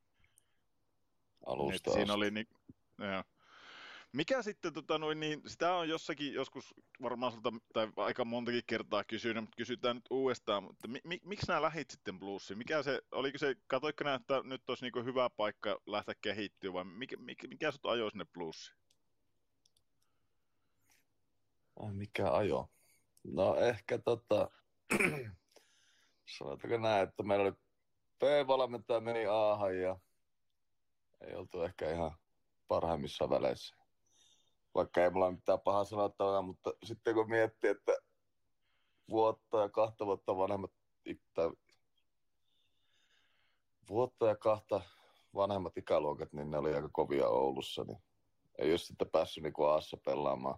Alusta siinä asti. oli niin, joo. Mikä sitten, tota, noin, niin, sitä on jossakin joskus varmaan sulta, tai aika montakin kertaa kysynyt, mutta kysytään nyt uudestaan, mutta mi, mi, miksi nämä lähit sitten Bluesiin? Mikä se, oliko se, katoitko nää, että nyt olisi niin hyvä paikka lähteä kehittyä, vai mikä, mikä, mikä sut ajoi sinne Bluesiin? Ai, mikä ajo? No ehkä tota, sanotaanko näin, että meillä oli P-valmentaja meni A:han ja ei oltu ehkä ihan parhaimmissa väleissä. Vaikka ei mulla ole mitään pahaa sanottavaa, mutta sitten kun miettii, että vuotta ja kahta vuotta vanhemmat, tai vuotta ja kahta vanhemmat ikäluokat, niin ne oli aika kovia Oulussa, niin ei ole sitten päässyt niin kuin A:ssa pelaamaan.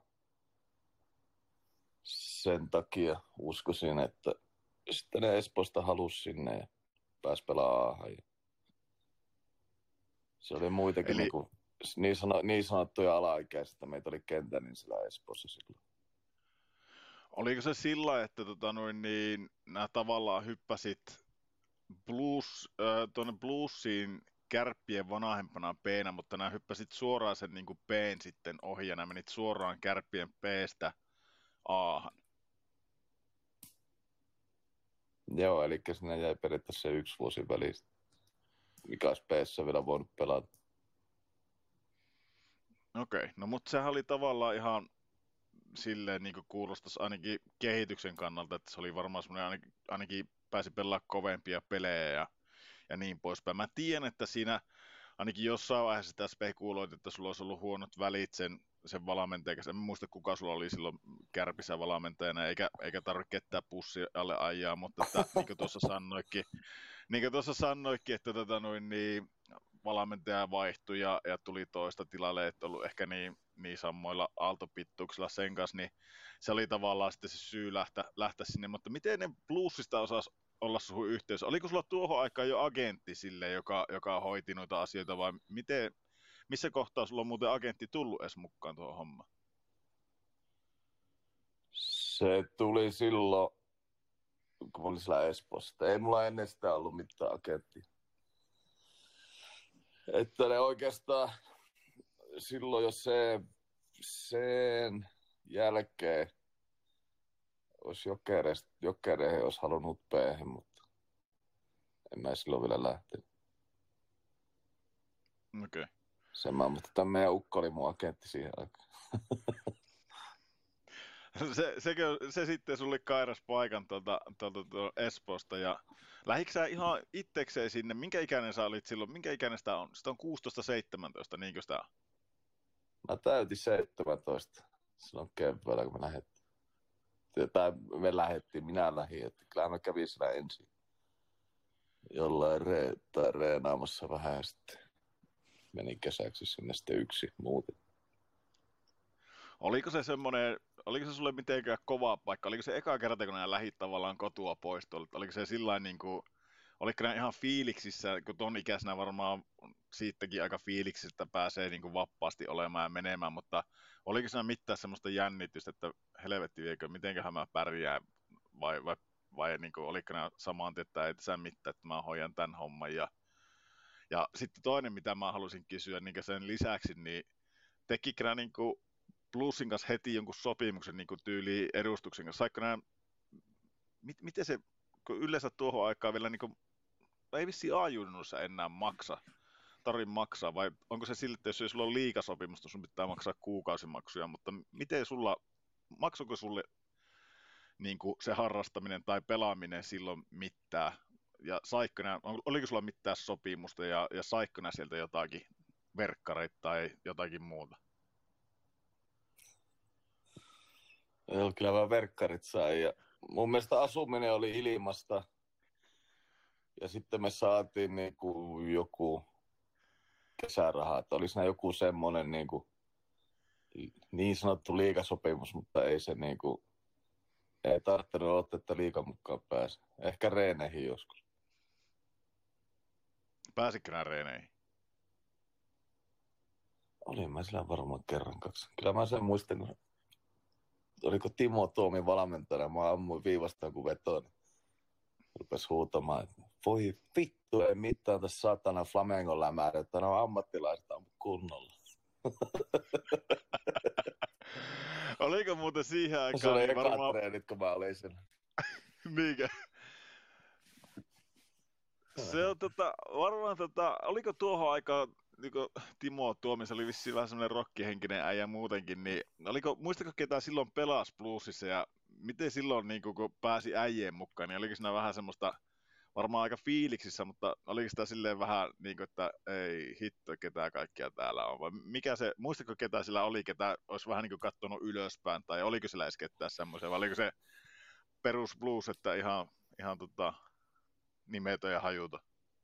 Sen takia uskoisin, että sitten ne Espoosta halusi sinne ja pääsi pelaamaan A:han. Se oli muitakin Eli... niin, kuin, niin, sano, niin sanottuja alaikäisiä, meitä oli kentän niin siellä Espoossa silloin. Oliko se sillä, että tota, noin, niin, nämä tavallaan hyppäsit blues, äh, tuonne Bluesiin Kärppien vanhempana P:nä, mutta nämä hyppäsit suoraan sen niin kuin P:n sitten ohi ja nämä menit suoraan Kärppien P:stä A:han? Joo, eli sinne jäi periaatteessa se yksi vuosi välistä, mikä olisi P:ssä vielä voinut pelata. Okei, okay. No mutta sehän oli tavallaan ihan silleen niin kuin kuulostaisi ainakin kehityksen kannalta, että se oli varmaan semmoinen ainakin, ainakin pääsi pelaamaan kovempia pelejä ja, ja niin poispäin. Mä tiedän, että siinä ainakin jossain vaiheessa sitä spekuloit, että sulla olisi ollut huonot välit sen, sen valmentajan kanssa. En muista, kuka sulla oli silloin Kärpissä valmentajana, eikä, eikä tarvitse ketään pussi alle ajaa, mutta että, niin kuin tuossa sanoikin, niin kuin tuossa sanoikin, että tota noin, niin, valmentaja vaihtui ja, ja tuli toista tilalle, että ollut ehkä niin, niin samoilla aaltopittuuksilla sen kanssa, niin se oli tavallaan sitten se syy lähteä, lähteä sinne, mutta miten ne Bluesista osasi olla suhun yhteys? Oliko sulla tuohon aikaan jo agentti sille, joka, joka hoiti noita asioita, vai miten, missä kohtaa sulla on muuten agentti tullut edes mukaan tuohon hommaan? Se tuli silloin, kun mä olin siellä Espoossa. Ei mulla ennen sitä ollut mitään agenttia. Että ne oikeastaan silloin jo se, sen jälkeen olisi jokereen olisi halunnut P:hen, mutta en mä silloin vielä lähtenyt. Okei. Okay. Sen mä, mutta tämä meidän ukko oli mun agentti siihen aikaan. Se, se, se sitten sulle kairas paikan tuolta, tuolta, tuolta Espoosta ja lähdikö sä ihan itsekseen sinne, minkä ikäinen sä olit silloin, minkä ikäinen sitä on? Sitä on kuusitoista seitsemäntoista, niinkö sitä on? Mä täytin seitsemäntoista silloin keväällä, kun me lähdettiin. Tai me lähdettiin, minä lähdin, että kyllä mä kävin siellä ensin jollain re, tai reenaamassa vähän ja sitten menin kesäksi sinne sitten yksi muuten. Oliko se semmoinen, oliko se sulle mitenkään kova paikka? Oliko se eka kerta, kun nää lähit tavallaan kotua pois tuolta? Oliko se sillain niin kuin, oliko nää ihan fiiliksissä, kun ton ikäisenä varmaan siitäkin aika fiiliksissä, että pääsee niin kuin vapaasti olemaan ja menemään, mutta oliko siinä mitään semmoista jännitystä, että helvetti viekö, mitenköhän mä pärjään, vai, vai, vai niin kuin, oliko nää samaan, että ei tässä mitään, että mä hoidan tämän homman. Ja, ja sitten toinen, mitä mä halusin kysyä niin sen lisäksi, niin tekikö nää niin kuin Bluesin kanssa heti jonkun sopimuksen niin tyyliin edustuksen kanssa? Saikko nämä, mit, miten se, kun yleensä tuohon aikaan vielä, niin kuin, ei vissiin A-junnussa enää maksa tarin maksaa, vai onko se silti, että jos sulla on liigasopimusta, sun pitää maksaa kuukausimaksuja, mutta miten sulla, maksuko sulle niin kuin se harrastaminen tai pelaaminen silloin mitään? Ja saikko nää, oliko sulla mitään sopimusta ja, ja saikko nää sieltä jotakin verkkareita tai jotakin muuta? Joo, kyllä mä verkkarit sain. Ja mun mielestä asuminen oli ilmasta. Ja sitten me saatiin niinku joku kesäraha, että olisi nää joku semmonen niinku niin sanottu liigasopimus, mutta ei se niinku, ei tarvittanut ottaa, että liigan mukaan pääse. Ehkä reeneihin joskus. Pääsitkö nää reeneihin? Olin mä sillä varmaan kerran kaksi. Kyllä mä sen muistan, kun oliko Timo Tuomi valmentajana, mä ammuin viivastaan kun vetoon. Rupes huutamaan, että voi vittu, ei mitään tässä saatana Flamengon lämääri, että ne on ammattilaiset ammu kunnolla. Oliko muuten siihen aikaan? Se oli niin eka varmaan... treenit, kun mä olin sen. Mikä? Se on tota, varmaan tota, oliko tuohon aikaan, niin Timo Tuomis oli vissiin vähän semmoinen rokkihenkinen äijä muutenkin, niin oliko, muistatko ketään silloin pelasi Bluesissa ja miten silloin niin kun pääsi äijien mukaan, niin oliko siinä vähän semmoista, varmaan aika fiiliksissä, mutta oliko sitä silleen vähän niin kuin, että ei hitto, ketään kaikkia täällä on, vai mikä se, muistatko ketään sillä oli, ketä olisi vähän niin kuin katsonut ylöspäin, tai oliko sillä edes ketään semmoisia, vai oliko se perus Blues, että ihan, ihan tota, nimetön ja hajuton?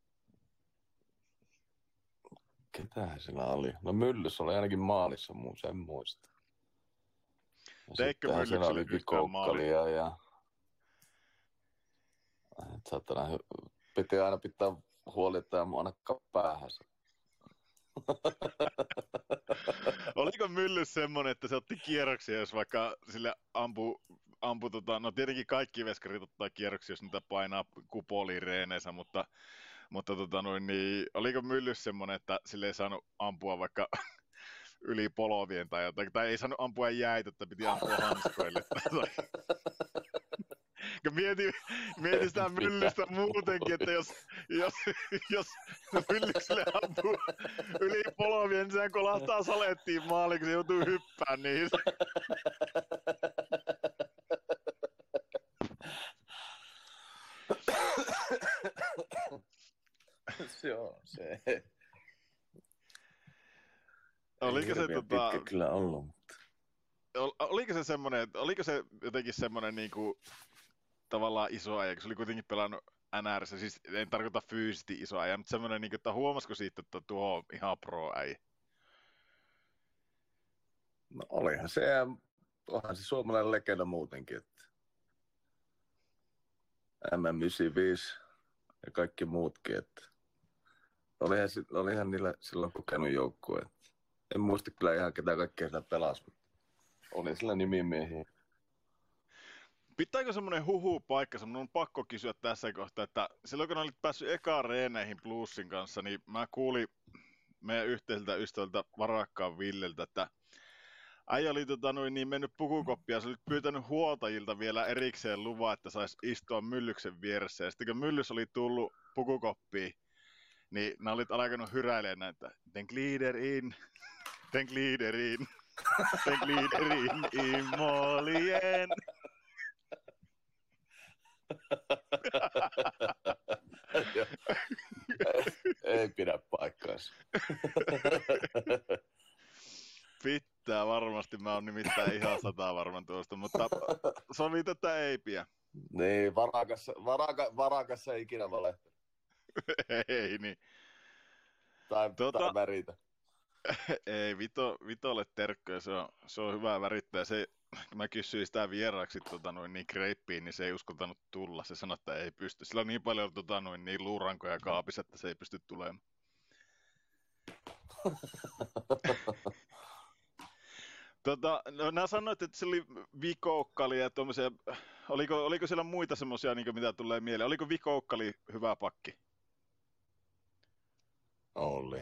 Ketähän sillä oli? No Myllys oli ainakin maalissa, mun sen muista. Teikö Myllykselle yhtään maalia? Ja... Satana, piti aina pitää huoli, että mun ainakaan päähänsä. Oliko Myllys semmonen, että se otti kierroksia, jos vaikka sille ampuu, ampu tota, no tietenkin kaikki veskarit ottaa kierroksia, jos niitä painaa kupoliin reeneissä, mutta, mutta tota noin, niin, oliko Myllys semmonen, että sille ei saanut ampua vaikka yli polovien tai jotain, tai ei saanut ampua jäitä, että piti ampua hanskoille. Mietin, mietin sitä Myllystä muutenkin, että jos, jos, jos Myllykselle ampuu yli polovien, niin sehän kolahtaa salettiin maaliin, kun se joutuu hyppään niihin. Se on se. Oliko se tota... pitkä kyllä ollut, mutta... Oliko se semmonen, oliko se jotenkin semmonen niinku tavallaan iso äijä, kun se oli kuitenkin pelannut N R:ssä, siis en tarkoita fyysisesti iso äijä, mutta semmonen niinku, että huomasiko siitä, että tuo on ihan pro äijä? No olihan se, ja onhan se suomalainen legenda muutenkin, että M M yhdeksänkymmentäviisi ja kaikki muutkin, että olihan, olihan niillä silloin kokenut joukkue, että en muista kyllä ihan ketään kaikkea sitä pelasi, mutta oli sillä nimimiehiä. Pitääkö semmoinen huhu paikkansa? Minun on pakko kysyä tässä kohtaa, että silloin kun olit päässyt ekaan reeneihin Bluesin kanssa, niin mä kuulin meidän yhteiseltä ystävältä Varakkaan Villeltä, että äijä oli tota, noin, niin mennyt pukukoppia ja se oli pyytänyt huoltajilta vielä erikseen luvan, että saisi istua Myllyksen vieressä. Ja sitten kun Myllys oli tullut pukukoppiin, niin ne olit alkanut hyräilemään näitä, den glider in, den glider in, den glider in i målien. ei, ei pidä paikkaansa. Pitää varmasti, mä oon nimittäin ihan sata varman tuosta, mutta sovi tätä ei pidä. Niin, varakassa, varaka, varakassa ei ikinä valehta. Ei niin. Tai, tota, tai väritä. Ei, Vito, Vitolle terkkoja, se on, se on hyvä värittää. Se, kun mä kysyin sitä vieraaksi tota, noin, niin kreippiin, niin se ei uskaltanut tulla. Se sanoi, että ei pysty. Sillä on niin paljon tota, noin, niin luurankoja kaapissa, että se ei pysty tulemaan. tota, no, nää sanoit, että se oli Vikoukkali ja tuommoisia. Oliko, oliko siellä muita semmoisia, niin mitä tulee mieleen? Oliko Vikoukkali hyvä pakki? Oli.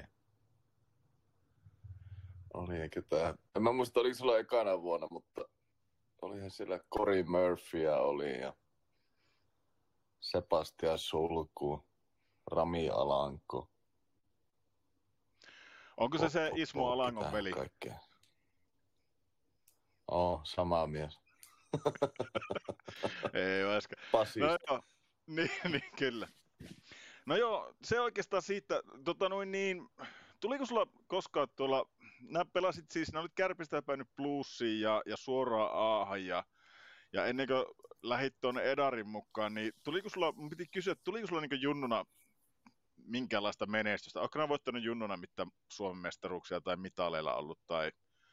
Oli eikä tää. En mä muista, oliko sulla ekana vuonna, mutta olihan siellä Corey Murphyä oli ja Sebastian Sulku, Rami Alanko. Onko se se Poppo, Ismo Alangon Poukki, veli? kaikkea. Oo, sama mies. Ei äsken. Pasista. No joo, niin, niin kyllä. No joo, se oikeastaan siitä, tota noin niin, tuliko sulla koskaan tuolla, nää pelasit siis, nää olit Kärpistä päin Bluesiin ja, ja suoraan Aahan ja, ja ennen kuin lähit tuonne Edarin mukaan, niin tuliko sulla, mun piti kysyä, tuliko sulla niin junnuna minkäänlaista menestystä? Oletko nää voittanut junnuna mitään Suomen mestaruuksia tai mitaleilla ollut tai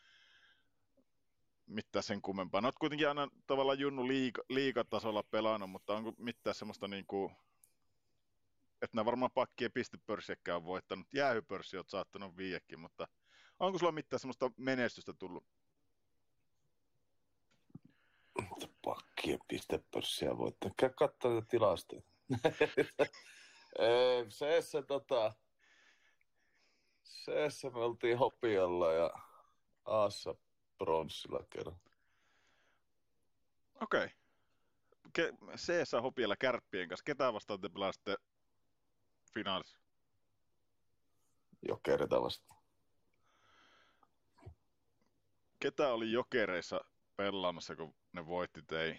mitään sen kummempaa? No oot kuitenkin aina tavallaan junnu liiga, liigatasolla pelannut, mutta onko mitään semmoista niinku, että nämä varmaan pakkien pistepörssiäkään on voittanut. Jäähypörssi oot saattanut viiekin, mutta onko sulla mitään semmoista menestystä tullut? Pakkien pistepörssiä voittaa. Käy katsoa niitä tilastoja. Ei, se se tota... Se se me oltiin Hopialla ja Aassa pronssilla kerran. Okei. Okay. C S Hopialla Kärppien kanssa. Ketä vastaan te pelasitte finaalissa? Jokerita vasta. Ketä oli Jokereissa pelaamassa, kun ne voitti tei?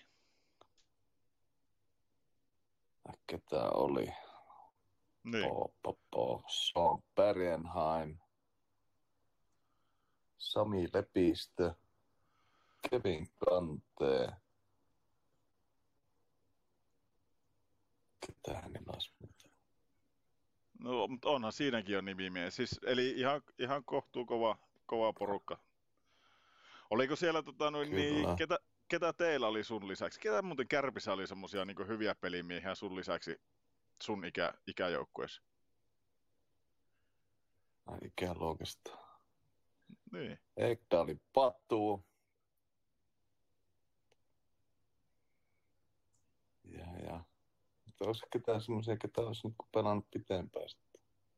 Ketä oli? Niin. Po, po, po. Sean Bergenheim. Sami Lepistö. Kevin Kantee. Ketä hänellä olisi muuta? No, mutta onhan siinäkin on nimimiä. Siis, eli ihan, ihan kohtuu kova, kova porukka. Oliko siellä tota, noin, niin, ketä, ketä teillä oli sun lisäksi? Ketä muuten Kärpissä oli semmosia niin hyviä pelimiehiä sun lisäksi sun ikä, ikäjoukkueessa? Ikäluokista. Niin. Ekdali Patu. Ja, ja. Mutta olisiko ketään semmoisia, ketä olisi nyt pelannut pitempään sitten?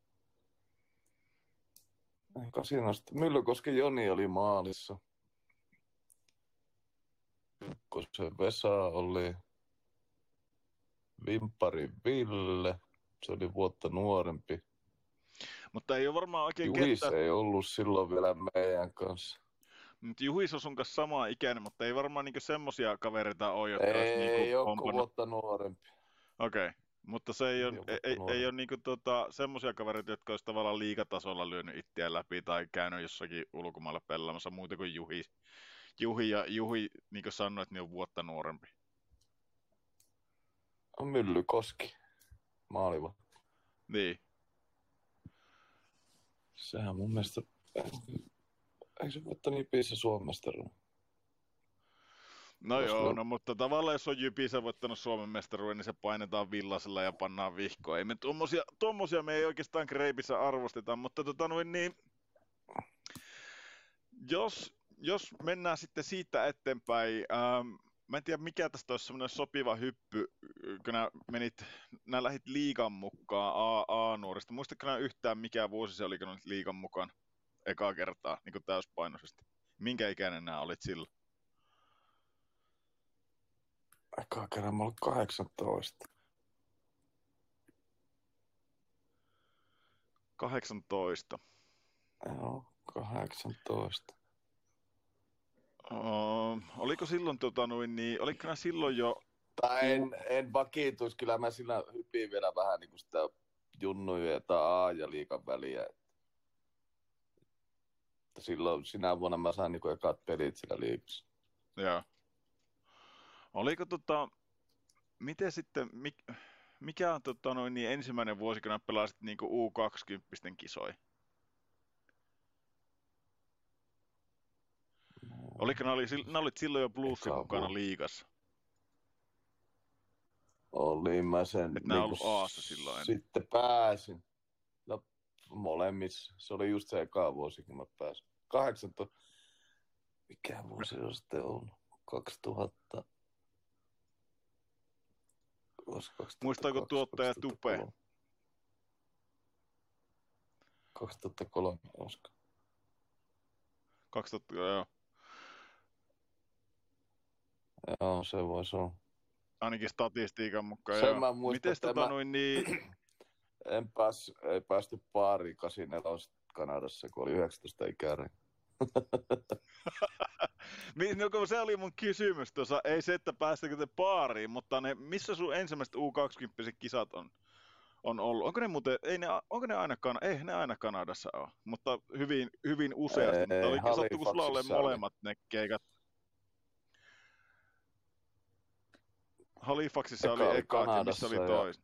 Kasinosta. Myllykosken Joni oli maalissa. Ykkösen Vesa oli. Vimpari Ville. Se oli vuotta nuorempi. Mutta ei ole varmaan oikein Juhis kettä... ei ollut silloin vielä meidän kanssa. Mutta Juhis on sun kanssa sama ikäinen, mutta ei varmaan niinku semmosia kavereita ole, jotka ei, olisi niinku ei ole pompannut. vuotta nuorempi. Okei, okay. Mutta se ei, ei ole, ei, ei, ei ole niinku tota, semmosia kavereita, jotka olisi tavallaan liigatasolla lyönyt itseään läpi tai käynyt jossakin ulkomailla pelaamassa muuta kuin Juhi. Juhi ja Juhi, niin kuin sanoit, niin on vuotta nuorempi. On Myllykoski. Maaliva. Niin. Sehän mun mielestä... Eikö se voittanut Jypissä Suomen mestaruuden? No Koska... joo, no mutta tavallaan jos on Jypissä voittanut Suomen mestaruuden, niin se painetaan villasella ja pannaan vihkoon. Ei me tommosia, tommosia me ei oikeastaan Kreipissä arvosteta, mutta tota noin niin... Jos, jos mennään sitten siitä eteenpäin, ähm, mä en tiedä mikä tästä olisi semmoinen sopiva hyppy, kun nää menit, nää lähit liigan mukaan A, A-nuorista. Muistatko nää yhtään mikä vuosi se oli, kun olit liigan mukaan ekaa kertaa, niin kuin täyspainoisesti? Minkä ikäinen nää olit silloin? Ekaa kerran mä olin kahdeksantoista. kahdeksantoista. Joo, kahdeksantoista. Uh, oliko silloin tota noin niin, oliko nää silloin jo... Tai en, en vakiintuisi, kyllä mä sillä hypin vielä vähän niin kuin sitä junnuja tai A ja liikan väliä. Silloin sinä vuonna mä sain niin ekat pelit siellä liikassa. Joo. Oliko tota, miten sitten, mik, mikä on tota noin niin ensimmäinen vuosi, kun pelasit niinku U kaksikymmentä kisoja? No. Oliko nää, oli, nää olit silloin jo Bluesin mukana liigassa? Olin mä sen. Et nää niin ollut Aassa silloin. Sitten pääsin. No molemmissa. Se oli just se eka vuosi, kun mä pääsin. kahdeksantoista. Mikä vuosi on sitten ollut? kaksituhatta. Muistaako tuottaja Tupe? kaksituhattakolme, olisiko? kaksituhatta, joo. Joo, se voisi olla. Ainakin statistiikan mukaan, sen joo. Muistan, Mites tota mä... noin niin... en pääs, ei päästy baariin kahdeksankymmentäneljä Kanadassa, kun oli yhdeksäntoista ikäinen. No, kun se oli mun kysymys tuossa, ei se, että päästekö te baariin, mutta ne, missä sun ensimmäiset U kaksikymmentä kisat on, on ollut? Onko ne muuten, ei ne, onko ne aina, ei ne aina Kanadassa ole, mutta hyvin, hyvin useasti, Ei, mutta oli, sattuiko sulla ole Halifaxissa molemmat ne keikat? Halifaxissa Eka oli oli eka, ja missä oli Kanadassa ja- tois?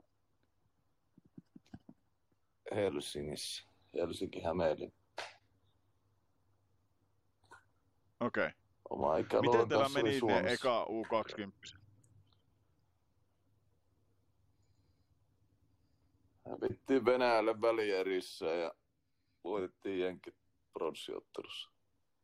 Helsingissä. Helsinki Hämeenlinna. Okei. Okay. Oma ikäluokan Miten teillä kanssa oli meni ne Suomessa. eka U kaksikymmentä? Hävittiin Venäjälle välierissä ja voitettiin Jenkit pronssiottelussa.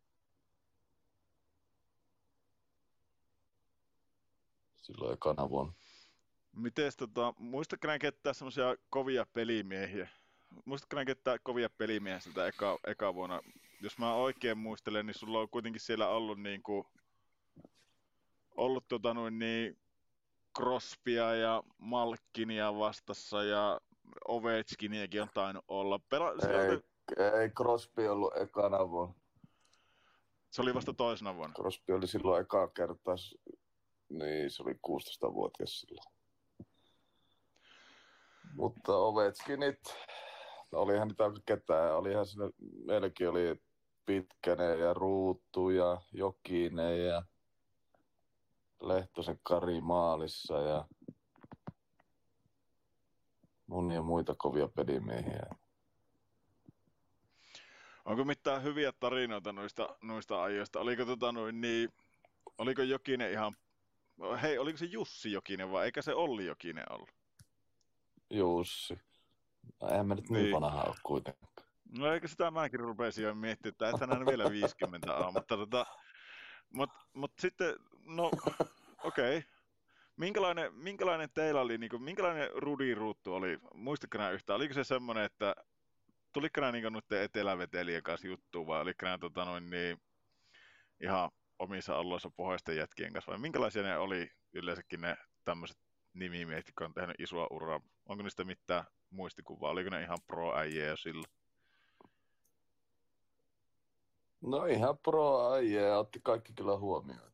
Silloin ekana vuonna. Mites tota, muistatko nää ketään semmosia kovia pelimiehiä? Muistatko nää ketään kovia pelimiehiä sitä eka, eka vuonna? Jos mä oikein muistelen, niin sulla on kuitenkin siellä ollut niinku, ollut tota noin niin Crosbya ja Malkkinia vastassa ja Ovechkiniakin on tainnut olla. Pela, Ei, sieltä, ei Crosby ollut ekana vuonna. se oli vasta toisena vuonna. Crosby oli silloin ekaa kertaa, niin se oli kuusitoistavuotias silloin. Mutta Ovechkinit, olihan niitä aika ketään. Olihan siinä, meilläkin oli Pitkänen ja Ruutu ja Jokinen ja Lehtosen Kari maalissa ja monia muita kovia pelimiehiä. Onko mitään hyviä tarinoita noista, noista ajoista? Oliko, tota noin, niin, oliko Jokinen ihan... Hei, oliko se Jussi Jokinen vai eikä se Olli Jokinen ollut? Jussi. No, eihän mä nyt niin, Niin. vanha ole kuitenkaan. No eikö sitä mäkin rupesin jo miettimään, että ethän hän vielä viisikymmentä ole, mutta tota... Mut, mut sitten, no okei. Okay. Minkälainen, minkälainen teillä oli, niin kuin, minkälainen rudiruuttu oli? Muistatko nämä yhtään? Oliko se semmoinen, että tuliko nämä niin noiden etelävetelien kanssa juttuun vai oliko nämä tota, noin, niin, ihan omissa alloissa pohjoisten jätkien kanssa vai minkälaisia ne oli yleensäkin ne tämmöiset nimimiehet, jotka on tehnyt isoa uraa? Onko niistä mitään muistikuvaa? Oliko ne ihan pro-äijä jo silloin? No ihan pro-äijä ja otti kaikki kyllä huomioon.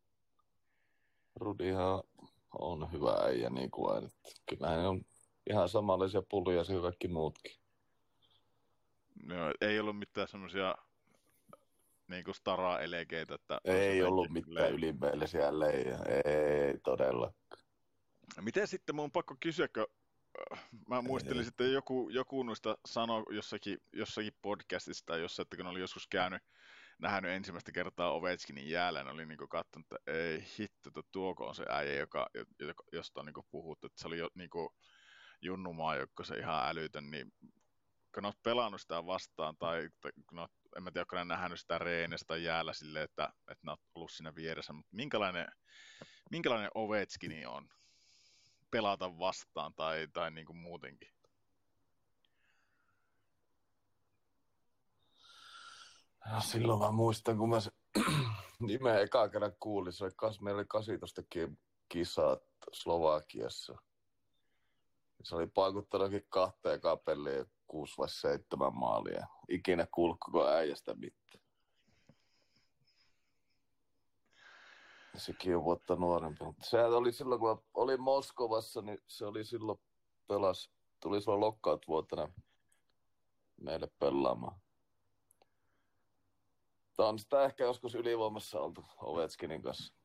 Rudihan on hyvä äijä niin kuin aina. Kyllä hän on ihan samanlaisia pullia kuin kaikki muutkin. No, ei ollut mitään semmoisia niinku stara-elekeitä, että... Ei ollut jotenkin mitään le- ylimääräisiä leijä. Ei todella. Miten sitten, mun on pakko kysyä, kun äh, mä muistelin Ei. sitten joku, joku noista sanoi jossakin, jossakin podcastista, jossa, että kun oli joskus käynyt, nähnyt ensimmäistä kertaa Ovechkinin jäällä, niin oli niinku katsonut, että ei hitto, että tuoko on se äijä, joka, joka, josta on niinku puhuttu, että se oli jo niinku junnumaa, joka se ihan älytön, niin kun oot pelannut sitä vastaan, tai kun oot, en mä tiedä, onko nähnyt sitä reenestä tai jäällä silleen, että, että oot ollut siinä vieressä, mutta minkälainen, minkälainen Ovechkini on pelata vastaan tai, tai niin kuin muutenkin? No, silloin mä muistan, kun mä se nimeä ekaa kerran kuulin. Se oli kas, meillä oli kahdeksantoista kisat Slovakiassa. Se oli paikuttanutkin kahteen kapelliin kuusi vai seitsemän maalia. Ikinä kuullut koko äijästä mitään. Sekin on vuotta nuorempi. Mutta sehän oli silloin, kun mä olin Moskovassa, niin se oli silloin pelas. Tuli silloin lockout-vuotena meille pelaamaan. Tämä on sitä ehkä joskus ylivoimassa oltu Ovechkinin kanssa.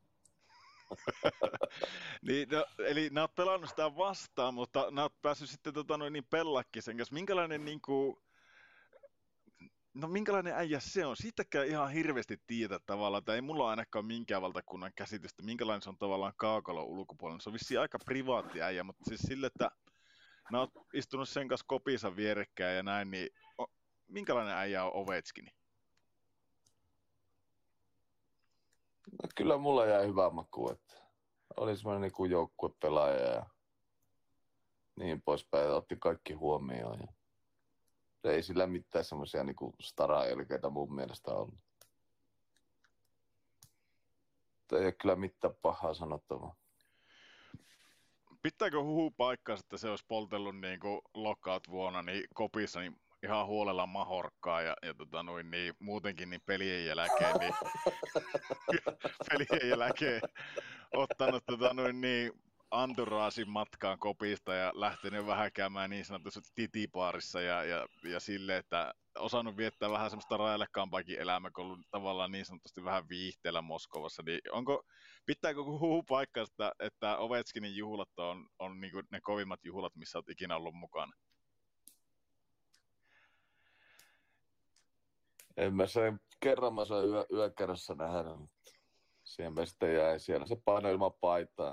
Niin, no, eli nää oot pelannut sitä vastaan, mutta nää oot päässyt sitten tota, noin niin pellakkisen kanssa. Minkälainen niinku, no minkälainen äijä se on? Siitäkään ihan hirveästi tiedä tavallaan, tai ei mulla ainakaan minkään valtakunnan käsitystä, minkälainen se on tavallaan kaukalon ulkopuolella. Se on vissiin aika privaatti äijä, mutta siis sille, että nää oot istunut sen kanssa kopissa vierekkäin ja näin, niin o, minkälainen äijä on Ovechkini? No, kyllä mulla jäi hyvä maku, että oli semmoinen niin kuin joukkuepelaaja ja niin poispäin. Otti kaikki huomioon. Ja ei sillä mitään semmoisia niin kuin stara-elkeitä mun mielestä ollut. Ei ole kyllä mitään pahaa sanottavaa. Pitääkö huhu paikkaansa, että se olisi poltellut niin kuin lockout vuonna niin kopissa niin ihan huolella mahorkkaa ja, ja tota noin, niin, muutenkin niin pelien jälkeen, niin pelien jälkeen ottanut tota noin, niin, anturaasin matkaan kopista ja lähtenyt vähän käymään niin sanotusti titipaarissa ja, ja, ja sille, että osannut viettää vähän semmoista rajalekkaampaakin elämää, kun ollut tavallaan niin sanotusti vähän viihteellä Moskovassa, niin onko, pitääkö huhu paikkaa, että, että Ovechkinin juhlat on, on niin kuin ne kovimmat juhlat, missä olet ikinä ollut mukana? En mä sen, kerran mä sain yö, yökerrassa nähdä, mutta siihen me sitten jäi. Siellä se painoi ilman paitaa.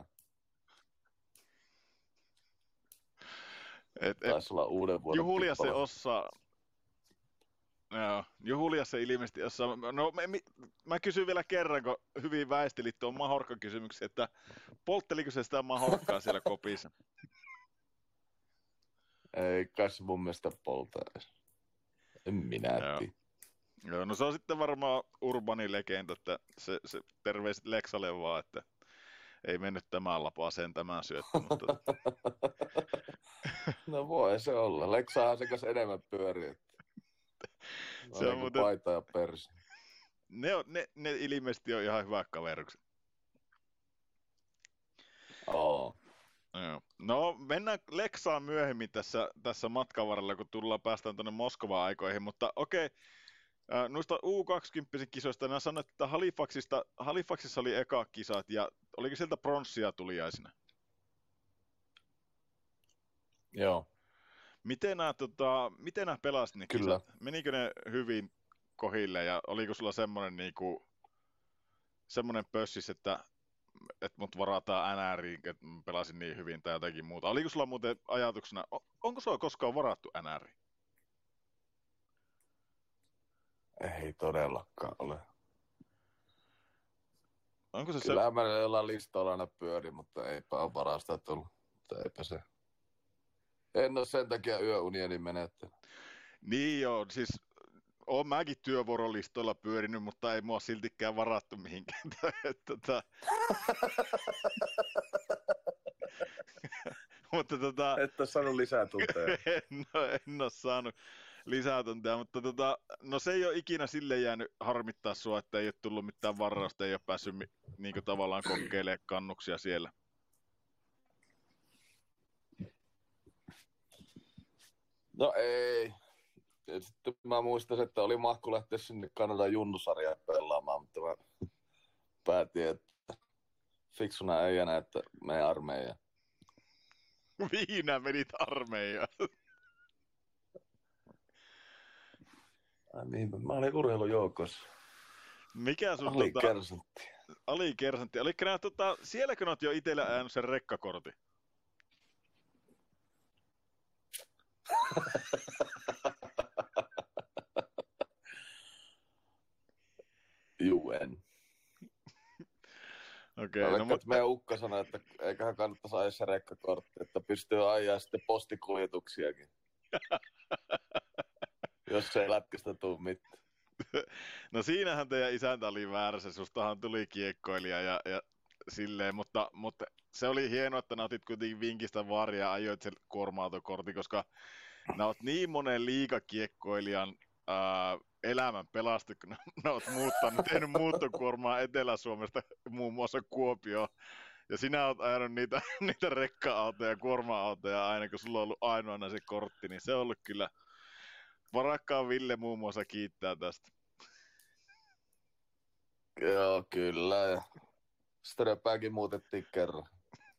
Et, et, Taisi olla uuden vuoden Juhulia se pippala. osaa. Joo, Juhulia se ilmeisesti osaa. No, mä, mä kysyn vielä kerran, kun hyvin väistelit tuon mahorkkakysymyksen, että poltteliko se sitä mahorkkaa siellä kopissa? Ei kai se mun mielestä polta edes. En minä Joo. tiedä. Joo, no se on sitten varmaan urbani legenda, että se, se terveiset Leksalle vaan, että ei mennyt tämän lapaseen tämän syöttö, mutta No voi se olla. Leksahan se kanssa enemmän pyörii. Että... No, se on niin muuten, paita ja persi. ne, on, ne, ne ilmeisesti on ihan hyvät kaverukset. Oo. Joo. No mennään Leksaan myöhemmin tässä, tässä matkan varrella, kun tullaan päästään tuonne Moskovan aikoihin, mutta okei, äh, noista U kaksikymmentä kisoista nämä sanoit, että Halifaxista, Halifaxissa oli eka kisat ja oliko sieltä pronssia tuliaisina? Joo. Miten nämä, tota, miten nämä pelasit ne Kyllä. kisat? Menikö ne hyvin kohille ja oliko sulla semmoinen niinku, semmoinen pössis, että, että mut varataan N R:iin, että mä pelasin niin hyvin tai jotakin muuta? Oliko sulla muuten ajatuksena, o- onko sulla koskaan varattu N R:iin? Ei todellakaan ole. Onko se se... Kyllä mä jollain listoilla aina pyörin, mutta eipä ole varasta tullut. Mutta eipä se. En ole sen takia yöunieni menettänyt. Niin joo, siis oon mäkin työvuorolistoilla pyörinyt, mutta ei mua siltikään varattu mihinkään. tota... mutta tota... Et ole saanut lisää tunteja. en, ole, en ole saanut lisää tunteja, mutta tota, no se ei ole ikinä sille jäänyt harmittaa sua, että ei ole tullut mitään varausta, ei ole päässyt niin kuin tavallaan kokeilemaan kannuksia siellä. No ei. Ja sitten mä muistan, että oli mahku lähteä sinne Kanadan junnusarjaan pelaamaan, mutta mä päätin, että fiksuna äijänä, että mene armeijaan. Viinä menit armeijaan. Ai niin, mä olin urheilujoukossa. Mikä sun Ali tota, kersantti. Ali kersantti. Oliko nää tota, sielläkö oot jo itsellä ajanut sen rekkakortin? Juen. Okei, Okay, no no, mutta... meidän ukka sanoi, että eiköhän kannattaisi ajaa se rekkakortti, että pystyy ajaa sitten postikuljetuksiakin. Jos ei lätkästä tule mitään. No siinähän teidän isäntä oli väärässä, sustahan tuli kiekkoilija ja, ja silleen, mutta, mutta se oli hienoa, että nää otit kuitenkin vinkistä vaaria ja ajoit sen kuorma-autokortin, koska nää oot niin monen liigakiekkoilijan ää, elämän pelastus, kun nää oot muuttanut, tehnyt muuttokuormaa Etelä-Suomesta muun muassa Kuopioon. Ja sinä oot ajanut niitä, niitä rekka-autoja, kuorma-autoja aina, kun sulla on ollut ainoana se kortti, niin se on ollut kyllä... Varakkaan Ville muun muassa kiittää tästä. Joo, kyllä. Ja Ströpääkin muutettiin kerran.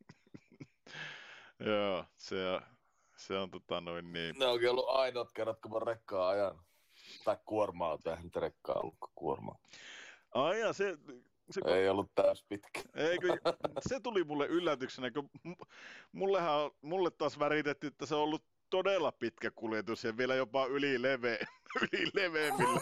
Joo, se on, se on tota noin niin. Ne onkin ollut ainoat kerrat, kun mä rekkaa ajan. Tai kuormaa, tai eihän rekkaa ollut kuormaa. Ai ja se... se ei ollut täys pitkä. Eikö, se tuli mulle yllätyksenä, kun mullehan, mulle taas väritettiin, että se on ollut todella pitkä kuljetus ja vielä jopa yli, leve, yli leveämmillä.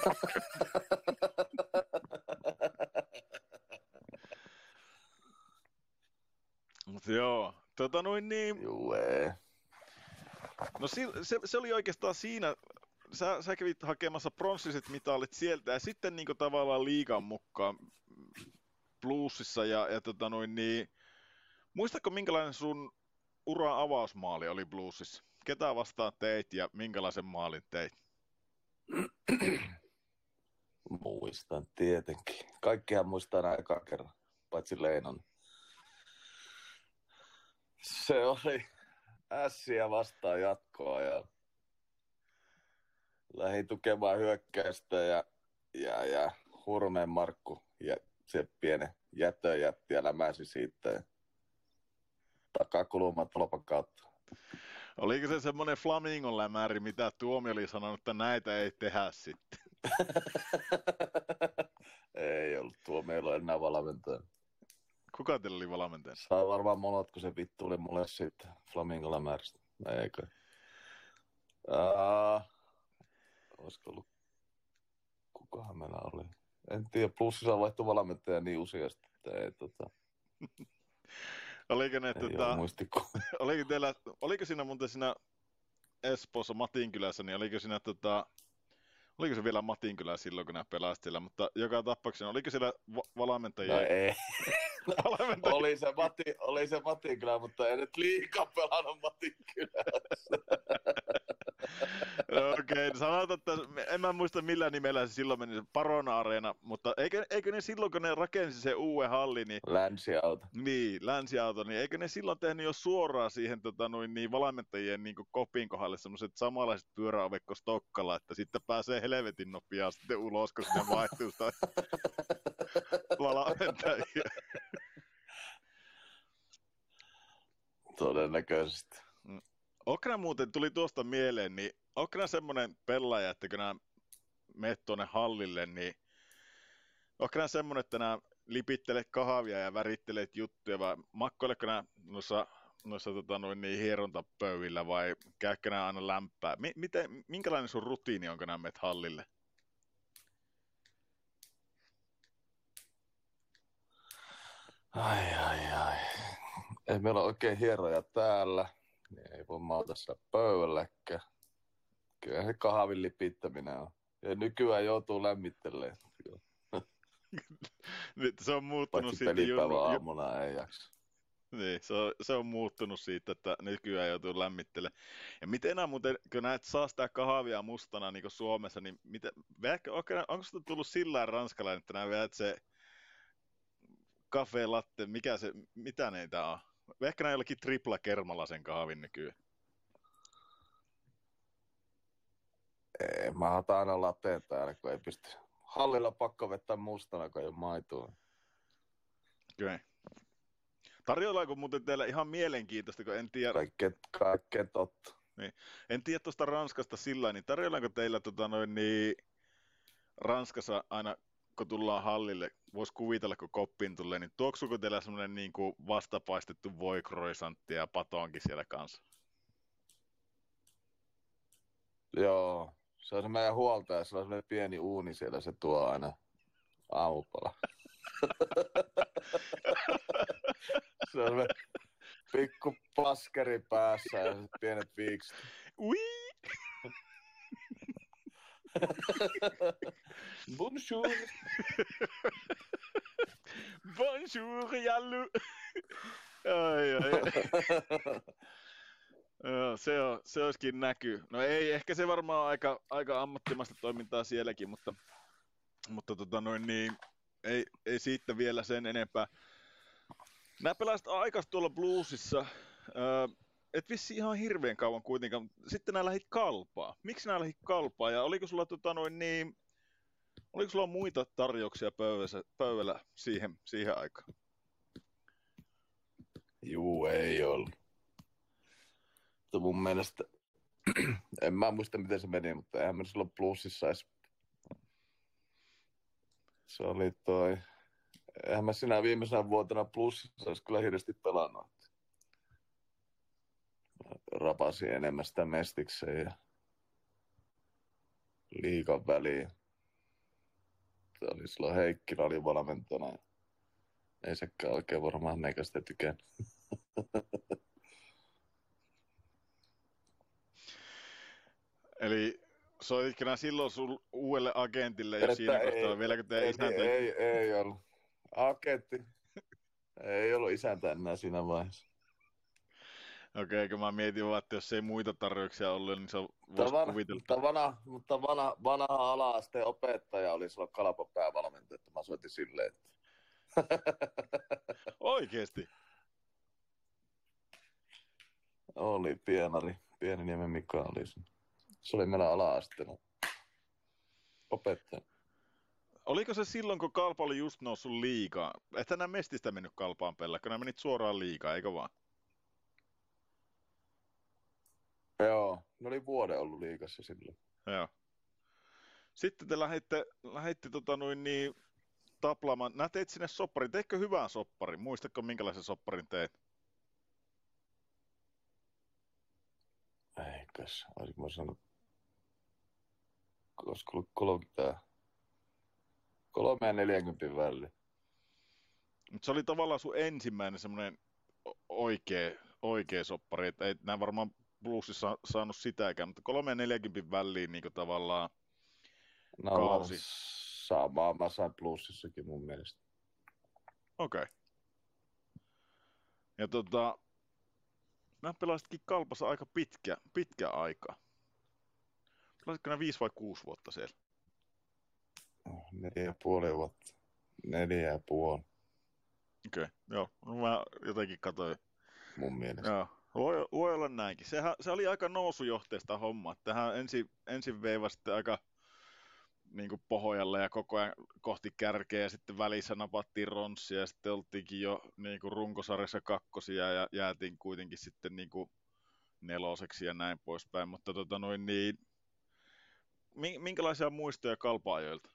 Mutta joo, tota noin niin... Jue. No se, se, se oli oikeastaan siinä, sä, sä kävit hakemassa pronssiset mitalit sieltä ja sitten niinku tavallaan liigan mukaan Bluesissa ja, ja tota noin niin... Muistatko minkälainen sun ura avausmaali oli Bluesissa? Ketä vastaan teit ja minkälaisen maalin teit? Muistan tietenkin. Kaikkihan muistaa näin eka kerran, paitsi Leinon. Se oli ässiä vastaan jatkoa ja lähdin tukemaan hyökkäystä ja, ja, ja Hurmeen Markku ja se pienen jätön jätti ja lämäsi siitä ja takakulma tolpan kautta. Oliko se semmoinen flamingon lämäri, mitä Tuomi oli sanonut, että näitä ei tehdä sitten? Ei ollut. Tuomi ei ole enää valmentaja. Kuka teillä oli valmentajana? Saa varmaan monot, kun se vittu oli mulle siitä flamingon lämäristä. Eikö? Uh, olisiko ollut... Kukahan meillä oli? En tiedä. Plussissa vaihtui valmentaja niin useasti, että ei tota... Oliko ne, ei tota, muistikuva. oliko teillä, oliko siinä muuten siinä Espoossa Matinkylässä, niin oliko siinä tota, oliko se vielä Matinkylä silloin, kun nämä pelasivat siellä, mutta joka tapauksessa, oliko siellä va- valmentajia? No ei. valmentajia? oli, se Mati, oli se Matinkylä, mutta ei nyt liikaa pelannut Matinkylässä. No, okei, okay. Sanotaan, että en mä muista millä nimellä se silloin meni, se Parona-areena, mutta eikö, eikö ne silloin, kun ne rakensi se uuden halli, niin... Länsiauto. Niin, länsiauto, niin eikö ne silloin tehnyt jo suoraan siihen tota, noin, niin valmentajien niin kopin kohdalle semmoiset samanlaiset pyöräovet kuin Stokkalla, että sitten pääsee helvetin nopeaa sitten ulos, kun sinne vaihtuu sitä valmentajia. Todennäköisesti. Okra muuten tuli tuosta mieleen, niin Okra semmoinen pelaaja, että kun nämä menet tuonne hallille, niin Okra semmoinen, että nämä lipittelet kahvia ja värittelet juttuja, vai makkoiletko nämä noissa, noissa tota, noin niin hierontapöydillä, vai käykö nämä aina lämpää? Mi- miten, minkälainen sun rutiini on, kun nämä menet hallille? Ai, ai, ai. Ei meillä ole oikein hieroja täällä. Niin ei voi maata siellä pöydälläkään. Kyllä se kahvin lipittäminen on. Ja nykyään joutuu lämmittelemään. Nyt se on muuttunut Paitsi siitä pelipäivä junnu... aamuna ei jaksa. Niin, se on, se on muuttunut siitä, että nykyään joutuu lämmittelemään. Ja miten enää muuten, kun näet saa sitä kahvia mustana niin kuin Suomessa, niin miten, onko sitä tullut sillä ranskalainen, että nämä veät se cafe latte, mikä se, mitä neitä on? Ehkä nämä jollakin tripla kermalla sen kahvin nykyään. Ei, mä otan aina lateen täällä, kun ei pysty. Hallilla pakko vetää mustana, kun ei ole maitoa. Kyllä. Tarjoillaanko muuten teillä ihan mielenkiintoista, kun en tiedä... Kaikkea, kaikkea totta. Niin. En tiedä tuosta Ranskasta sillä niin tarjoillaanko teillä tota noin niin Ranskassa aina, kun tullaan hallille, voisi kuvitella, kun koppiin tulee, niin tuoksuuko teillä semmoinen niin kuin vastapaistettu voikroisantti ja patonkin siellä kanssa? Joo, se on se meidän huoltaja, se on semmoinen pieni uuni siellä, se tuo aina aamupala. Se on semmoinen pikku paskeri päässä ja pienet viikset. Ui! Bonjour! Bonjour, Jallu! ai, ai. Joo, se, on, se olisikin näkyy. No ei, ehkä se varmaan on aika, aika ammattimaista toimintaa sielläkin, mutta, mutta tota noin niin, ei, ei siitä vielä sen enempää. Nämä pelasit aikas tuolla Bluesissa, öö, et vissi ihan hirveän kauan kuitenkaan. Sitten nämä lähit kalpaa. Miksi nämä lähit kalpaa ja oliko sulla, tota noin niin, oliko sulla muita tarjouksia pöydällä, pöydällä siihen, siihen aikaan? Juu, ei ollut. Mutta mun mielestä, en mä muista miten se meni, mutta eihän me silloin Bluesissa edes. Se oli toi, eihän mä sinä viimeisenä vuotena Bluesissa olisi kyllä hirveästi pelannut. Rapasin enemmän sitä mestikseen ja liigan väliin. Se oli silloin Heikkilä oli valmentajana. Ei sekään oikein varmaan meikästä tykännyt. Eli soititko nää silloin sun uudelle agentille jo Että siinä ei, kohtaa, vieläkö teidän ei, isäntä... ei, ei ollut. Agentti. Ei ollut isäntä enää siinä vaiheessa. Okei, kun mä mietin vaan, että jos ei muita tarjouksia ollut, niin se on- Mutta, voisi van, kuvitella. mutta, vanha, mutta vanha, vanha ala-asteen opettaja oli silloin Kalpan päävalmentaja, että mä soitin silleen, että Oikeesti? oli pienari, Pieniniemen Mika oli se. Se oli meillä ala-asteella opettaja. Oliko se silloin, kun Kalpa oli just noussut liikaa? Et sä nää Mestistä mennyt Kalpaan pelillä, kun nää menit suoraan liikaa, eikö vaan? Joo, ne oli vuoden ollut liigassa silloin. Joo. Sitten te lähditte, lähditte tota noin niin, taplaamaan. Nää teit sinne sopparin. Teikö hyvän sopparin? Muistatko, minkälaisen sopparin teit? Eikös, olisinko mä sanonut, olisiko ollut kolmekymmentä, kolme ja neljäkymmentä väliin. Mut se oli tavallaan sun ensimmäinen semmoinen o- oikea, oikea soppari. Et ei nää varmaan plussissa saanut sitäkään, mutta kolme ja neljäkymmentä väliin niin tavallaan No kausi. samaa mä sain plussissakin mun mielestä. Okei. Okay. Ja tota, nää pelasitkin Kalpassa aika pitkä, pitkä aikaa. Pelasitko nää viisi vai kuusi vuotta siellä? Oh, neljä ja puoli vuotta. Neljä ja puoli Okei, okay. Joo. No mä jotenkin katsoin. mun mielestä. Joo. Voi, voi olla näinkin. Sehän, se oli aika nousujohteista homma. Tähän ensin, ensin veivasitte aika niin kuin pohjalle ja koko ajan kohti kärkeä ja sitten välissä napattiin ronssia ja sitten oltiinkin jo niin kuin runkosarjassa kakkosia ja jäätiin kuitenkin sitten niin kuin neloseksi ja näin poispäin. Mutta tota noin niin, mi- minkälaisia muistoja Kalpa-ajoilta?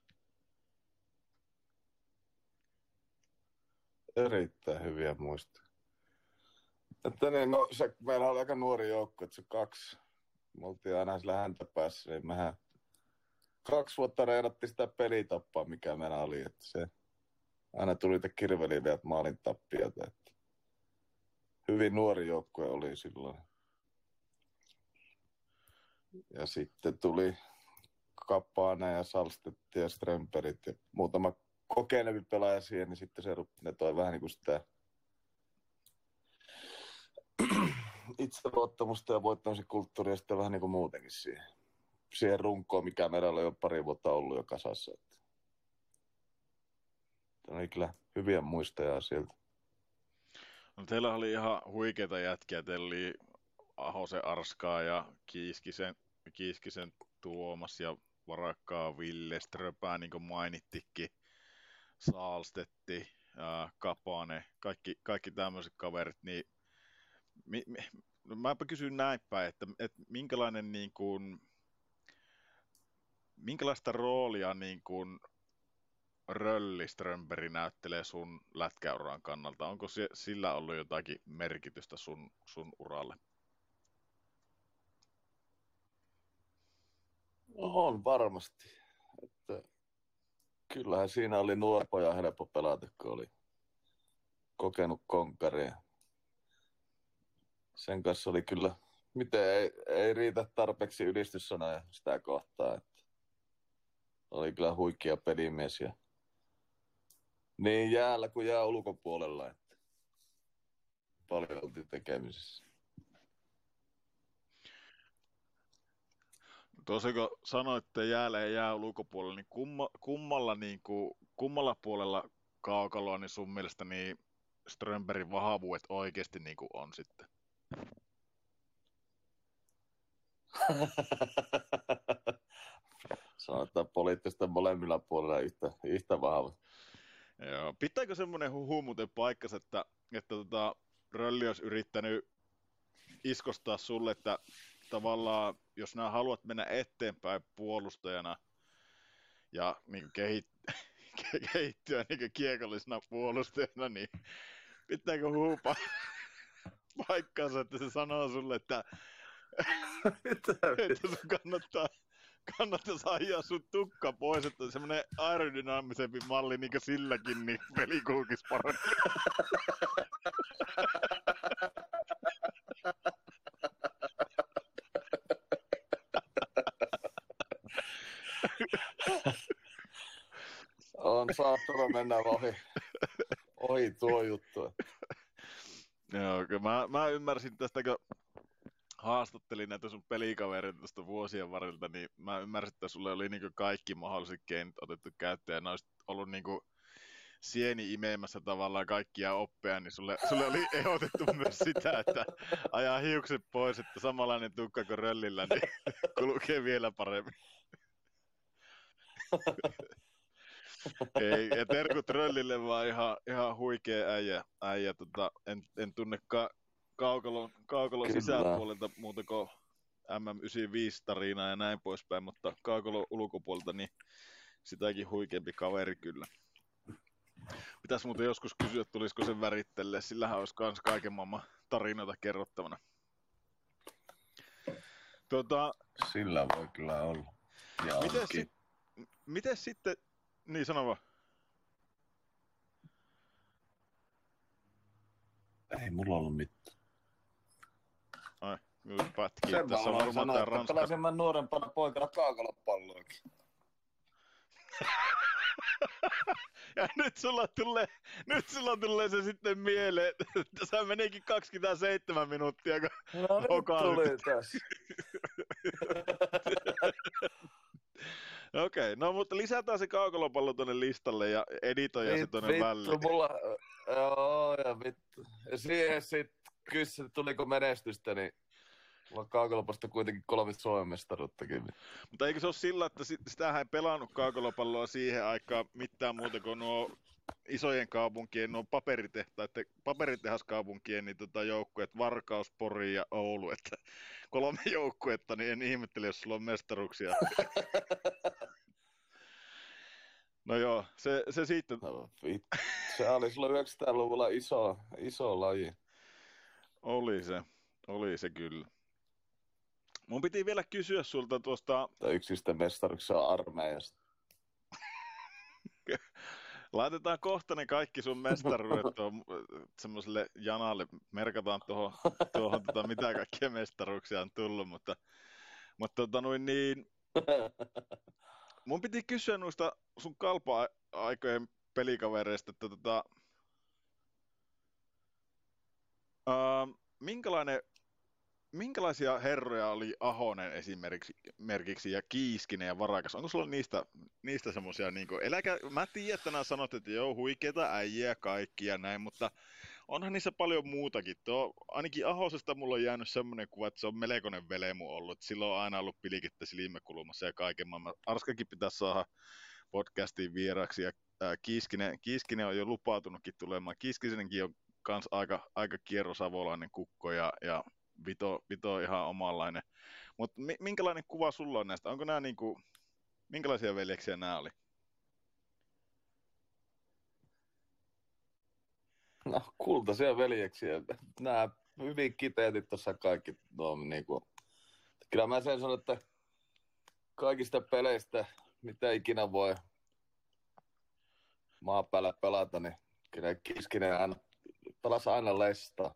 Erittäin hyviä muistoja. Että niin, no, se, meillä oli aika nuori joukko, että se kaksi, me oltiin aina sillä häntä päässä, niin mehän kaksi vuotta reenattiin sitä pelitappaa, mikä meillä oli, että se aina tuli niitä kirveliveät maalin tappiota, että hyvin nuori joukkue oli silloin. Ja sitten tuli Kappaana ja Salstetti ja Strömperit ja muutama kokeneempi pelaaja siihen, niin sitten se, ne toi vähän niin kuin sitä itseluottamusta ja voittamisen kulttuuria sitten vähän niin kuin muutenkin siihen, siihen runkoon, mikä meillä oli jo pari vuotta ollut jo kasassa. Tämä oli kyllä hyviä muistoja sieltä. No, teillä oli ihan huikeita jätkiä. Teillä oli Ahosen Arskaa ja Kiiskisen, Kiiskisen Tuomas ja Varakkaa Ville, Ströpää, niin kuin mainittikin, Saalstetti, ää, Kapane, kaikki, kaikki tämmöiset kaverit, niin mi, mi, no mäpä kysyn näin päin, että, että minkälainen niin kuin, minkälaista roolia niin kuin Rölli Strömberi näyttelee sun lätkäuran kannalta? Onko se, sillä ollut jotakin merkitystä sun, sun uralle? On varmasti. Että kyllähän siinä oli nuorpoja helppo pelata, kun oli kokenut konkaria. Sen kanssa oli kyllä, miten ei, ei riitä tarpeeksi ylistyssanoja sitä kohtaa. Että oli kyllä huikea pelimies ja niin jäällä kuin jää ulkopuolella. Että paljon oltiin tekemisissä. Tuossa kun sanoitte jäällä ja jää ulkopuolella, niin kumma, kummalla, niin kuin, kummalla puolella kaukaloa niin sun mielestä niin Strömberin vahvuudet oikeasti niin kuin on sitten? Sanotaan poliittista molemmilla puolella yhtä, yhtä vahva. Joo. Pitääkö semmoinen huhu muuten paikkansa, että, että tota, Rölli olisi yrittänyt iskostaa sulle, että tavallaan jos nää haluat mennä eteenpäin puolustajana ja niin kehit, kehittyä niin kiekollisena puolustajana, niin pitääkö huhu pa- paikkansa, että se sanoo sulle, että, että sun kannattaa, kannattaisi ajaa sun tukka pois, että on semmoinen aerodynaamisempi malli niin silläkin, niin peli kulkisi paremmin. On saattanut mennä ohi, ohi tuo juttu. Joo, kyllä mä, mä ymmärsin tästä, kun haastattelin näitä sun pelikavereita tuosta vuosien varrelta, niin mä ymmärsin, että sulle oli niin kaikki mahdolliset keinot otettu käyttöön, ja ne olisi ollut niin sieni imemässä tavallaan kaikkia oppeja, niin sulle, sulle oli ehdotettu myös sitä, että ajaa hiukset pois, että samanlainen tukka kuin röllillä, niin kulkee vielä paremmin. Ei, ja terkut röllille vaan ihan, ihan huikea äijä. äijä tota, en, en tunne ka, kaukalon, kaukalon Kyllä. sisäpuolelta muuta kuin M M yhdeksänkymmentäviisi-tarinaa ja näin poispäin, mutta kaukalon ulkopuolelta niin sitäkin huikeampi kaveri kyllä. Pitäisi muuten joskus kysyä, tulisiko sen värittelee, sillähän olisi kans kaiken maailman tarinoita kerrottavana. Tota, Sillä voi kyllä olla. Ja miten, onkin. sit, miten sitten, niin sano vaan. Ei mulla ollut mitään. Ai, nyt pätkii. Sen mä Tässä on aloin varmaan sanoa, tää että Ranska. pelasin mä nuorempana poikana kaukalopalloakin. Ja nyt sulla tulee, nyt sulla tulee se sitten mieleen, että sä menikin kaksikymmentäseitsemän minuuttia, kun No nyt Okaalit. tuli tässä. Okei, no mutta lisätään se kaukalopallo tuonne listalle ja editoja se tuonne vittu, väliin. mulla... Joo, ja vittu. Ja siihen sit kysy, tuliko menestystä, niin mulla on kaukalopasta kuitenkin kolme Suomen mestaruuttakin. Mutta eikö se ole sillä, että sit- sitähän ei pelannut kaukalopalloa siihen aikaan mitään muuta kuin nuo isojen kaupunkien, nuo paperitehtaiden, paperitehaskaupunkien niin tota joukkueet, Varkaus, Pori ja Oulu, että kolme joukkuetta, niin en ihmettele, jos sulla on mestaruksia. No joo, se, se siitä. No vittu. Se oli silloin yhdeksänkymmentäluvulla iso, iso laji. Oli se, oli se kyllä. Mun piti vielä kysyä sulta tuosta, Tai yksistä mestaruksia armeijasta. laitetaan kohta ne kaikki sun mestaruudet tuohon semmoiselle janalle, merkataan tuohon, tuohon tota, mitä kaikkia mestaruuksia on tullut, mutta, mutta tota noin niin, mun piti kysyä noista sun kalpa-aikojen pelikavereista, että tota, ää, minkälainen, minkälaisia herroja oli Ahonen esimerkiksi merkiksi, ja Kiiskinen ja Varakas? Onko sulla niistä, niistä semmoisia, niin eläkä, mä tiedän, että nämä sanot, että joo, huikeita äijiä kaikki ja näin, mutta onhan niissä paljon muutakin. Tuo, ainakin Ahosesta mulla on jäänyt semmoinen kuva, että se on melkoinen velemu ollut, että sillä on aina ollut pilikettä silmäkulmassa ja kaiken maailman. Arskakin pitäisi saada podcastiin vieraksi, ja ää, Kiiskinen, Kiiskinen on jo lupautunutkin tulemaan. Kiiskinenkin on kans aika, aika kierrosavolainen kukko ja, ja Vito, Vito on ihan omanlainen. Mutta minkälainen kuva sulla on näistä? Onko nämä niinku, minkälaisia veljeksiä nämä oli? No, kultaisia veljeksiä. Nämä hyvin kiteytit tuossa kaikki. No, niinku. Kyllä mä sen sanon, että kaikista peleistä, mitä ikinä voi maan päällä pelata, niin kyllä Kiiskinen aina, pelasi aina lestaa.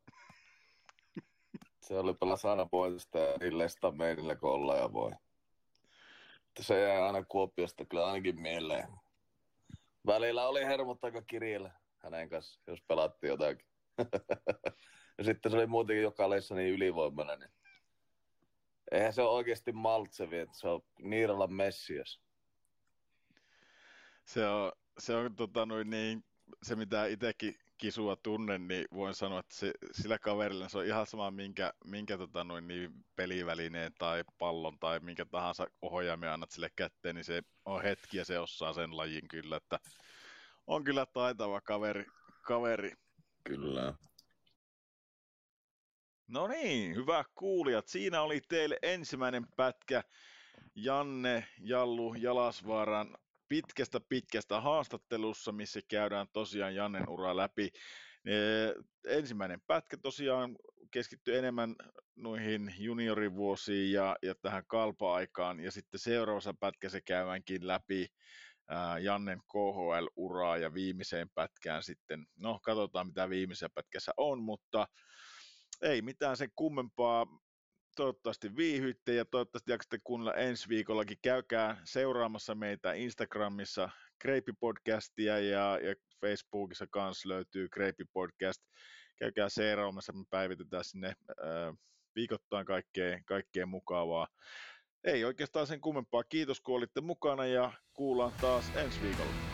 Se oli pelasi aina voitosta ja niin lesta meillä kun ollaan ja voi. Se jäi aina Kuopiosta kyllä ainakin mieleen. Välillä oli hermot aika kirjellä hänen kanssa, jos pelattiin jotakin. Ja sitten se oli muutenkin joka leissa niin ylivoimainen. Niin eihän se ole oikeasti Maltsevi, että se on Niiralan Messias. Se on, se on tota noin niin, se mitä itsekin Kisua tunnen, niin voin sanoa, että se, sillä kaverilla se on ihan sama minkä, minkä tota noin niin pelivälineen tai pallon tai minkä tahansa ohjaimen annat sille kätteen, niin se on hetki ja se osaa sen lajin kyllä, että on kyllä taitava kaveri. kaveri. Kyllä. No niin, hyvä kuulijat. Siinä oli teille ensimmäinen pätkä Janne Jallu Jalasvaaran pitkästä pitkästä haastattelussa, missä käydään tosiaan Jannen uraa läpi. Ensimmäinen pätkä tosiaan keskittyy enemmän noihin juniorivuosiin ja, ja tähän kalpa-aikaan, ja sitten seuraavassa pätkässä käydäänkin läpi ää, Jannen K H L-uraa ja viimeiseen pätkään sitten, no katsotaan mitä viimeisessä pätkässä on, mutta ei mitään sen kummempaa. Toivottavasti viihyitte ja toivottavasti jaksatte kuunnella ensi viikollakin. Käykää seuraamassa meitä Instagramissa, Kreipi-podcastia ja, ja Facebookissa kanssa löytyy Kreipi-podcast. Käykää seuraamassa, me päivitetään sinne ää, viikoittain kaikkea, kaikkea mukavaa. Ei oikeastaan sen kummempaa. Kiitos kun olitte mukana ja kuullaan taas ensi viikolla.